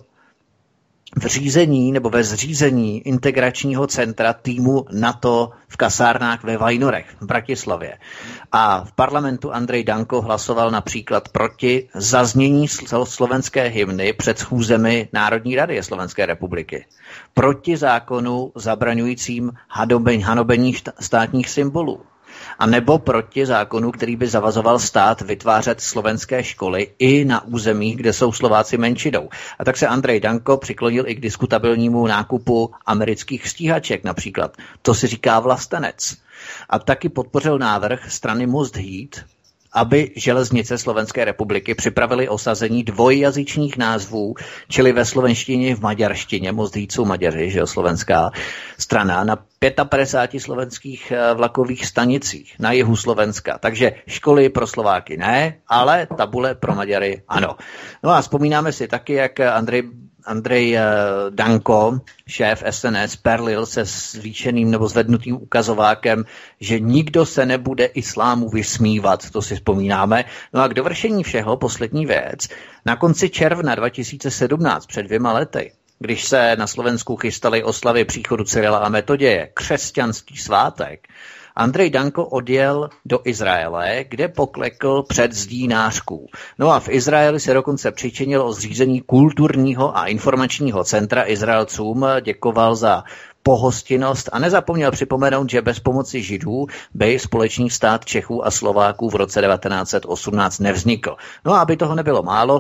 v řízení nebo ve zřízení integračního centra týmu NATO v kasárnách ve Vajnorech v Bratislavě. A v parlamentu Andrej Danko hlasoval například proti zaznění slovenské hymny před schůzemi Národní rady Slovenské republiky. Proti zákonu zabraňujícím hanobení státních symbolů. A nebo proti zákonu, který by zavazoval stát vytvářet slovenské školy i na územích, kde jsou Slováci menšinou. A tak se Andrej Danko přiklonil i k diskutabilnímu nákupu amerických stíhaček například. To si říká vlastenec. A taky podpořil návrh strany Most Heat, aby železnice Slovenské republiky připravily osazení dvojjazyčných názvů, čili ve slovenštině v maďarštině, Most Heat jsou Maďaři, že jo, slovenská strana, na padesát pět slovenských vlakových stanicích na jihu Slovenska. Takže školy pro Slováky ne, ale tabule pro Maďary ano. No a vzpomínáme si taky, jak Andrej Andrej Danko, šéf S N S, perlil se zvýšeným nebo zvednutým ukazovákem, že nikdo se nebude islámu vysmívat, to si vzpomínáme. No a k dovršení všeho poslední věc. Na konci června dva tisíce sedmnáct, před dvěma lety, když se na Slovensku chystaly oslavy příchodu Cyrila a Metoděje, křesťanský svátek, Andrej Danko odjel do Izraele, kde poklekl před zdí nářků. No a v Izraeli se dokonce přičinil o zřízení kulturního a informačního centra Izraelcům, děkoval za pohostinnost a nezapomněl připomenout, že bez pomoci Židů by společný stát Čechů a Slováků v roce devatenáct set osmnáct nevznikl. No a aby toho nebylo málo,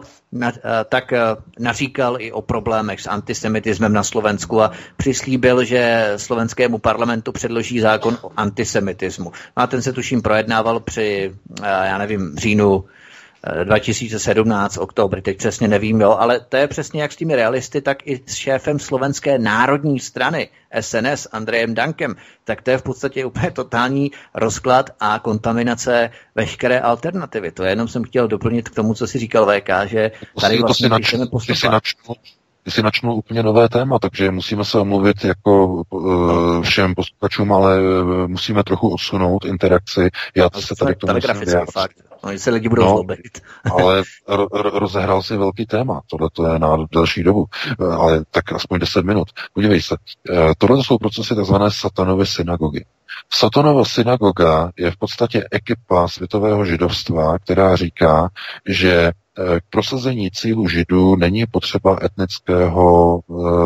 tak naříkal i o problémech s antisemitismem na Slovensku a přislíbil, že slovenskému parlamentu předloží zákon o antisemitismu. No a ten se tuším projednával při, já nevím, říjnu dva tisíce sedmnáct, oktobr, teď přesně nevím, jo, ale to je přesně jak s těmi realisty, tak i s šéfem Slovenské národní strany S N S Andrejem Dankem, tak to je v podstatě úplně totální rozklad a kontaminace veškeré alternativy. To jenom jsem chtěl doplnit k tomu, co si říkal V K, že tady vlastně chceme postupovat. Ty si načnul úplně nové téma, takže musíme se omluvit jako uh, všem posluchačům, ale uh, musíme trochu odsunout interakci. Já to se tady k tomu musím fakt. Oni se lidi budou no, zlobit. Ale ro, ro, rozehrál si velký téma. Tohle to je na delší dobu. Uh, ale tak aspoň deset minut. Podívej se. Uh, tohle jsou procesy tzv. Satanovy synagogy. Satanova synagoga je v podstatě ekipa světového židovstva, která říká, že k prosazení cílu Židů není potřeba etnického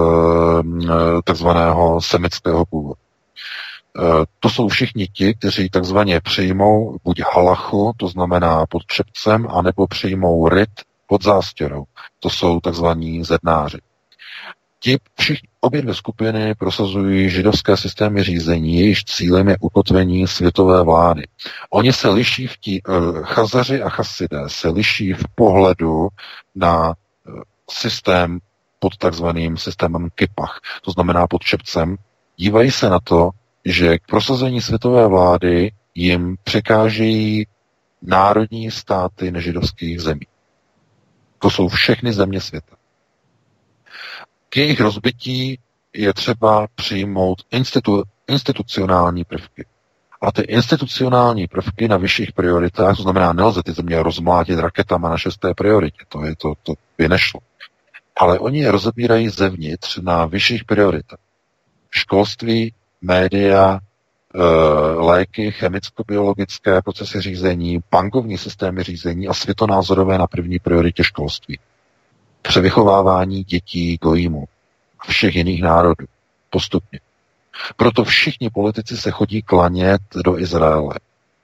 takzvaného semického původu. To jsou všichni ti, kteří takzvaně přijmou buď halachu, to znamená pod čepcem, anebo přijmou rit pod zástěrou. To jsou takzvaní zednáři. Ti všichni, obě dvě skupiny prosazují židovské systémy řízení, jejichž cílem je ukotvení světové vlády. Oni se liší v tí, uh, Chazaři a Chasidé se liší v pohledu na uh, systém pod takzvaným systémem kipach, to znamená pod čepcem. Dívají se na to, že k prosazení světové vlády jim překážejí národní státy nežidovských zemí. To jsou všechny země světa. K jejich rozbití je třeba přijmout institu, institucionální prvky. A ty institucionální prvky na vyšších prioritách, to znamená, nelze ty země rozmlátit raketama na šesté prioritě, to, je, to, to by nešlo. Ale oni je rozebírají zevnitř na vyšších prioritách. Školství, média, e, léky, chemicko-biologické procesy řízení, bankovní systémy řízení a světonázorové na první prioritě školství. Převychovávání dětí gojímů a všech jiných národů. Postupně. Proto všichni politici se chodí klanět do Izraele.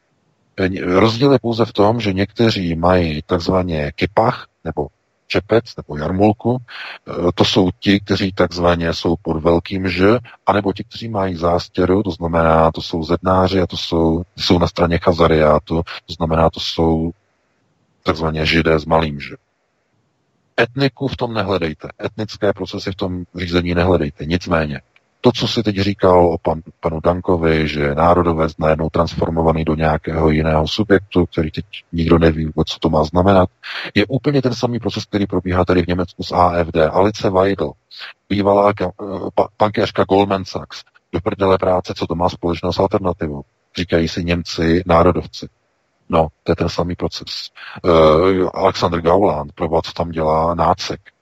Rozdíl je pouze v tom, že někteří mají takzvaně kipach, nebo čepec, nebo jarmulku. To jsou ti, kteří takzvaně jsou pod velkým Ž, anebo ti, kteří mají zástěru, to znamená, to jsou zednáři a to jsou, jsou na straně chazariátu, to znamená, to jsou takzvaně židé s malým Ž. Etniku v tom nehledejte. Etnické procesy v tom řízení nehledejte. Nicméně, to, co si teď říkal o pan, panu Dankovi, že národové najednou transformovaný do nějakého jiného subjektu, který teď nikdo neví, co to má znamenat, je úplně ten samý proces, který probíhá tady v Německu s A F D. Alice Weidel, bývalá bankéřka Goldman Sachs, do prdele práce, co to má společného s alternativou. Říkají si Němci národovci. No, to je ten samý proces. Uh, Alexander Gauland, proboha, co tam dělá nácek.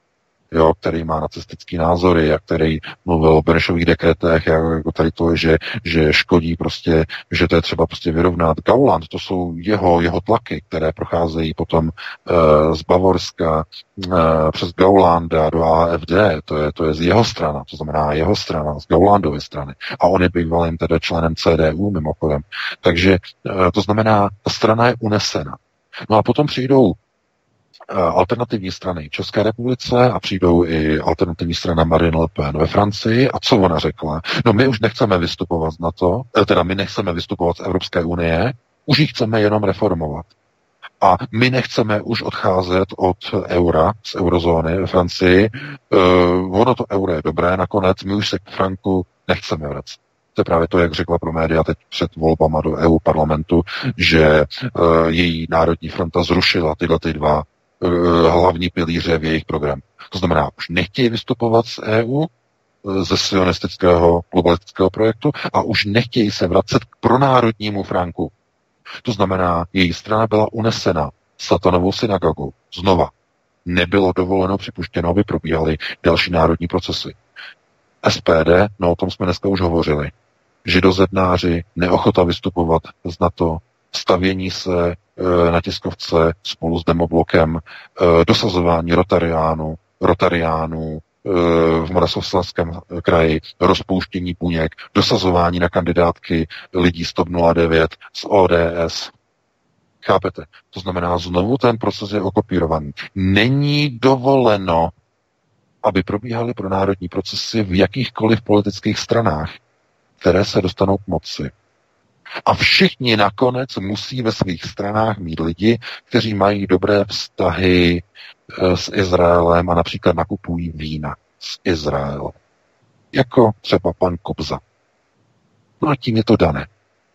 jo, který má nacistický názory a který mluvil o Benešových dekretech, jako tady to, že, že škodí prostě, že to je třeba prostě vyrovnat. Gauland, to jsou jeho, jeho tlaky, které procházejí potom uh, z Bavorska uh, přes Gaulanda do A F D, to je, to je z jeho strana, to znamená jeho strana, z Gaulandovy strany. A on je bývalým teda členem C D U mimochodem. Takže uh, to znamená, ta strana je unesena. No a potom přijdou alternativní strany v České republice a přijdou i alternativní strana Marine Le Pen ve Francii. A co ona řekla? No my už nechceme vystupovat z NATO, teda my nechceme vystupovat z Evropské unie, už ji chceme jenom reformovat. A my nechceme už odcházet od eura, z eurozóny ve Francii. Uh, ono to euro je dobré, nakonec my už se k franku nechceme vracet. To je právě to, jak řekla pro média teď před volbama do E U parlamentu, že uh, její Národní fronta zrušila tyhle ty dva hlavní pilíře v jejich programu. To znamená, už nechtějí vystupovat z E U, ze sionistického globalistického projektu a už nechtějí se vracet k pronárodnímu franku. To znamená, její strana byla unesena satanovou synagogou. Znova. Nebylo dovoleno, připuštěno, aby probíhaly další národní procesy. S P D, no o tom jsme dneska už hovořili. Židozednáři, neochota vystupovat z NATO, stavění se e, na tiskovce spolu s demoblokem, e, dosazování rotariánů, rotariánů e, v Moravskoslezském kraji, rozpouštění buněk, dosazování na kandidátky lidí z TOP nula devět, z O D S. Chápete? To znamená, znovu ten proces je okopírovaný. Není dovoleno, aby probíhaly pronárodní procesy v jakýchkoliv politických stranách, které se dostanou k moci. A všichni nakonec musí ve svých stranách mít lidi, kteří mají dobré vztahy s Izraelem a například nakupují vína z Izraele. Jako třeba pan Kobza. No a tím je to dané.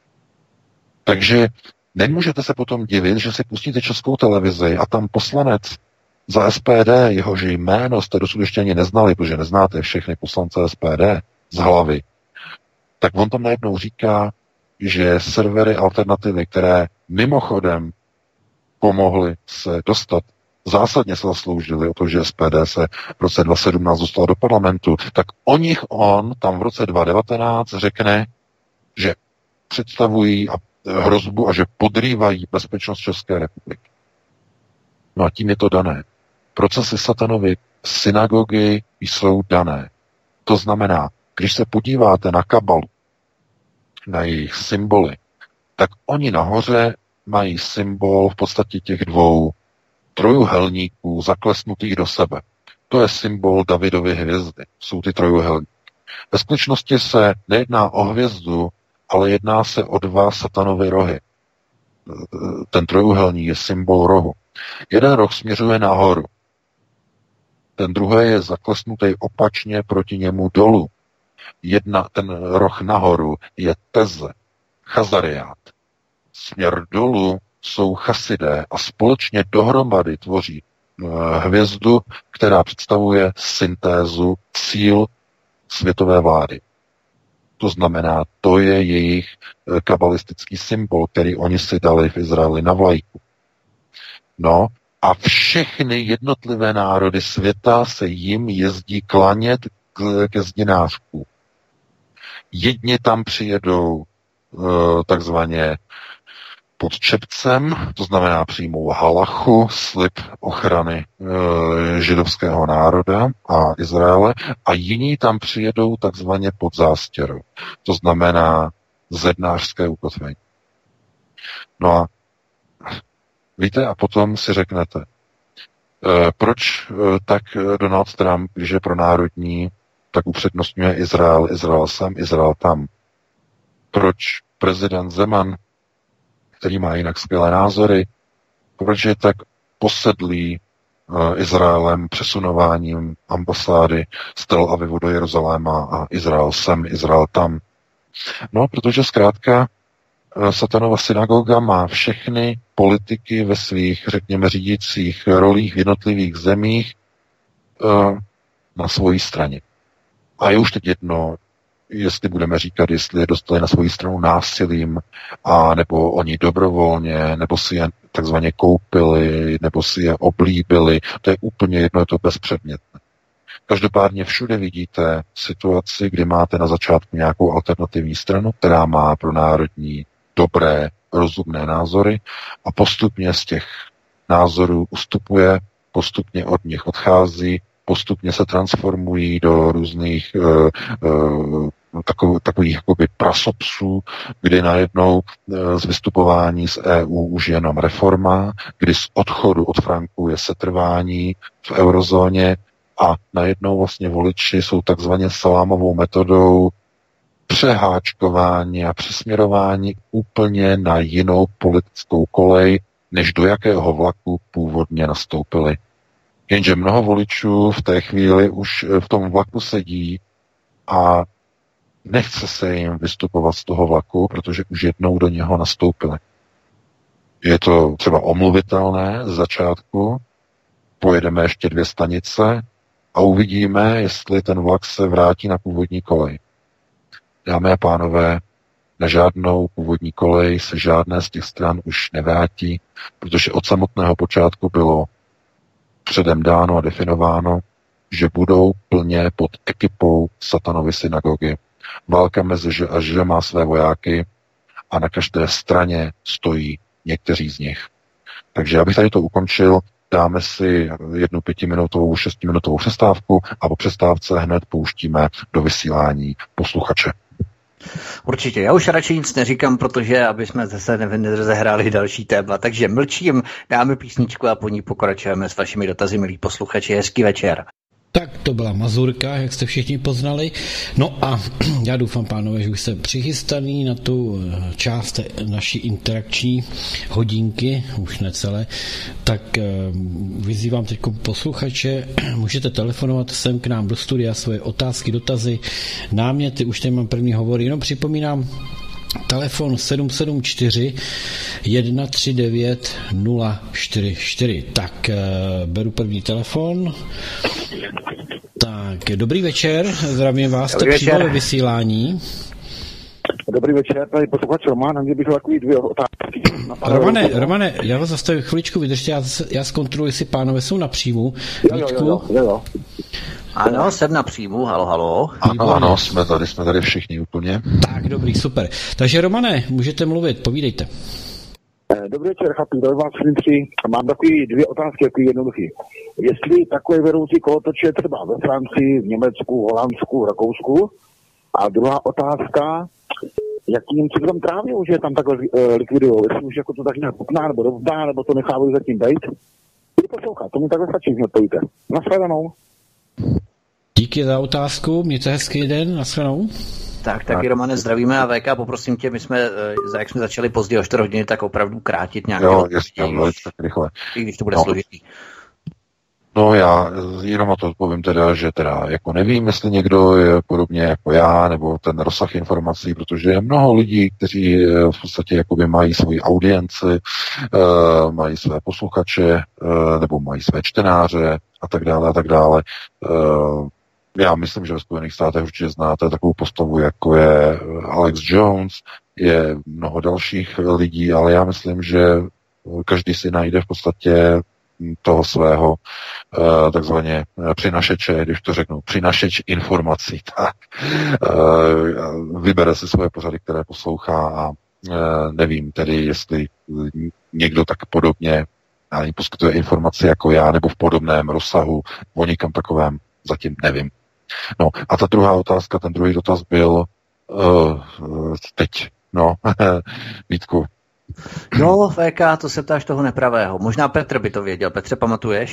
Takže nemůžete se potom divit, že si pustíte Českou televizi a tam poslanec za S P D, jehož jméno jste dosud ještě ani neznali, protože neznáte všechny poslance S P D z hlavy, tak on tam najednou říká, že servery alternativy, které mimochodem pomohly se dostat, zásadně se zasloužili o to, že S P D se v roce dva tisíce sedmnáct dostala do parlamentu, tak o nich on tam v roce dva tisíce devatenáct řekne, že představují hrozbu a že podrývají bezpečnost České republiky. No a tím je to dané. Procesy satanovy synagogy jsou dané. To znamená, když se podíváte na kabalu, na jejich symboly, tak oni nahoře mají symbol v podstatě těch dvou trojuhelníků zaklesnutých do sebe. To je symbol Davidovy hvězdy. Jsou ty trojuhelníky. Ve skutečnosti se nejedná o hvězdu, ale jedná se o dva satanovy rohy. Ten trojuhelník je symbol rohu. Jeden roh směřuje nahoru. Ten druhý je zaklesnutý opačně proti němu dolů. Jedna, ten roh nahoru je teze, chazariát. Směr dolů jsou chasidé a společně dohromady tvoří hvězdu, která představuje syntézu cíl světové vlády. To znamená, to je jejich kabalistický symbol, který oni si dali v Izraeli na vlajku. No a všechny jednotlivé národy světa se jim jezdí klanět ke zdinářku. Jedni tam přijedou e, takzvaně pod čepcem, to znamená přijmou halachu, slib ochrany e, židovského národa a Izraele, a jiní tam přijedou takzvaně pod zástěrou. To znamená zednářské ukotvení. No a víte, a potom si řeknete, e, proč e, tak Donald Trump, když je pronárodní, tak upřednostňuje Izrael, Izrael sem, Izrael tam. Proč prezident Zeman, který má jinak skvělé názory, proč je tak posedlý uh, Izraelem, přesunováním ambasády z Tel Avivu do Jeruzaléma a Izrael sem, Izrael tam. No, protože zkrátka uh, satanova synagoga má všechny politiky ve svých, řekněme, řídících rolích v jednotlivých zemích uh, na svojí straně. A je už teď jedno, jestli budeme říkat, jestli je dostali na svoji stranu násilím, a nebo oni dobrovolně, nebo si je takzvaně koupili, nebo si je oblíbili. To je úplně jedno, je to bezpředmětné. Každopádně všude vidíte situaci, kdy máte na začátku nějakou alternativní stranu, která má pro národní dobré, rozumné názory a postupně z těch názorů ustupuje, postupně od nich odchází, postupně se transformují do různých uh, uh, takových, takových jakoby prasopsů, kdy najednou uh, z vystupování z E U už je jenom reforma, kdy z odchodu od franku je setrvání v eurozóně a najednou vlastně voliči jsou takzvaně salámovou metodou přeháčkování a přesměrování úplně na jinou politickou kolej, než do jakého vlaku původně nastoupili. Jenže mnoho voličů v té chvíli už v tom vlaku sedí a nechce se jim vystupovat z toho vlaku, protože už jednou do něho nastoupili. Je to třeba omluvitelné z začátku, pojedeme ještě dvě stanice a uvidíme, jestli ten vlak se vrátí na původní kolej. Dámy a pánové, na žádnou původní kolej se žádné z těch stran už nevrátí, protože od samotného počátku bylo předem dáno a definováno, že budou plně pod ekipou Satanovy synagogy. Válka mezi Ž a Ž má své vojáky a na každé straně stojí někteří z nich. Takže já bych tady to ukončil, dáme si jednu pětiminutovou, šestiminutovou přestávku a po přestávce hned pouštíme do vysílání posluchače. Určitě, já už radši nic neříkám, protože aby jsme zase nezahráli další téma, takže mlčím, dáme písničku a po ní pokračujeme s vašimi dotazy, milí posluchači, hezký večer. Tak to byla Mazurka, jak jste všichni poznali. No a já doufám, pánové, že už jste přichystaný na tu část naší interakční hodinky, už necelé, tak vyzývám teď posluchače, můžete telefonovat sem k nám do studia svoje otázky, dotazy, náměty, už tady mám první hovor, jenom připomínám, telefon sedm sedm čtyři jedna tři devět nula čtyři čtyři. Tak, beru první telefon. Tak, dobrý večer, zdravím vás, jste přímo ve vysílání. Dobrý večer, tady posluchač Roman, a mě bych takový dvě otázky. Romane, Romane, já vás zastavím chviličku, vydržte, já, já zkontroluji, jestli pánové jsou na příjmu. Jo, jo, jo, jo, jo. Ano, jsem na příjmu, halo, halo. Ano, ano, jsme tady, jsme tady všichni úplně. Tak, dobrý, super. Takže Romane, můžete mluvit, povídejte. Dobrý večer, chlapi, do vás tři. Mám takový dvě otázky, takový jednoduchý. Jestli takové vedoucí kolotoč je třeba ve Francii, v Německu, v Holandsku, v Rakousku. A druhá otázka, jakým cyklem trávňou, že je tam takhle uh, likvidujou, jestli už jako to tak nějak popná, nebo rovná, nebo to nechávají zatím bejt. Budu poslouchat, to mi takhle stačí, že odpovíte. Nashledanou. Díky za otázku, mějte hezký den, nashledanou. Tak, taky Romane, zdravíme a V K, poprosím tě, my jsme, jak jsme začali pozdě o čtyři hodiny, tak opravdu krátit nějaké jo, jasně, tak rychle. I když to bude no. složitý. No já jenom na to odpovím teda, že teda jako nevím, jestli někdo je podobně jako já, nebo ten rozsah informací, protože je mnoho lidí, kteří v podstatě jakoby mají svoji audienci, uh, mají své posluchače, uh, nebo mají své čtenáře a tak dále a tak dále. Uh, já myslím, že ve Spojených státech určitě znáte takovou postavu, jako je Alex Jones, je mnoho dalších lidí, ale já myslím, že každý si najde v podstatě toho svého uh, takzvaně přinašeče, když to řeknu, přinašeč informací, tak uh, vybere si svoje pořady, které poslouchá a uh, nevím tedy, jestli někdo tak podobně ani poskytuje informace jako já, nebo v podobném rozsahu, o někam takovém, zatím nevím. No a ta druhá otázka, ten druhý dotaz byl uh, teď, no, Vítku. No, V K, to se ptáš toho nepravého. Možná Petr by to věděl. Petře, pamatuješ?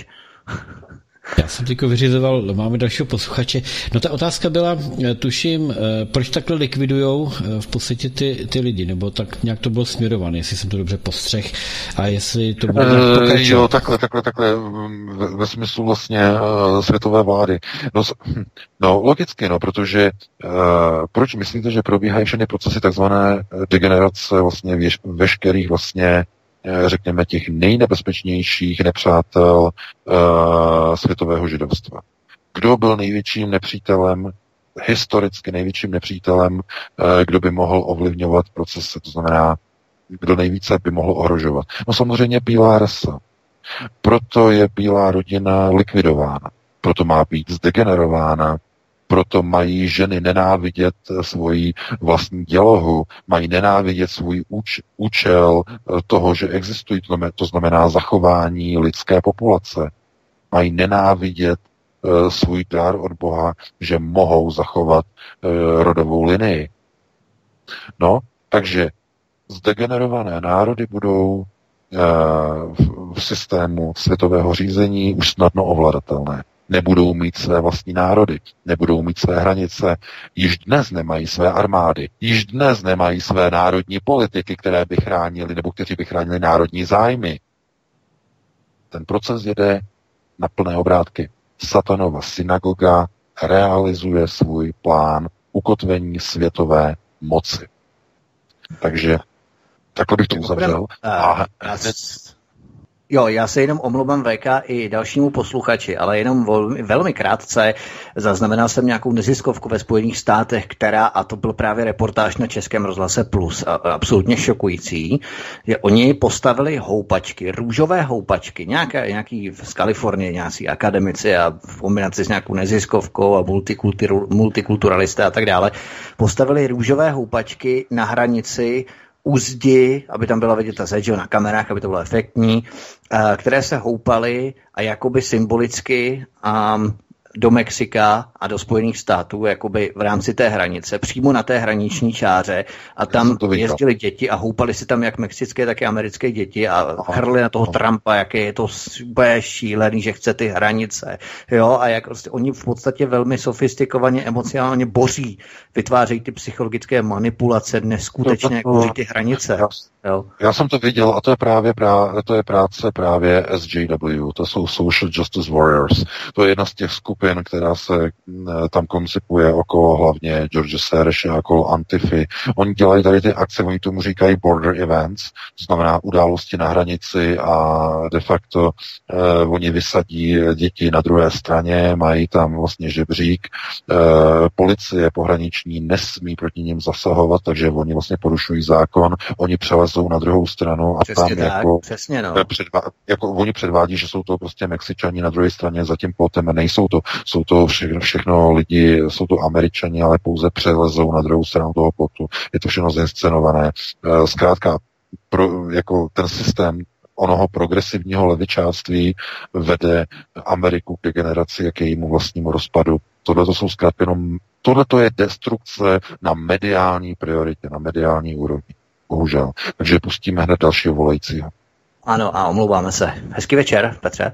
Já jsem teďko vyřizoval, máme dalšího posluchače. No ta otázka byla, tuším, proč takhle likvidujou v podstatě ty, ty lidi, nebo tak nějak to bylo směrované, jestli jsem to dobře postřehl, a jestli to bude nějak pokračovat. Jo, takhle, takhle, takhle, ve, ve smyslu vlastně uh, světové vlády. No, no logicky, no, protože uh, proč myslíte, že probíhají všechny procesy takzvané degenerace vlastně věž, veškerých vlastně řekněme, těch nejnebezpečnějších nepřátel uh, světového židovstva. Kdo byl největším nepřítelem, historicky největším nepřítelem, uh, kdo by mohl ovlivňovat procesy, to znamená, kdo nejvíce by mohl ohrožovat? No samozřejmě bílá rasa. Proto je bílá rodina likvidována. proto má být zdegenerována, proto mají ženy nenávidět svoji vlastní dělohu, mají nenávidět svůj úč, účel toho, že existují, to znamená zachování lidské populace. Mají nenávidět uh, svůj dar od Boha, že mohou zachovat uh, rodovou linii. No, takže zdegenerované národy budou uh, v, v systému světového řízení už snadno ovladatelné. Nebudou mít své vlastní národy, nebudou mít své hranice, již dnes nemají své armády, již dnes nemají své národní politiky, které by chránili, nebo kteří by chránili národní zájmy. Ten proces jede na plné obrátky. Satanova synagoga realizuje svůj plán ukotvení světové moci. Takže takhle bych to uzavřel. A hned... Jo, já se jenom omlouvám V K i dalšímu posluchači, ale jenom velmi, velmi krátce zaznamenal jsem nějakou neziskovku ve Spojených státech, která, a to byl právě reportáž na Českém rozhlase Plus, a, a absolutně šokující, že oni postavili houpačky, růžové houpačky, nějaké, nějaký z Kalifornie, nějací akademici a v kombinaci s nějakou neziskovkou a multikultur, multikulturalisté a tak dále, postavili růžové houpačky na hranici u zdi, aby tam byla vidět ta zeď, na kamerách, aby to bylo efektní, které se houpaly a jakoby symbolicky um, do Mexika a do Spojených států, jakoby v rámci té hranice, přímo na té hraniční čáře, a tam jezdili děti a houpali si tam jak mexické, tak i americké děti a hrli na toho Trumpa, jaké je to super šílený, že chce ty hranice. Jo, a jak prostě oni v podstatě velmi sofistikovaně, emocionálně boří, vytvářejí ty psychologické manipulace, neskutečně jak boří ty hranice. Jo. Já jsem to viděl a to je právě prá, to je práce právě S J W, to jsou Social Justice Warriors. To je jedna z těch skupin, která se tam koncipuje okolo hlavně George Soreše a okolo Antify. Oni dělají tady ty akce, oni tomu říkají border events, to znamená události na hranici a de facto eh, oni vysadí děti na druhé straně, mají tam vlastně žebřík, eh, policie pohraniční nesmí proti nim zasahovat, takže oni vlastně porušují zákon, oni přelezou na druhou stranu a přesně tam tak, jako, přesně no. předvá, jako oni předvádí, že jsou to prostě Mexičani na druhé straně za tím plotem, nejsou to, jsou to všechno, všechno lidi, jsou to Američani, ale pouze přelezou na druhou stranu toho plotu. Je to všechno zinscenované. Zkrátka, pro, jako ten systém onoho progresivního levičáctví vede Ameriku k degeneraci a k jejímu vlastnímu rozpadu. Tohle to jsou zkrátka jenom, tohle to je destrukce na mediální prioritě, na mediální úrovni. Bohužel. Takže pustíme hned dalšího volajícího. Ano, a omlouváme se. Hezký večer, Petře.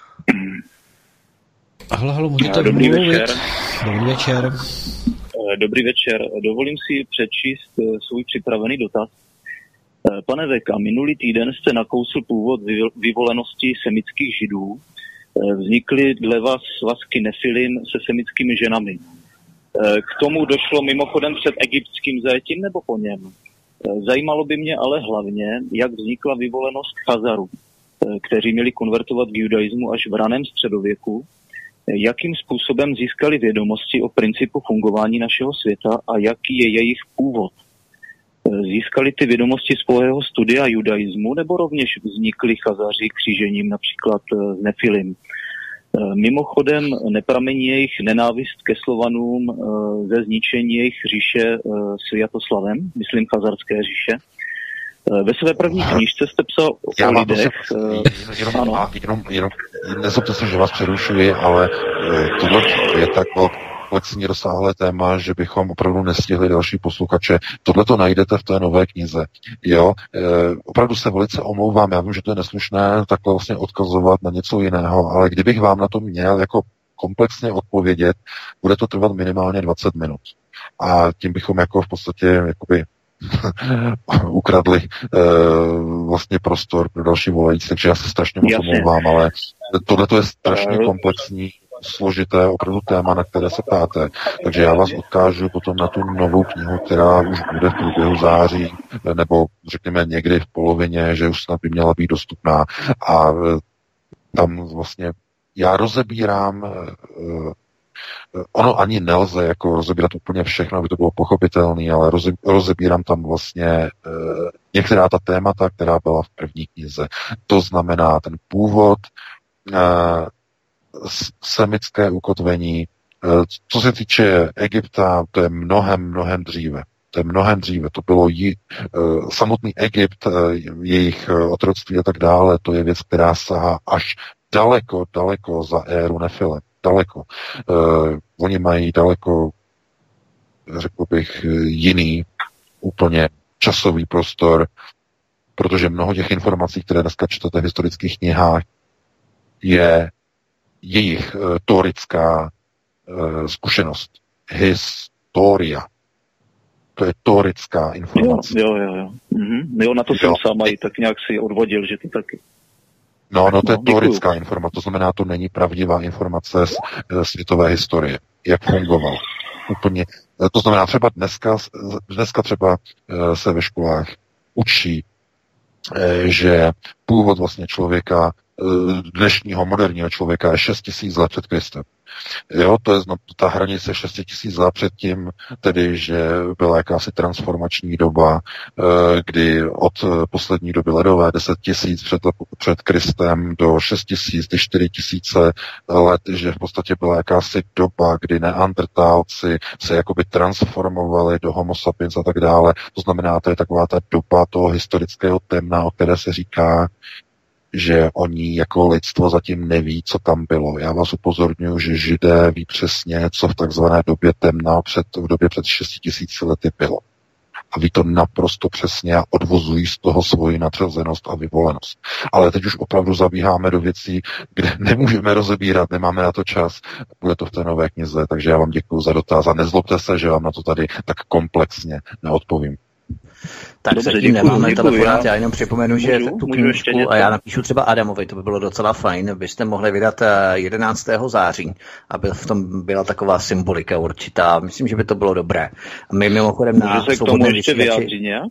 Halo, halo, můžete Dobrý mluvit? večer. Dobrý večer. Dobrý večer. Dovolím si přečíst svůj připravený dotaz. Pane Veka, minulý týden jste nakousl původ vyvolenosti semických židů. Vznikly dle vás svazky nefilim se semickými ženami. K tomu došlo mimochodem před egyptským zajetím nebo po něm? Zajímalo by mě ale hlavně, jak vznikla vyvolenost Chazarů, kteří měli konvertovat k judaismu až v raném středověku, jakým způsobem získali vědomosti o principu fungování našeho světa a jaký je jejich původ. Získali ty vědomosti z pouhého studia judaismu, nebo rovněž vznikli Chazaři křížením například z Nefilim. Mimochodem nepramení jejich nenávist ke Slovanům ze zničení jejich říše Sviatoslavem, myslím chazarské říše. Ve své první knížce jste psal Já o lidech. Prosím, jenom, jenom, jenom, jenom nezlobte se, že vás přerušuji, ale tohle je tak komplexní rozsáhlé téma, že bychom opravdu nestihli další posluchače. Tohle to najdete v té nové knize. Jo, e, opravdu se velice omlouvám, já vím, že to je neslušné takhle vlastně odkazovat na něco jiného, ale kdybych vám na to měl jako komplexně odpovědět, bude to trvat minimálně dvacet minut. A tím bychom jako v podstatě jakoby ukradli e, vlastně prostor pro další volající, takže já se strašně moc omlouvám, ale tohle to je strašně komplexní, složité opravdu téma, na které se ptáte. Takže já vás odkážu potom na tu novou knihu, která už bude v průběhu září, nebo řekněme někdy v polovině, že už snad by měla být dostupná. A tam vlastně já rozebírám, ono ani nelze jako rozebírat úplně všechno, aby to bylo pochopitelné, ale rozebírám tam vlastně některá ta témata, která byla v první knize. To znamená ten původ semické ukotvení. Co se týče Egypta, to je mnohem, mnohem dříve. To je mnohem dříve. To bylo jí, samotný Egypt, jejich otroctví a tak dále, to je věc, která sahá až daleko, daleko za éru Nefilem. Daleko. Oni mají daleko, řekl bych, jiný úplně časový prostor, protože mnoho těch informací, které dneska čtete v historických knihách, je jejich uh, torická uh, zkušenost. Historia. To je torická informace. Jo, jo, jo. Mhm. Jo, na to jo. jsem sám i tak nějak si odvodil, že to taky. No, no, to je no, torická informace, to znamená, to není pravdivá informace z světové historie, jak fungoval. Úplně. To znamená, třeba dneska, dneska třeba se ve školách učí, že původ vlastně člověka, dnešního moderního člověka je šest tisíc let před Kristem. Jo, to je ta hranice šest tisíc let předtím, tedy, že byla jakási transformační doba, kdy od poslední doby ledové deset tisíc před, před Kristem do šest tisíc, ty čtyři tisíce let, že v podstatě byla jakási doba, kdy neandertálci se jakoby transformovali do homo sapiens a tak dále. To znamená, to je taková ta doba toho historického temna, o které se říká, že oni jako lidstvo zatím neví, co tam bylo. Já vás upozorňuji, že Židé ví přesně, co v takzvané době temna před, v době před šesti tisíci lety bylo. A ví to naprosto přesně a odvozují z toho svoji nadřazenost a vyvolenost. Ale teď už opravdu zabíháme do věcí, kde nemůžeme rozebírat, nemáme na to čas. Bude to v té nové knize, takže já vám děkuji za dotaz a nezlobte se, že vám na to tady tak komplexně neodpovím. Tak Dobře, zatím děkuju, nemáme děkuju, telefonát, já já jenom připomenu, že můžu, tu můžu knížku, a já napíšu třeba Adamovi, to by bylo docela fajn, byste mohli vydat jedenáctého září, aby v tom byla taková symbolika určitá. Myslím, že by to bylo dobré. My mimochodem na Můžu se k tomu ještě vyjádřit nějak?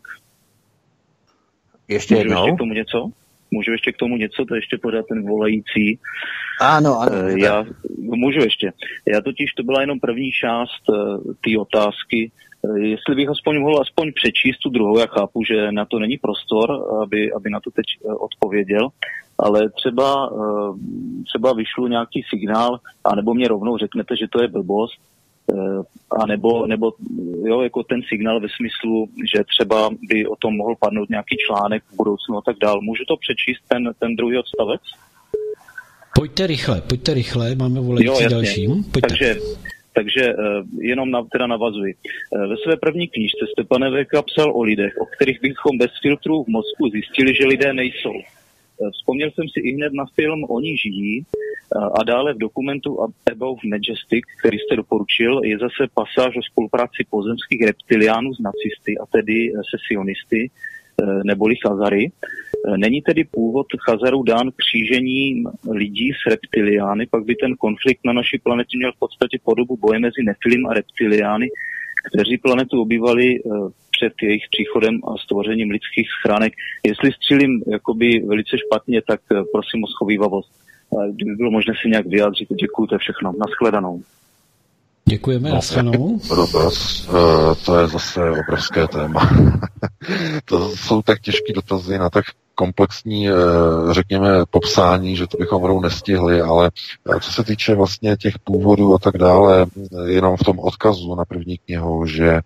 Ještě Můžu jednou? ještě k tomu něco? Můžu ještě k tomu něco, to je ještě pořád ten volající. Ano, ano. Já můžu ještě. Já totiž, to byla jenom první část té otázky. Jestli bych aspoň mohl aspoň přečíst tu druhou, já chápu, že na to není prostor, aby, aby na to teď odpověděl, ale třeba, třeba vyšlu nějaký signál, anebo mě rovnou řeknete, že to je blbost, a nebo, nebo jo, jako ten signál ve smyslu, že třeba by o tom mohl padnout nějaký článek v budoucnu a tak dál. Můžu to přečíst, ten, ten druhý odstavec? Pojďte rychle, pojďte rychle, máme volající dalším. Pojďte. Takže, takže jenom na, teda navazuji. Ve své první knížce jste, pane V K, psal o lidech, o kterých bychom bez filtrů v mozku zjistili, že lidé nejsou. Vzpomněl jsem si i hned na film Oni žijí a dále v dokumentu Above Majestic, který jste doporučil, je zase pasáž o spolupráci pozemských reptiliánů s nacisty, a tedy se sionisty, neboli Chazary. Není tedy původ Chazarů dán křížením lidí s reptiliány, pak by ten konflikt na naší planetě měl v podstatě podobu boje mezi Nefilim a reptiliány, kteří planetu obývali před jejich příchodem a stvořením lidských schránek. Jestli střílím jakoby velice špatně, tak prosím o schovívavost. Kdyby bylo možné si nějak vyjádřit, děkuju, to je všechno. Naschledanou. Děkujeme, naschledanou. Dotaz, to je zase obrovské téma. To jsou tak těžké dotazy na tak komplexní, řekněme, popsání, že to bychom rovnou nestihli, ale co se týče vlastně těch původů a tak dále, jenom v tom odkazu na první knihu, že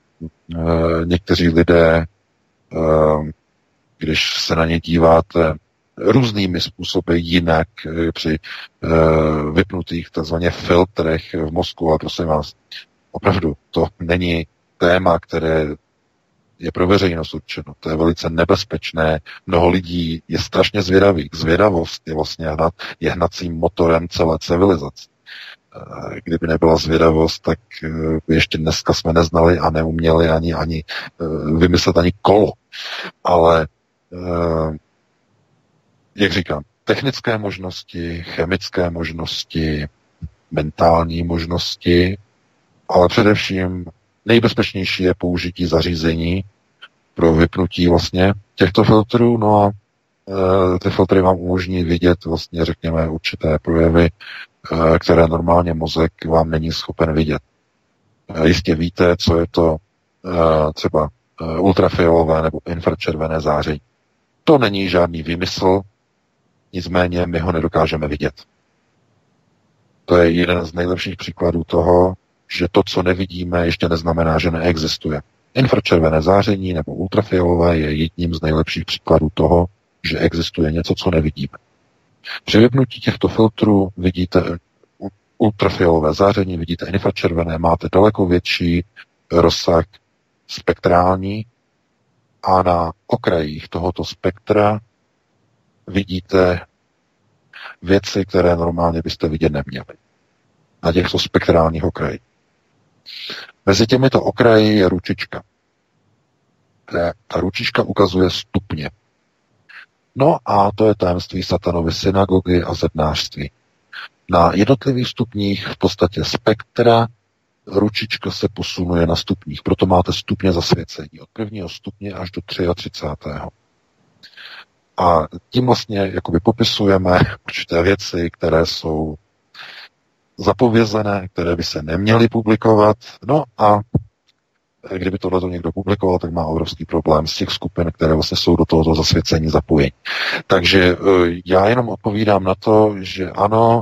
někteří lidé, když se na ně díváte různými způsoby jinak při vypnutých takzvaně filtrech v mozku, a prosím vás, opravdu to není téma, které je pro veřejnost určeno. To je velice nebezpečné. Mnoho lidí je strašně zvědavých. Zvědavost je vlastně hnat, je hnacím motorem celé civilizace. Kdyby nebyla zvědavost, tak ještě dneska jsme neznali a neuměli ani, ani vymyslet ani kolo. Ale jak říkám, technické možnosti, chemické možnosti, mentální možnosti, ale především nejbezpečnější je použití zařízení pro vypnutí vlastně těchto filtrů, no a e, ty filtry vám umožní vidět vlastně, řekněme, určité projevy, e, které normálně mozek vám není schopen vidět. E, jistě víte, co je to e, třeba e, ultrafialové nebo infračervené záření. To není žádný výmysl, nicméně my ho nedokážeme vidět. To je jeden z nejlepších příkladů toho, že to, co nevidíme, ještě neznamená, že neexistuje. Infračervené záření nebo ultrafialové je jedním z nejlepších příkladů toho, že existuje něco, co nevidíme. Při vypnutí těchto filtrů vidíte ultrafialové záření, vidíte infračervené, máte daleko větší rozsah spektrální a na okrajích tohoto spektra vidíte věci, které normálně byste vidět neměli. Na těchto spektrálních okrajích. Mezi těmito okraji je ručička. Ta ručička ukazuje stupně. No a to je tajemství satanovy synagogy a zednářství. Na jednotlivých stupních v podstatě spektra ručička se posunuje na stupních. Proto máte stupně zasvěcení od prvního stupně až do třicátého třetího A tím vlastně jakoby popisujeme určité věci, které jsou zapovězené, které by se neměly publikovat. No a kdyby tohleto někdo publikoval, tak má obrovský problém z těch skupin, které vlastně jsou do tohoto zasvěcení zapojení. Takže já jenom odpovídám na to, že ano,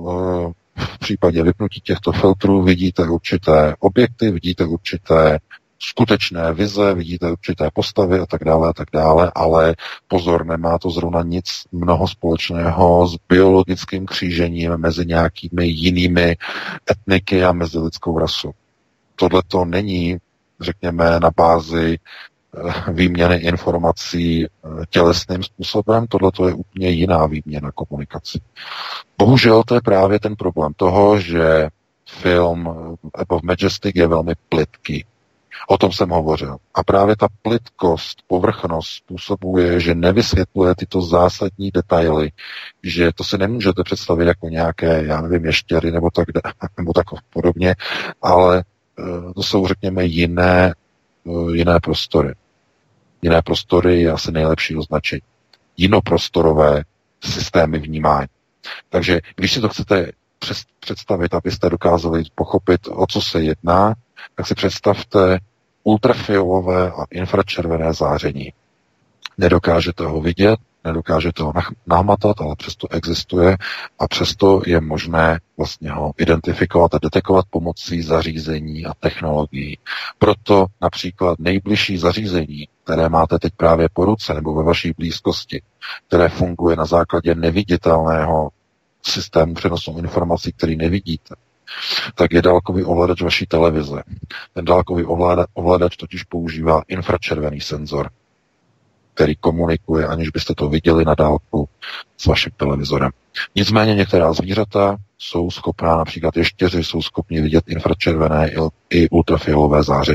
v případě vypnutí těchto filtrů vidíte určité objekty, vidíte určité skutečné vize, vidíte určité postavy a tak dále a tak dále, ale pozor, nemá to zrovna nic mnoho společného s biologickým křížením mezi nějakými jinými etniky a mezi lidskou rasou. Tohle to není, řekněme, na bázi výměny informací tělesným způsobem, tohle to je úplně jiná výměna komunikací. Bohužel to je právě ten problém toho, že film Above Majestic je velmi plytký. O tom jsem hovořil. A právě ta plytkost, povrchnost způsobuje, že nevysvětluje tyto zásadní detaily, že to si nemůžete představit jako nějaké, já nevím, ještěry nebo tak, nebo tak podobně, ale to jsou, řekněme, jiné, jiné prostory. Jiné prostory je asi nejlepší označení. Jinoprostorové systémy vnímání. Takže když si to chcete představit, abyste dokázali pochopit, o co se jedná, tak si představte ultrafialové a infračervené záření. Nedokážete ho vidět, nedokážete ho nahmatat, ale přesto existuje a přesto je možné vlastně ho identifikovat a detekovat pomocí zařízení a technologií. Proto například nejbližší zařízení, které máte teď právě po ruce nebo ve vaší blízkosti, které funguje na základě neviditelného systému přenosu informací, který nevidíte, tak je dálkový ovladač vaší televize. Ten dálkový ovladač totiž používá infračervený senzor, který komunikuje, aniž byste to viděli na dálku s vaším televizorem. Nicméně některá zvířata jsou schopná, například ještěři, jsou schopni vidět infračervené i ultrafialové záření.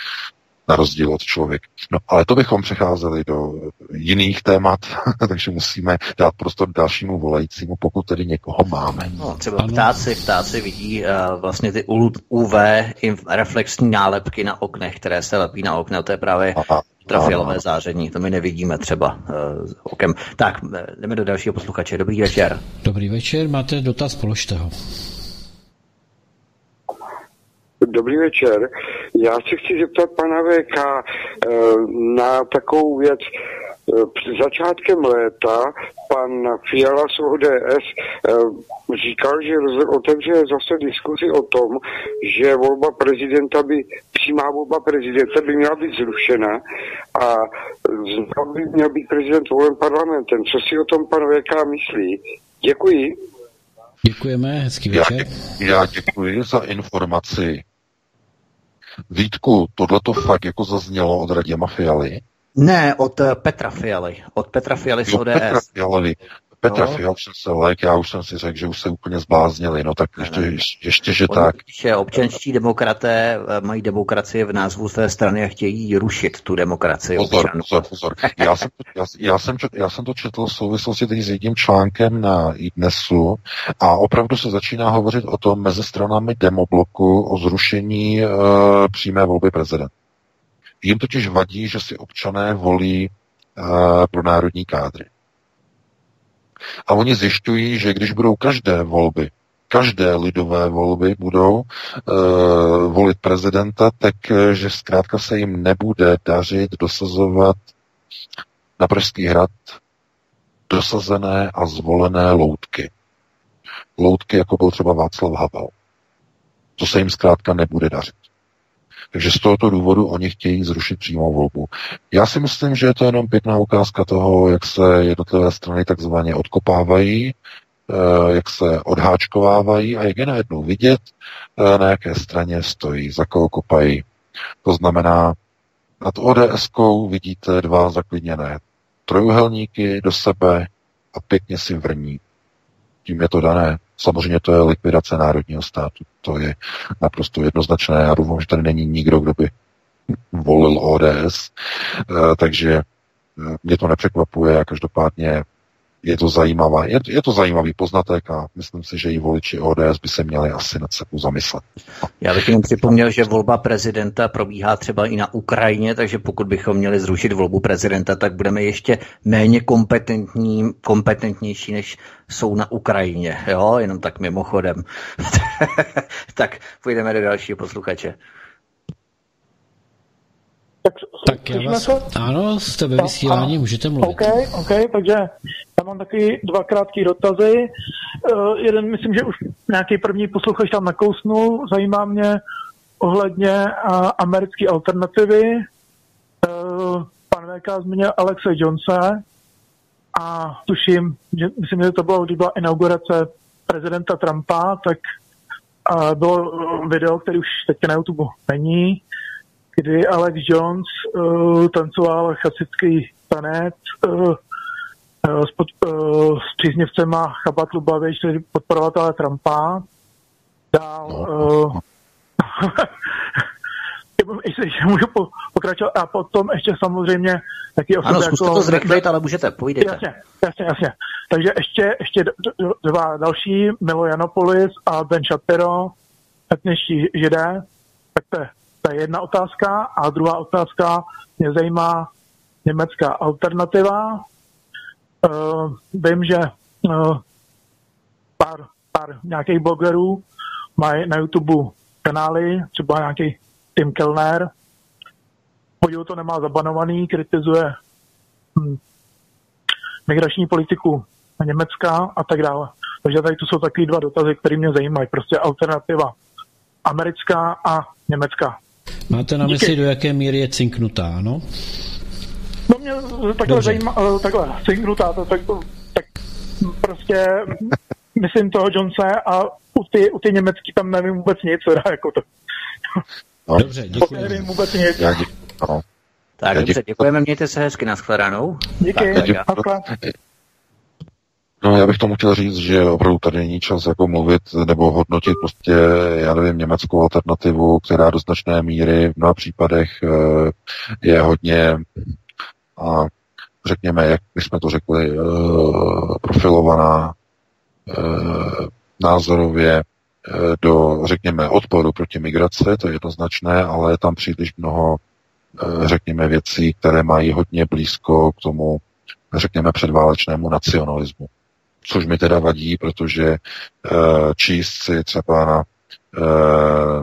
Na rozdíl od člověka. No, ale to bychom přecházeli do jiných témat, takže musíme dát prostor dalšímu volajícímu, pokud tedy někoho máme. No, třeba ptáci, ptáci vidí uh, vlastně ty U V reflexní nálepky na oknech, které se lepí na okna, to je právě ultrafialové záření, to my nevidíme třeba uh, okem. Tak, jdeme do dalšího posluchače. Dobrý večer. Dobrý večer, máte dotaz, položte ho. Dobrý večer. Já se chci zeptat pana V K na takovou věc. Začátkem léta pan Fiala z O D S říkal, že otevře zase diskuzi o tom, že volba prezidenta by, přímá volba prezidenta by měla být zrušena a by měl být prezident volen parlamentem. Co si o tom pan V K myslí? Děkuji. Děkujeme, hezký večer. Já, já děkuji za informaci. Vítku, tohleto fakt jako zaznělo od Radima Fialy? Ne, od Petra Fialy. Od Petra Fialy z O D S. Petra Fialy. Petra no. Fialy se lék, já už jsem si řekl, že už se úplně zbláznili, no tak ještě, ne, ne. ještě že On tak. Píše, občanští demokraté mají demokracii v názvu své strany a chtějí rušit tu demokracii. Pozor, občanů. pozor, pozor. Já jsem, to, já, já, jsem, já jsem to četl v souvislosti teď s jedním článkem na iDnesu a opravdu se začíná hovořit o tom mezi stranami demobloku o zrušení uh, přímé volby prezidenta. Jim totiž vadí, že si občané volí uh, pro národní kádry. A oni zjišťují, že když budou každé volby, každé lidové volby budou uh, volit prezidenta, tak že zkrátka se jim nebude dařit dosazovat na Pražský hrad dosazené a zvolené loutky. loutky, jako byl třeba Václav Havel. To se jim zkrátka nebude dařit. Takže z tohoto důvodu oni chtějí zrušit přímou volbu. Já si myslím, že je to jenom pěkná ukázka toho, jak se jednotlivé strany takzvaně odkopávají, jak se odháčkovávají a jak je najednou vidět, na jaké straně stojí, za koho kopají. To znamená, nad ODSkou vidíte dva zaklidněné trojuhelníky do sebe a pěkně si vrní. Tím je to dané. Samozřejmě to je likvidace národního státu. To je naprosto jednoznačné. Já doufám, že tady není nikdo, kdo by volil O D S. Takže mě to nepřekvapuje a každopádně je to zajímavá, je, je to zajímavý poznatek a myslím si, že i voliči O D S by se měli asi nad sebou zamyslet. Já bych jenom připomněl, že volba prezidenta probíhá třeba i na Ukrajině, takže pokud bychom měli zrušit volbu prezidenta, tak budeme ještě méně kompetentní, kompetentnější, než jsou na Ukrajině. Jo, jenom tak mimochodem. Tak půjdeme do dalšího posluchače. Tak, tak já vás, ano, jste ve vysílání, můžete mluvit. OK, OK, takže já mám taky dva krátké dotazy. Uh, jeden, myslím, že už nějaký první posluchač tam nakousnul. Zajímá mě ohledně uh, americké alternativy. Uh, pan V K zmínil Alexe Jonese a tuším, že myslím, že to bylo, když byla inaugurace prezidenta Trumpa, tak uh, bylo video, který už teďka na YouTube není, kdy Alex Jones uh, tancoval chasický tanec uh, uh, s, pod, uh, s příznivcema Chabatlu Babiš, tedy podporovatele Trumpa. Dál uh, ještě můžu po, pokračovat a potom ještě samozřejmě taky osoby ano, zkuste jako... to zrychlit, ale můžete, půjdete. Jasně, jasně, jasně. Takže ještě, ještě dva další, Milo Yiannopoulos a Ben Shapiro, etničtí židé, tak to je To je jedna otázka. A druhá otázka mě zajímá německá alternativa. Uh, vím, že uh, pár, pár nějakých blogerů mají na YouTube kanály, třeba nějaký Tim Kellner. Podíl to nemá zabanovaný, kritizuje hm, migrační politiku Německa a tak dále. Takže tady tu jsou takový dva dotazy, které mě zajímají. Prostě alternativa americká a německá. Máte na mysli, do jaké míry je cinknutá, no? No mě takhle Dobře. zajímá, takhle cinknutá, to, tak, tak prostě myslím toho Jonese a u ty, u ty německý tam nevím vůbec nic, jako to. No. Dobře, děkuji. Nevím vůbec nic. Já dě... no. Tak Já dobře, děkujeme, mějte se hezky, nashledanou. Díky, naschle. No, já bych tomu chtěl říct, že opravdu tady není čas jako mluvit nebo hodnotit prostě, já nevím, německou alternativu, která do značné míry v mnoha případech je hodně, a řekněme, jak my jsme to řekli, profilovaná názorově do, řekněme, odporu proti migraci, to je jednoznačné, ale je tam příliš mnoho, řekněme, věcí, které mají hodně blízko k tomu, řekněme, předválečnému nacionalismu. Což mi teda vadí, protože uh, číst si třeba na uh,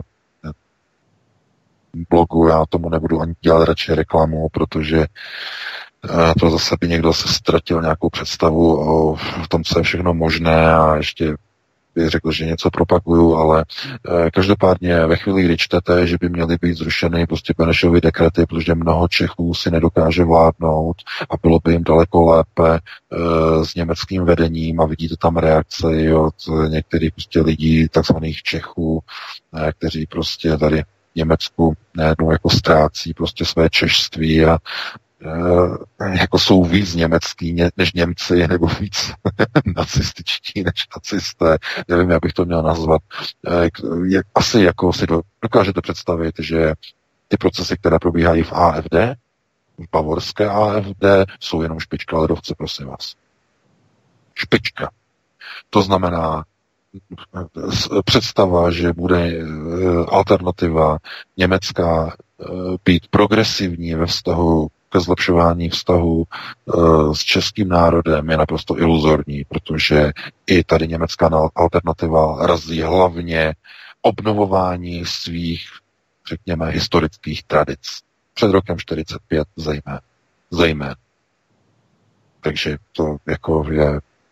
blogu, já tomu nebudu ani dělat radši reklamu, protože uh, to zase by někdo se ztratil nějakou představu o tom, co je všechno možné a ještě by řekl, že něco propaguju, ale eh, každopádně ve chvíli, kdy čtete, že by měly být zrušeny prostě Benešovy dekrety, protože mnoho Čechů si nedokáže vládnout a bylo by jim daleko lépe eh, s německým vedením a vidíte tam reakce od některých prostě lidí, takzvaných Čechů, eh, kteří prostě tady v Německu nejednou jako ztrácí prostě své češství a jako jsou víc německý než Němci, nebo víc nacističtí než nacisté. Nevím, jak bych to měl nazvat. Asi jako si dokážete představit, že ty procesy, které probíhají v A F D, v bavorské A F D, jsou jenom špička ledovce, prosím vás. Špička. To znamená představa, že bude alternativa německá být progresivní ve vztahu ke zlepšování vztahu uh, s českým národem je naprosto iluzorní, protože i tady německá alternativa razí hlavně obnovování svých, řekněme, historických tradic. Před rokem čtyřicet pět zejména. zejména. Takže to jako je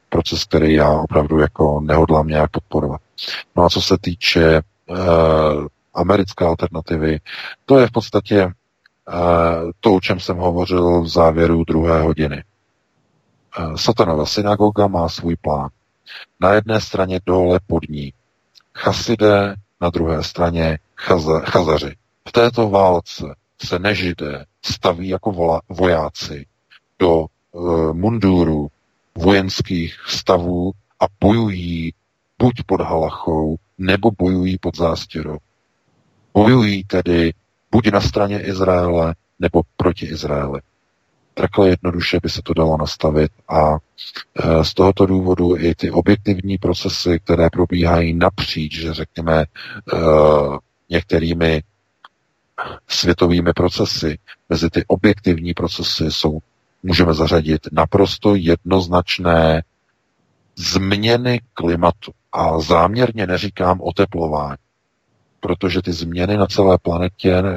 proces, který já opravdu jako nehodlám nějak podporovat. No a co se týče uh, americké alternativy, to je v podstatě uh, to, o čem jsem hovořil v závěru druhé hodiny. Uh, Satanova synagoga má svůj plán. Na jedné straně dole pod ní chasidé, na druhé straně chaza, chazaři. V této válce se nežidé staví jako vola, vojáci do uh, munduru vojenských stavů a bojují buď pod halachou, nebo bojují pod zástěrou. Bojují tedy buď na straně Izraele, nebo proti Izraeli. Takhle jednoduše by se to dalo nastavit a e, z tohoto důvodu i ty objektivní procesy, které probíhají napříč, že řekněme, e, některými světovými procesy, mezi ty objektivní procesy jsou, můžeme zařadit naprosto jednoznačné změny klimatu. A záměrně neříkám oteplování, protože ty změny na celé planetě e,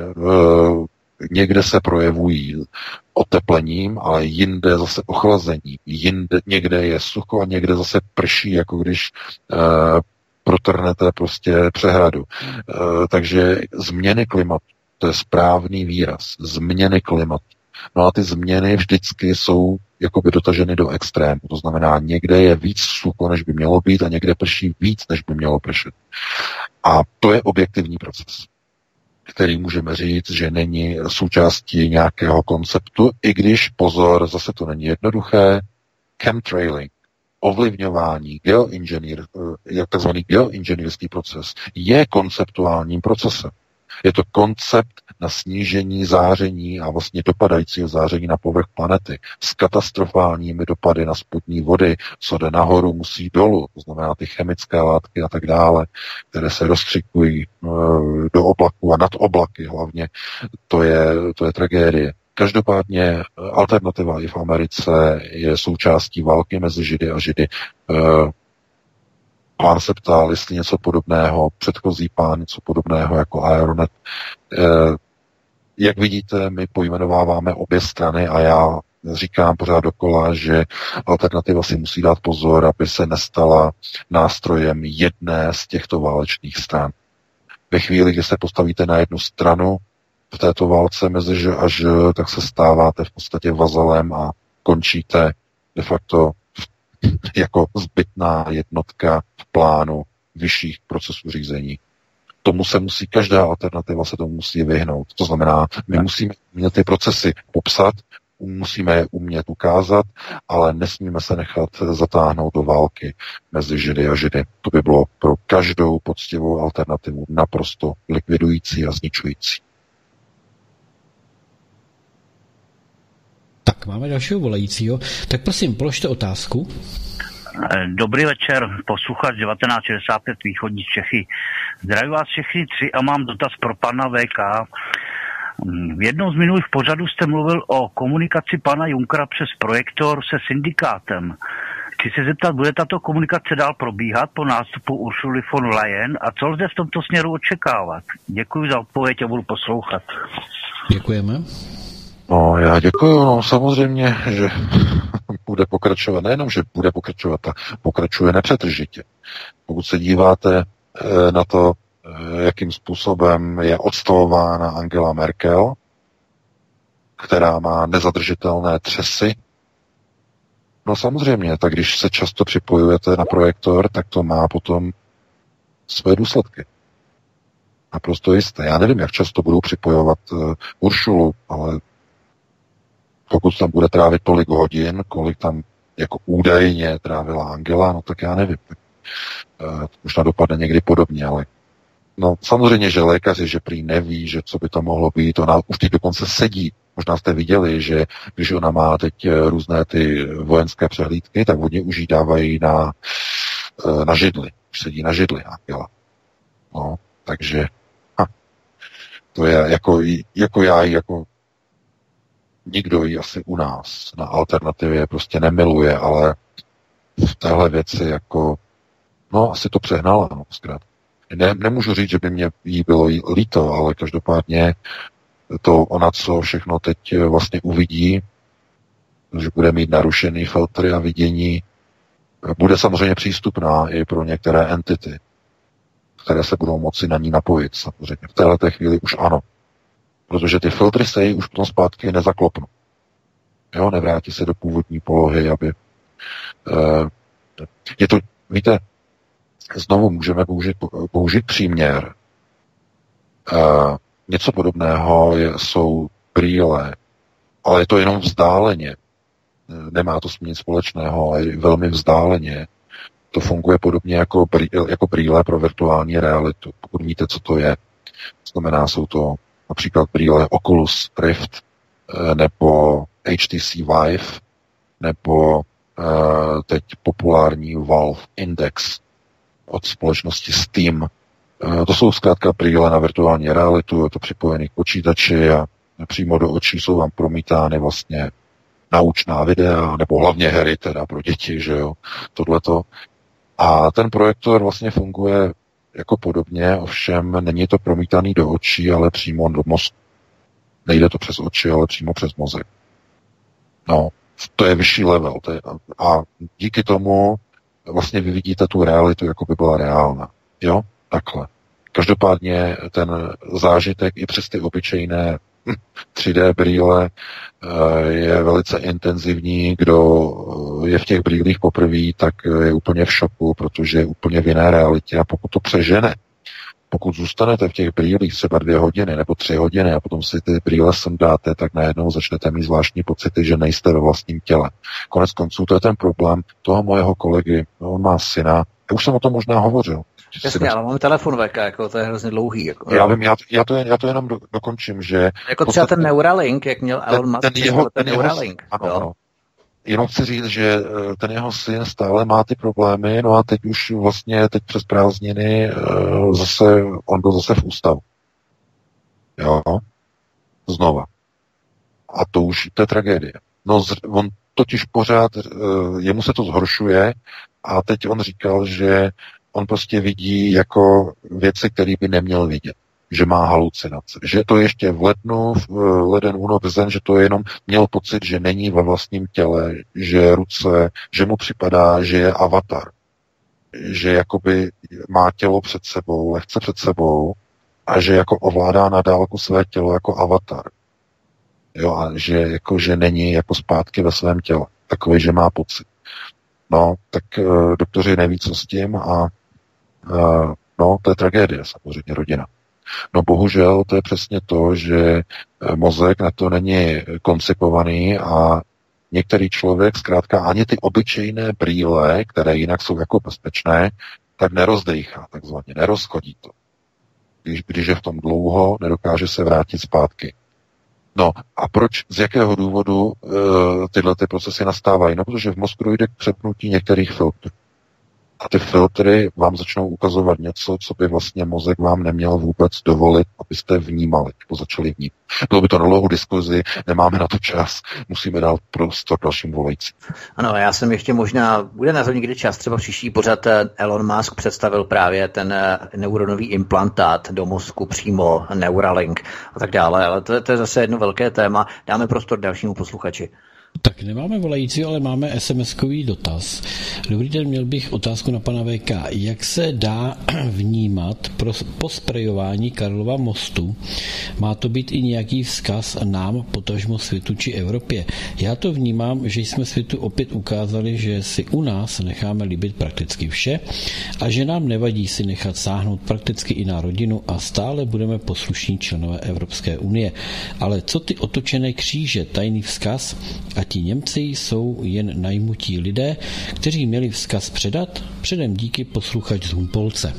někde se projevují oteplením, ale jinde zase ochlazením. Jinde, někde je sucho a někde zase prší, jako když e, protrhnete prostě přehradu. E, takže změny klimatu, to je správný výraz. Změny klimatu. No a ty změny vždycky jsou jakoby dotaženy do extrému. To znamená, někde je víc sucho, než by mělo být, a někde prší víc, než by mělo pršet. A to je objektivní proces, který můžeme říct, že není součástí nějakého konceptu, i když, pozor, zase to není jednoduché, chemtrailing, ovlivňování, geoinženýr, takzvaný geoinženýrský proces, je konceptuálním procesem. Je to koncept na snížení záření a vlastně dopadajícího záření na povrch planety s katastrofálními dopady na spodní vody, co jde nahoru, musí dolů, to znamená ty chemické látky a tak dále, které se rozkřikují do oblaku a nad oblaky hlavně, to je, to je tragédie. Každopádně alternativa i v Americe je součástí války mezi Židy a Židy. Pán se ptal, jestli něco podobného, předchozí pán něco podobného jako Aeronet. Jak vidíte, my pojmenováváme obě strany a já říkám pořád dokola, že alternativa si musí dát pozor, aby se nestala nástrojem jedné z těchto válečných stran. Ve chvíli, kdy se postavíte na jednu stranu v této válce mezi Ž a Ž, tak se stáváte v podstatě vazalem a končíte de facto jako zbytná jednotka v plánu vyšších procesů řízení. Tomu se musí, každá alternativa se tomu musí vyhnout. To znamená, my musíme umět ty procesy popsat, musíme je umět ukázat, ale nesmíme se nechat zatáhnout do války mezi Židy a Židy. To by bylo pro každou poctivou alternativu naprosto likvidující a zničující. Tak, máme dalšího volajícího. Tak prosím, položte otázku. Dobrý večer, posluchač devatenáct šedesát pět východní Čechy. Zdravím vás všechny tři a mám dotaz pro pana V K. V jednom z minulých pořadů jste mluvil o komunikaci pana Junckera přes projektor se syndikátem. Chci se zeptat, bude tato komunikace dál probíhat po nástupu Ursuly von Leyen a co lze v tomto směru očekávat? Děkuji za odpověď a budu poslouchat. Děkujeme. No, já děkuju. No, samozřejmě, že bude pokračovat. Nejenom, že bude pokračovat, a pokračuje nepřetržitě. Pokud se díváte e, na to, e, jakým způsobem je odstavována Angela Merkel, která má nezadržitelné třesy, no samozřejmě, tak když se často připojujete na projektor, tak to má potom své důsledky. Naprosto jisté. Já nevím, jak často budou připojovat uh, Uršulu, ale pokud tam bude trávit tolik hodin, kolik tam jako údajně trávila Angela, no tak já nevím. Uh, možná dopadne někdy podobně, ale no samozřejmě, že lékaři, že prý neví, že co by to mohlo být, ona už teď dokonce sedí. Možná jste viděli, že když ona má teď různé ty vojenské přehlídky, tak oni už jí dávají na, na židli. Už sedí na židli Angela. No, takže ha, to je jako, jako já, jako nikdo ji asi u nás na alternativě prostě nemiluje, ale v téhle věci jako, no asi to přehnala, no, zkrát. Ne, nemůžu říct, že by mě jí bylo líto, ale každopádně to ona, co všechno teď vlastně uvidí, že bude mít narušený filtry a vidění, bude samozřejmě přístupná i pro některé entity, které se budou moci na ní napojit. Samozřejmě v této chvíli už ano. Protože ty filtry se jí už potom zpátky nezaklopnou. Jo, nevrátí se do původní polohy, aby... Uh, je to, víte, znovu můžeme použít, použít příměr. Uh, něco podobného je, jsou brýle, ale je to jenom vzdáleně. Nemá to s nic společného, ale velmi vzdáleně. To funguje podobně jako, brýle, jako brýle pro virtuální realitu. Pokud víte, co to je. Znamená, jsou to například brýle Oculus Rift, nebo H T C Vive, nebo uh, teď populární Valve Index od společnosti Steam. Uh, to jsou zkrátka brýle na virtuální realitu, je to připojený k počítači a přímo do očí jsou vám promítány vlastně naučná videa, nebo hlavně hry teda pro děti, že jo, tohleto. A ten projektor vlastně funguje jako podobně, ovšem není to promítaný do očí, ale přímo do mozku. Nejde to přes oči, ale přímo přes mozek. No, to je vyšší level. To je, a díky tomu vlastně vy vidíte tu realitu, jako by byla reálná. Jo? Takhle. Každopádně ten zážitek i přes ty obyčejné tři dé brýle je velice intenzivní. Kdo je v těch brýlích poprvé, tak je úplně v šoku, protože je úplně v jiné realitě. A pokud to přežene, pokud zůstanete v těch brýlích třeba dvě hodiny nebo tři hodiny a potom si ty brýle sem dáte, tak najednou začnete mít zvláštní pocity, že nejste ve vlastním těle. Konec konců to je ten problém toho mojeho kolegy. On má syna. Já už jsem o tom možná hovořil. Jasně, ale máme telefon veka, jako to je hrozně dlouhý. Jako, já vím, já, já, to, já to jenom do, dokončím, že... Jako třeba ten Neuralink, jak měl Elon Musk, ten, ten, jeho, ten Neuralink. Jeho, ano, ano. Jenom chci říct, že ten jeho syn stále má ty problémy, no a teď už vlastně, teď přes prázdniny zase, on byl zase v ústavu. Jo, znova. A to už, to je tragédie. No, on totiž pořád, jemu se to zhoršuje a teď on říkal, že on prostě vidí jako věci, které by neměl vidět. Že má halucinace. Že to ještě v lednu, v leden, únor, březen, že to jenom měl pocit, že není ve vlastním těle, že ruce, že mu připadá, že je avatar. Že jakoby má tělo před sebou, lehce před sebou a že jako ovládá na dálku své tělo jako avatar. Jo, a že jako, že není jako zpátky ve svém těle. Takový, že má pocit. No, tak uh, doktoři neví, co s tím a uh, no, to je tragédie, samozřejmě rodina. No bohužel to je přesně to, že mozek na to není koncipovaný a některý člověk zkrátka ani ty obyčejné brýle, které jinak jsou jako bezpečné, tak nerozdejchá, takzvaně, nerozchodí to. Když, když je v tom dlouho, nedokáže se vrátit zpátky. No a proč, z jakého důvodu uh, tyhle ty procesy nastávají? No, protože v mozku dojde k přepnutí některých filtrů. A ty filtry vám začnou ukazovat něco, co by vlastně mozek vám neměl vůbec dovolit, abyste vnímali, nebo začali vnímat. Bylo by to na dlouhou diskuzi, nemáme na to čas, musíme dát prostor dalším volajícím. Ano, já jsem ještě možná, bude na to někdy čas, třeba příští pořad Elon Musk představil právě ten neuronový implantát do mozku, přímo Neuralink a tak dále, ale to, to je zase jedno velké téma. Dáme prostor dalšímu posluchači. Tak nemáme volající, ale máme es em eskový dotaz. Dobrý den, měl bych otázku na pana vé ká. Jak se dá vnímat pro, po sprejování Karlova mostu? Má to být i nějaký vzkaz nám, potažmo světu či Evropě? Já to vnímám, že jsme světu opět ukázali, že si u nás necháme líbit prakticky vše a že nám nevadí si nechat sáhnout prakticky i na rodinu a stále budeme poslušní členové Evropské unie. Ale co ty otočené kříže, tajný vzkaz? A ti Němci jsou jen najmutí lidé, kteří měli vzkaz předat. Předem díky, posluchač z Humpolce.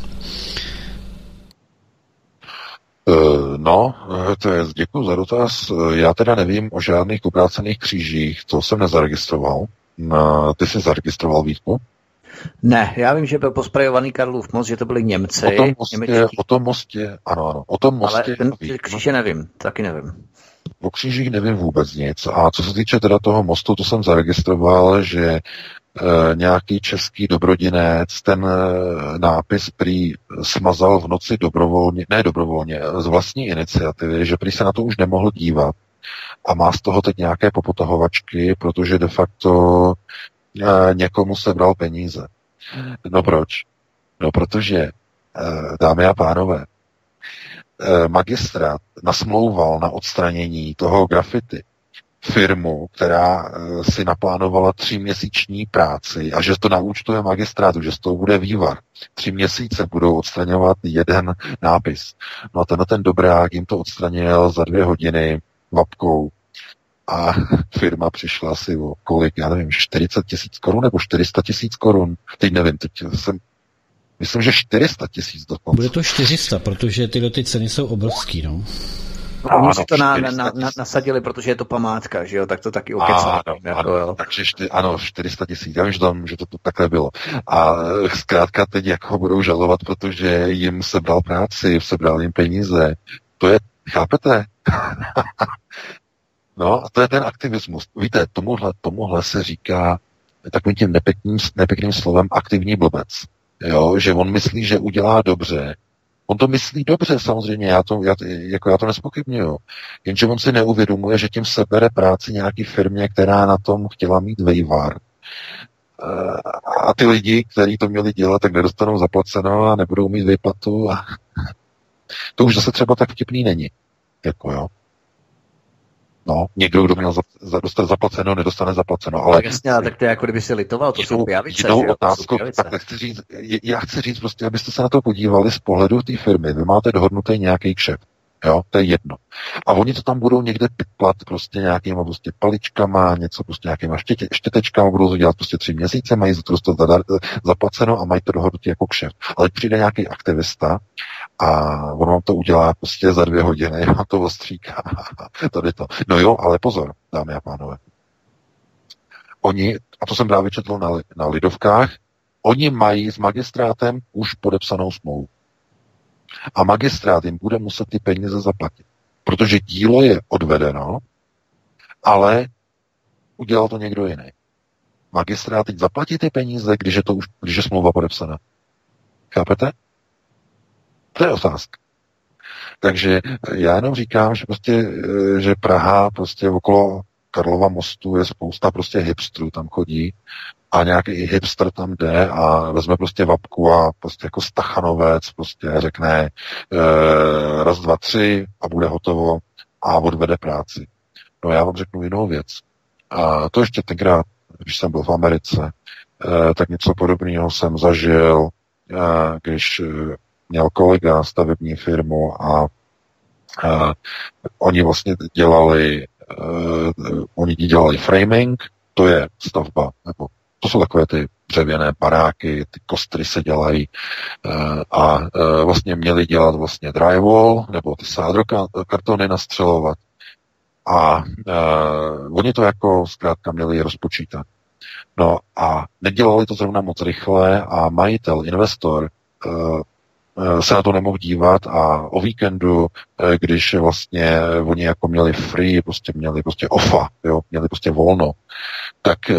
No, to je, děkuji za dotaz. Já teda nevím o žádných obrácených křížích, to jsem nezaregistroval. Ty jsi zaregistroval, Vítku? Ne, já vím, že byl posprejovaný Karlův most, že to byli Němci. O tom mostě, o tom mostě ano, ano. O tom mostě, ale ten kříže nevím, taky nevím. O křížích nevím vůbec nic. A co se týče teda toho mostu, to jsem zaregistroval, že e, nějaký český dobrodinec ten e, nápis prý smazal v noci dobrovolně, ne dobrovolně, z vlastní iniciativy, že prý se na to už nemohl dívat. A má z toho teď nějaké popotahovačky, protože de facto někomu sebral peníze. No proč? No protože, dámy a pánové, magistrát nasmlouval na odstranění toho grafity firmu, která si naplánovala tříměsíční práci a že to naúčtuje magistrátu, že z toho bude vývar. Tři měsíce budou odstraňovat jeden nápis. No a tenhle ten dobrák jim to odstranil za dvě hodiny vapkou a firma přišla si o kolik, já nevím, čtyřicet tisíc korun nebo čtyři sta tisíc korun. Teď nevím, teď jsem myslím, že čtyři sta tisíc dokonce. Bude to čtyři sta, protože tyhle ty ceny jsou obrovský, no. No, oni si to na, na, na, nasadili, protože je to památka, že jo, tak to taky okecali. Ano, jako, ano, jo. takže čty, ano, čtyři sta tisíc, já vím, že, tam, že to, to takhle bylo. A zkrátka teď jako ho budou žalovat, protože jim sebral práci, sebral jim peníze. To je, chápete? No a to je ten aktivismus. Víte, tomuhle, tomuhle se říká takovým tím nepěkným, nepěkným slovem aktivní blbec. Jo, že on myslí, že udělá dobře. On to myslí dobře, samozřejmě, já to, já, jako já to nespochybnuju. Jenže on si neuvědomuje, že tím sebere práci nějaký firmě, která na tom chtěla mít vejvar. A ty lidi, kteří to měli dělat, tak nedostanou zaplaceno a nebudou mít výplatu. A to už zase třeba tak vtipný není. Jako jo. No, někdo, kdo měl za, za, dostat zaplaceno, nedostane zaplaceno. Ale tak jasně, ale tak to je jako kdyby si litoval, to jsou pijavice. Jinou otázku, tak chci říct, já chci říct prostě, abyste se na to podívali z pohledu té firmy. Vy máte dohodnutý nějaký kšeft. Jo, to je jedno. A oni to tam budou někde pitplat prostě nějakýma prostě paličkama, něco prostě nějakýma štětě, štětečkama, budou to dělat prostě tři měsíce, mají za to dostat zaplaceno a mají to dohodnutý jako kšeft. Ale přijde nějaký aktivista a on vám to udělá prostě za dvě hodiny, a to ostříká. Tady to. No jo, ale pozor, dámy a pánové. Oni, a to jsem právě četl na, na Lidovkách, oni mají s magistrátem už podepsanou smlouvu. A magistrát jim bude muset ty peníze zaplatit. Protože dílo je odvedeno, ale udělal to někdo jiný. Magistrát teď zaplatí ty peníze, když je to už, když je smlouva podepsaná. Chápete? To je otázka. Takže já jenom říkám, že prostě, že Praha prostě okolo Karlova mostu je spousta prostě hipstrů, tam chodí a nějaký hipster tam jde a vezme prostě vapku a prostě jako stachanovec prostě řekne e, raz, dva, tři a bude hotovo a odvede práci. No já vám řeknu jinou věc. A to ještě tenkrát, když jsem byl v Americe, e, tak něco podobného jsem zažil, e, když měl kolega stavební firmu a e, oni vlastně dělali Uh, oni dělali framing, to je stavba, nebo to jsou takové ty dřevěné baráky, ty kostry se dělají uh, a uh, vlastně měli dělat vlastně drywall, nebo ty sádrokartony nastřelovat a uh, oni to jako zkrátka měli rozpočítat. No a nedělali to zrovna moc rychle a majitel, investor uh, se na to nemohl dívat a o víkendu, když vlastně oni jako měli free, prostě měli prostě offa, jo, měli prostě volno, tak uh,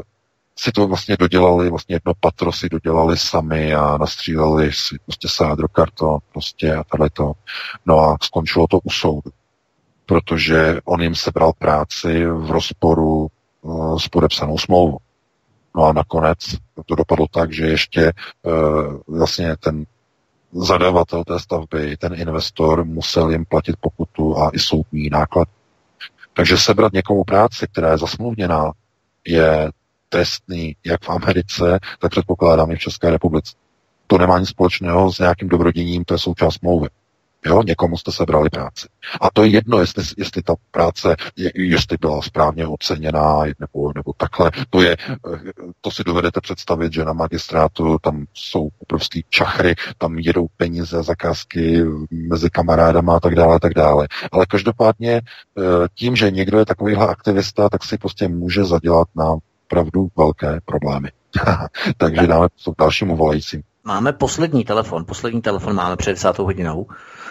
si to vlastně dodělali, vlastně jedno patro si dodělali sami a nastříleli si prostě sádrokarton prostě a tady to. No a skončilo to u soudu, protože on jim sebral práci v rozporu uh, s podepsanou smlouvou. No a nakonec to dopadlo tak, že ještě uh, vlastně ten zadavatel té stavby, ten investor musel jim platit pokutu a i soudní náklad. Takže sebrat někomu práci, která je zasmluvněná, je trestný jak v Americe, tak předpokládám i v České republice. To nemá nic společného s nějakým dobroděním, to je součást smlouvy. Jo, někomu jste sebrali práci. A to je jedno, jestli, jestli ta práce, jestli byla správně oceněná, nebo, nebo takhle. To je, to si dovedete představit, že na magistrátu tam jsou obrovský čachry, tam jedou peníze, zakázky mezi kamarádama a tak dále, tak dále. Ale každopádně tím, že někdo je takovýhle aktivista, tak si prostě může zadělat na opravdu velké problémy. Takže dáme k dalšímu volajícím. Máme poslední telefon, poslední telefon máme před desátou hodinou.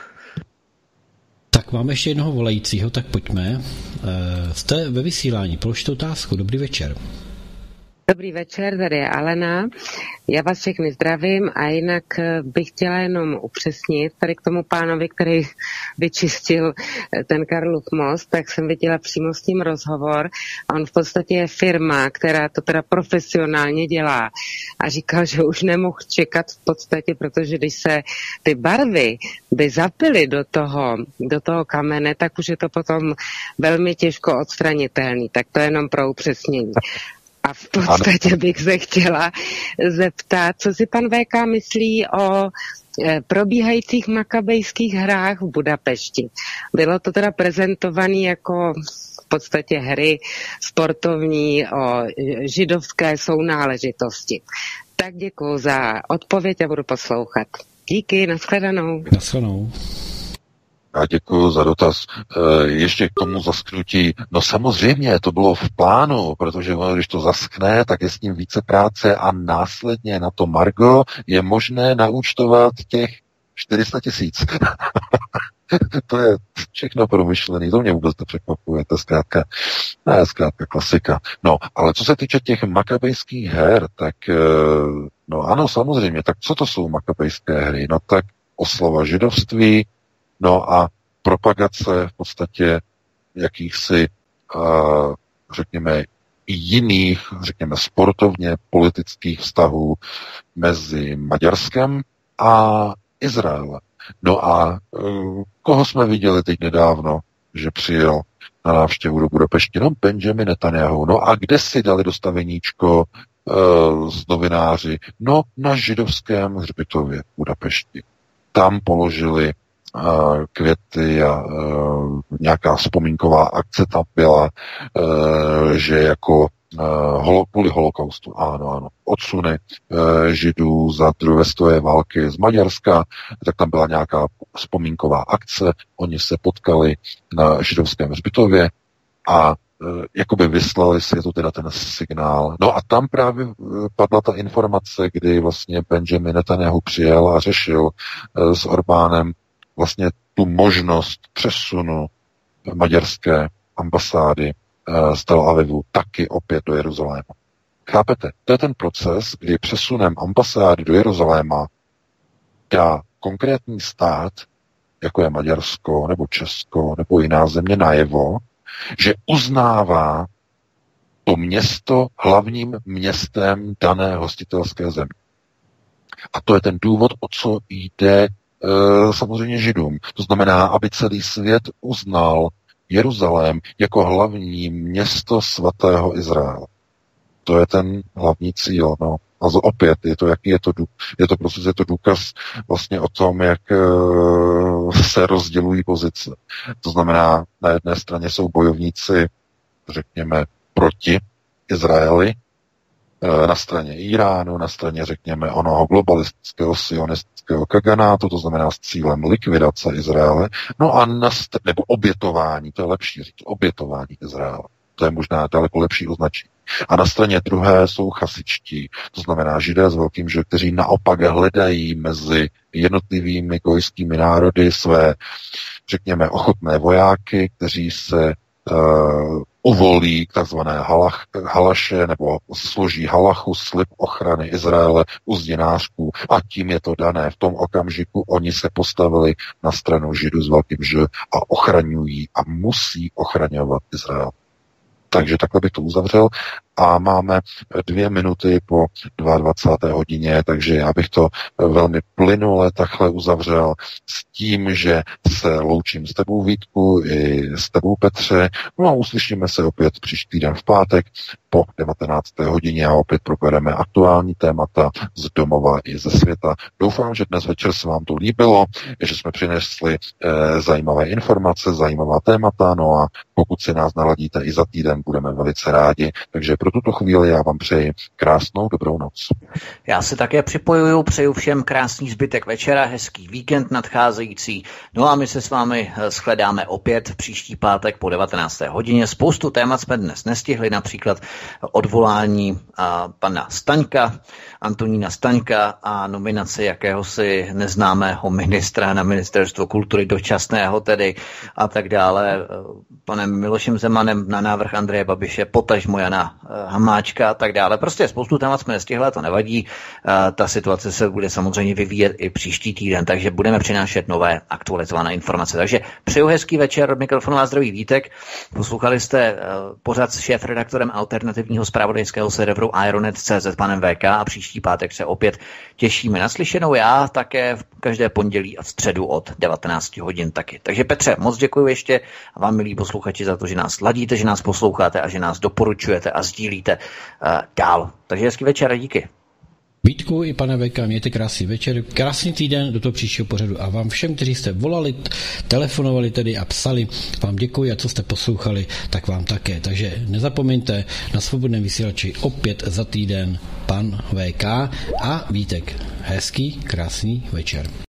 Tak máme ještě jednoho volajícího, tak pojďme. E, jste ve vysílání, položte otázku, dobrý večer. Dobrý večer, tady je Alena. Já vás všechny zdravím a jinak bych chtěla jenom upřesnit tady k tomu pánovi, který vyčistil ten Karlův most, tak jsem viděla přímo s tím rozhovor a on v podstatě je firma, která to teda profesionálně dělá a říkal, že už nemohl čekat v podstatě, protože když se ty barvy by zapily do toho, do toho kamene, tak už je to potom velmi těžko odstranitelný, tak to je jenom pro upřesnění. A v podstatě bych se chtěla zeptat, co si pan V K myslí o probíhajících makabejských hrách v Budapešti. Bylo to teda prezentované jako v podstatě hry sportovní o židovské sounáležitosti. Tak děkuji za odpověď a budu poslouchat. Díky, nashledanou. Nashledanou. Já děkuji za dotaz. Ještě k tomu zasknutí. No samozřejmě, to bylo v plánu, protože když to zaskne, tak je s ním více práce a následně na to margo je možné naúčtovat těch čtyři sta tisíc. To je všechno promyšlené, to mě vůbec nepřekvapuje, to je zkrátka, ne, zkrátka klasika. No, ale co se týče těch makabejských her, tak no ano, samozřejmě, tak co to jsou makabejské hry? No tak oslava židovství, no a propagace v podstatě jakýchsi, uh, řekněme, jiných, řekněme, sportovně politických vztahů mezi Maďarskem a Izraelem. No a uh, koho jsme viděli teď nedávno, že přijel na návštěvu do Budapešti? No Benjamin Netanyahu. No a kde si dali dostaveníčko uh, z novináři? No na židovském hřbitově v Budapešti. Tam položili květy a uh, nějaká vzpomínková akce tam byla, uh, že jako uh, holo, kvůli holokaustu, ano, ano, odsuny uh, židů za druhé světové války z Maďarska, tak tam byla nějaká vzpomínková akce, oni se potkali na židovském hřbitově a uh, jakoby vyslali si, je to teda ten signál. No a tam právě padla ta informace, kdy vlastně Benjamin Netanyahu přijel a řešil uh, s Orbánem vlastně tu možnost přesunu maďarské ambasády z Tel Avivu taky opět do Jeruzaléma. Chápete? To je ten proces, kdy přesunem ambasády do Jeruzaléma dá konkrétní stát, jako je Maďarsko, nebo Česko, nebo jiná země najevo, že uznává to město hlavním městem dané hostitelské země. A to je ten důvod, o co jde samozřejmě Židům. To znamená, aby celý svět uznal Jeruzalém jako hlavní město svatého Izraele. To je ten hlavní cíl. No. A opět, je to, jaký je to, je to prostě je to důkaz vlastně o tom, jak se rozdělují pozice. To znamená, na jedné straně jsou bojovníci, řekněme, proti Izraeli, na straně Iránu, na straně, řekněme, onoho globalistického sionistického kaganátu, to znamená s cílem likvidace Izraele, no a na st- nebo obětování, to je lepší říct, obětování Izraele. To je možná daleko lepší označení. A na straně druhé jsou chasičtí, to znamená Židé s velkým Ž, kteří naopak hledají mezi jednotlivými gojskými národy své, řekněme, ochotné vojáky, kteří se uh, uvolí k takzvané halach, halaše nebo složí halachu, slib ochrany Izraele u zdinářků a tím je to dané. V tom okamžiku oni se postavili na stranu Židů s velkým Ž a ochraňují a musí ochraňovat Izrael. Takže takhle bych to uzavřel a máme dvě minuty po dvacáté druhé hodině, takže já bych to velmi plynule takhle uzavřel s tím, že se loučím s tebou, Vítku, i s tebou, Petře. No a uslyšíme se opět příští den v pátek po devatenácté hodině a opět probereme aktuální témata z domova i ze světa. Doufám, že dnes večer se vám to líbilo, že jsme přinesli eh, zajímavé informace, zajímavá témata, no a pokud si nás naladíte i za týden, budeme velice rádi. Takže pro tuto chvíli já vám přeji krásnou dobrou noc. Já se také připojuju, přeju všem krásný zbytek večera, hezký víkend nadcházející. No a my se s vámi shledáme opět příští pátek po devatenácté hodině. Spoustu témat jsme dnes nestihli, například odvolání a, pana Staňka, Antonína Staňka a nominaci jakéhosi neznámého ministra na ministerstvo kultury, dočasného tedy a tak dále, panem Milošem Zemanem na návrh Andreje Andreje Babiše, potažmo Jana Hamáčka a tak dále. Prostě spoustu témat jsme nestihli, to nevadí. Ta situace se bude samozřejmě vyvíjet i příští týden, takže budeme přinášet nové aktualizované informace. Takže přeju hezký večer, od mikrofonu vás zdraví Vítek. Poslouchali jste pořad s šéfredaktorem alternativního zpravodajského serveru Ironet tečka cé zet panem V K a příští pátek se opět těšíme na slyšenou. Já také v každé pondělí a v středu od devatenáct hodin taky. Takže Petře, moc děkuji ještě a vám, milí posluchači, za to, že nás ladíte, že nás posloucháte a že nás doporučujete a sdílíte uh, dál. Takže hezký večer a díky. Vítku i pane Veka, mějte krásný večer, krásný týden do toho příštího pořadu a vám všem, kteří jste volali, telefonovali tedy a psali, vám děkuji a co jste poslouchali, tak vám také. Takže nezapomeňte, na Svobodném vysílači opět za týden pan V K a Vítek. Hezký, krásný večer.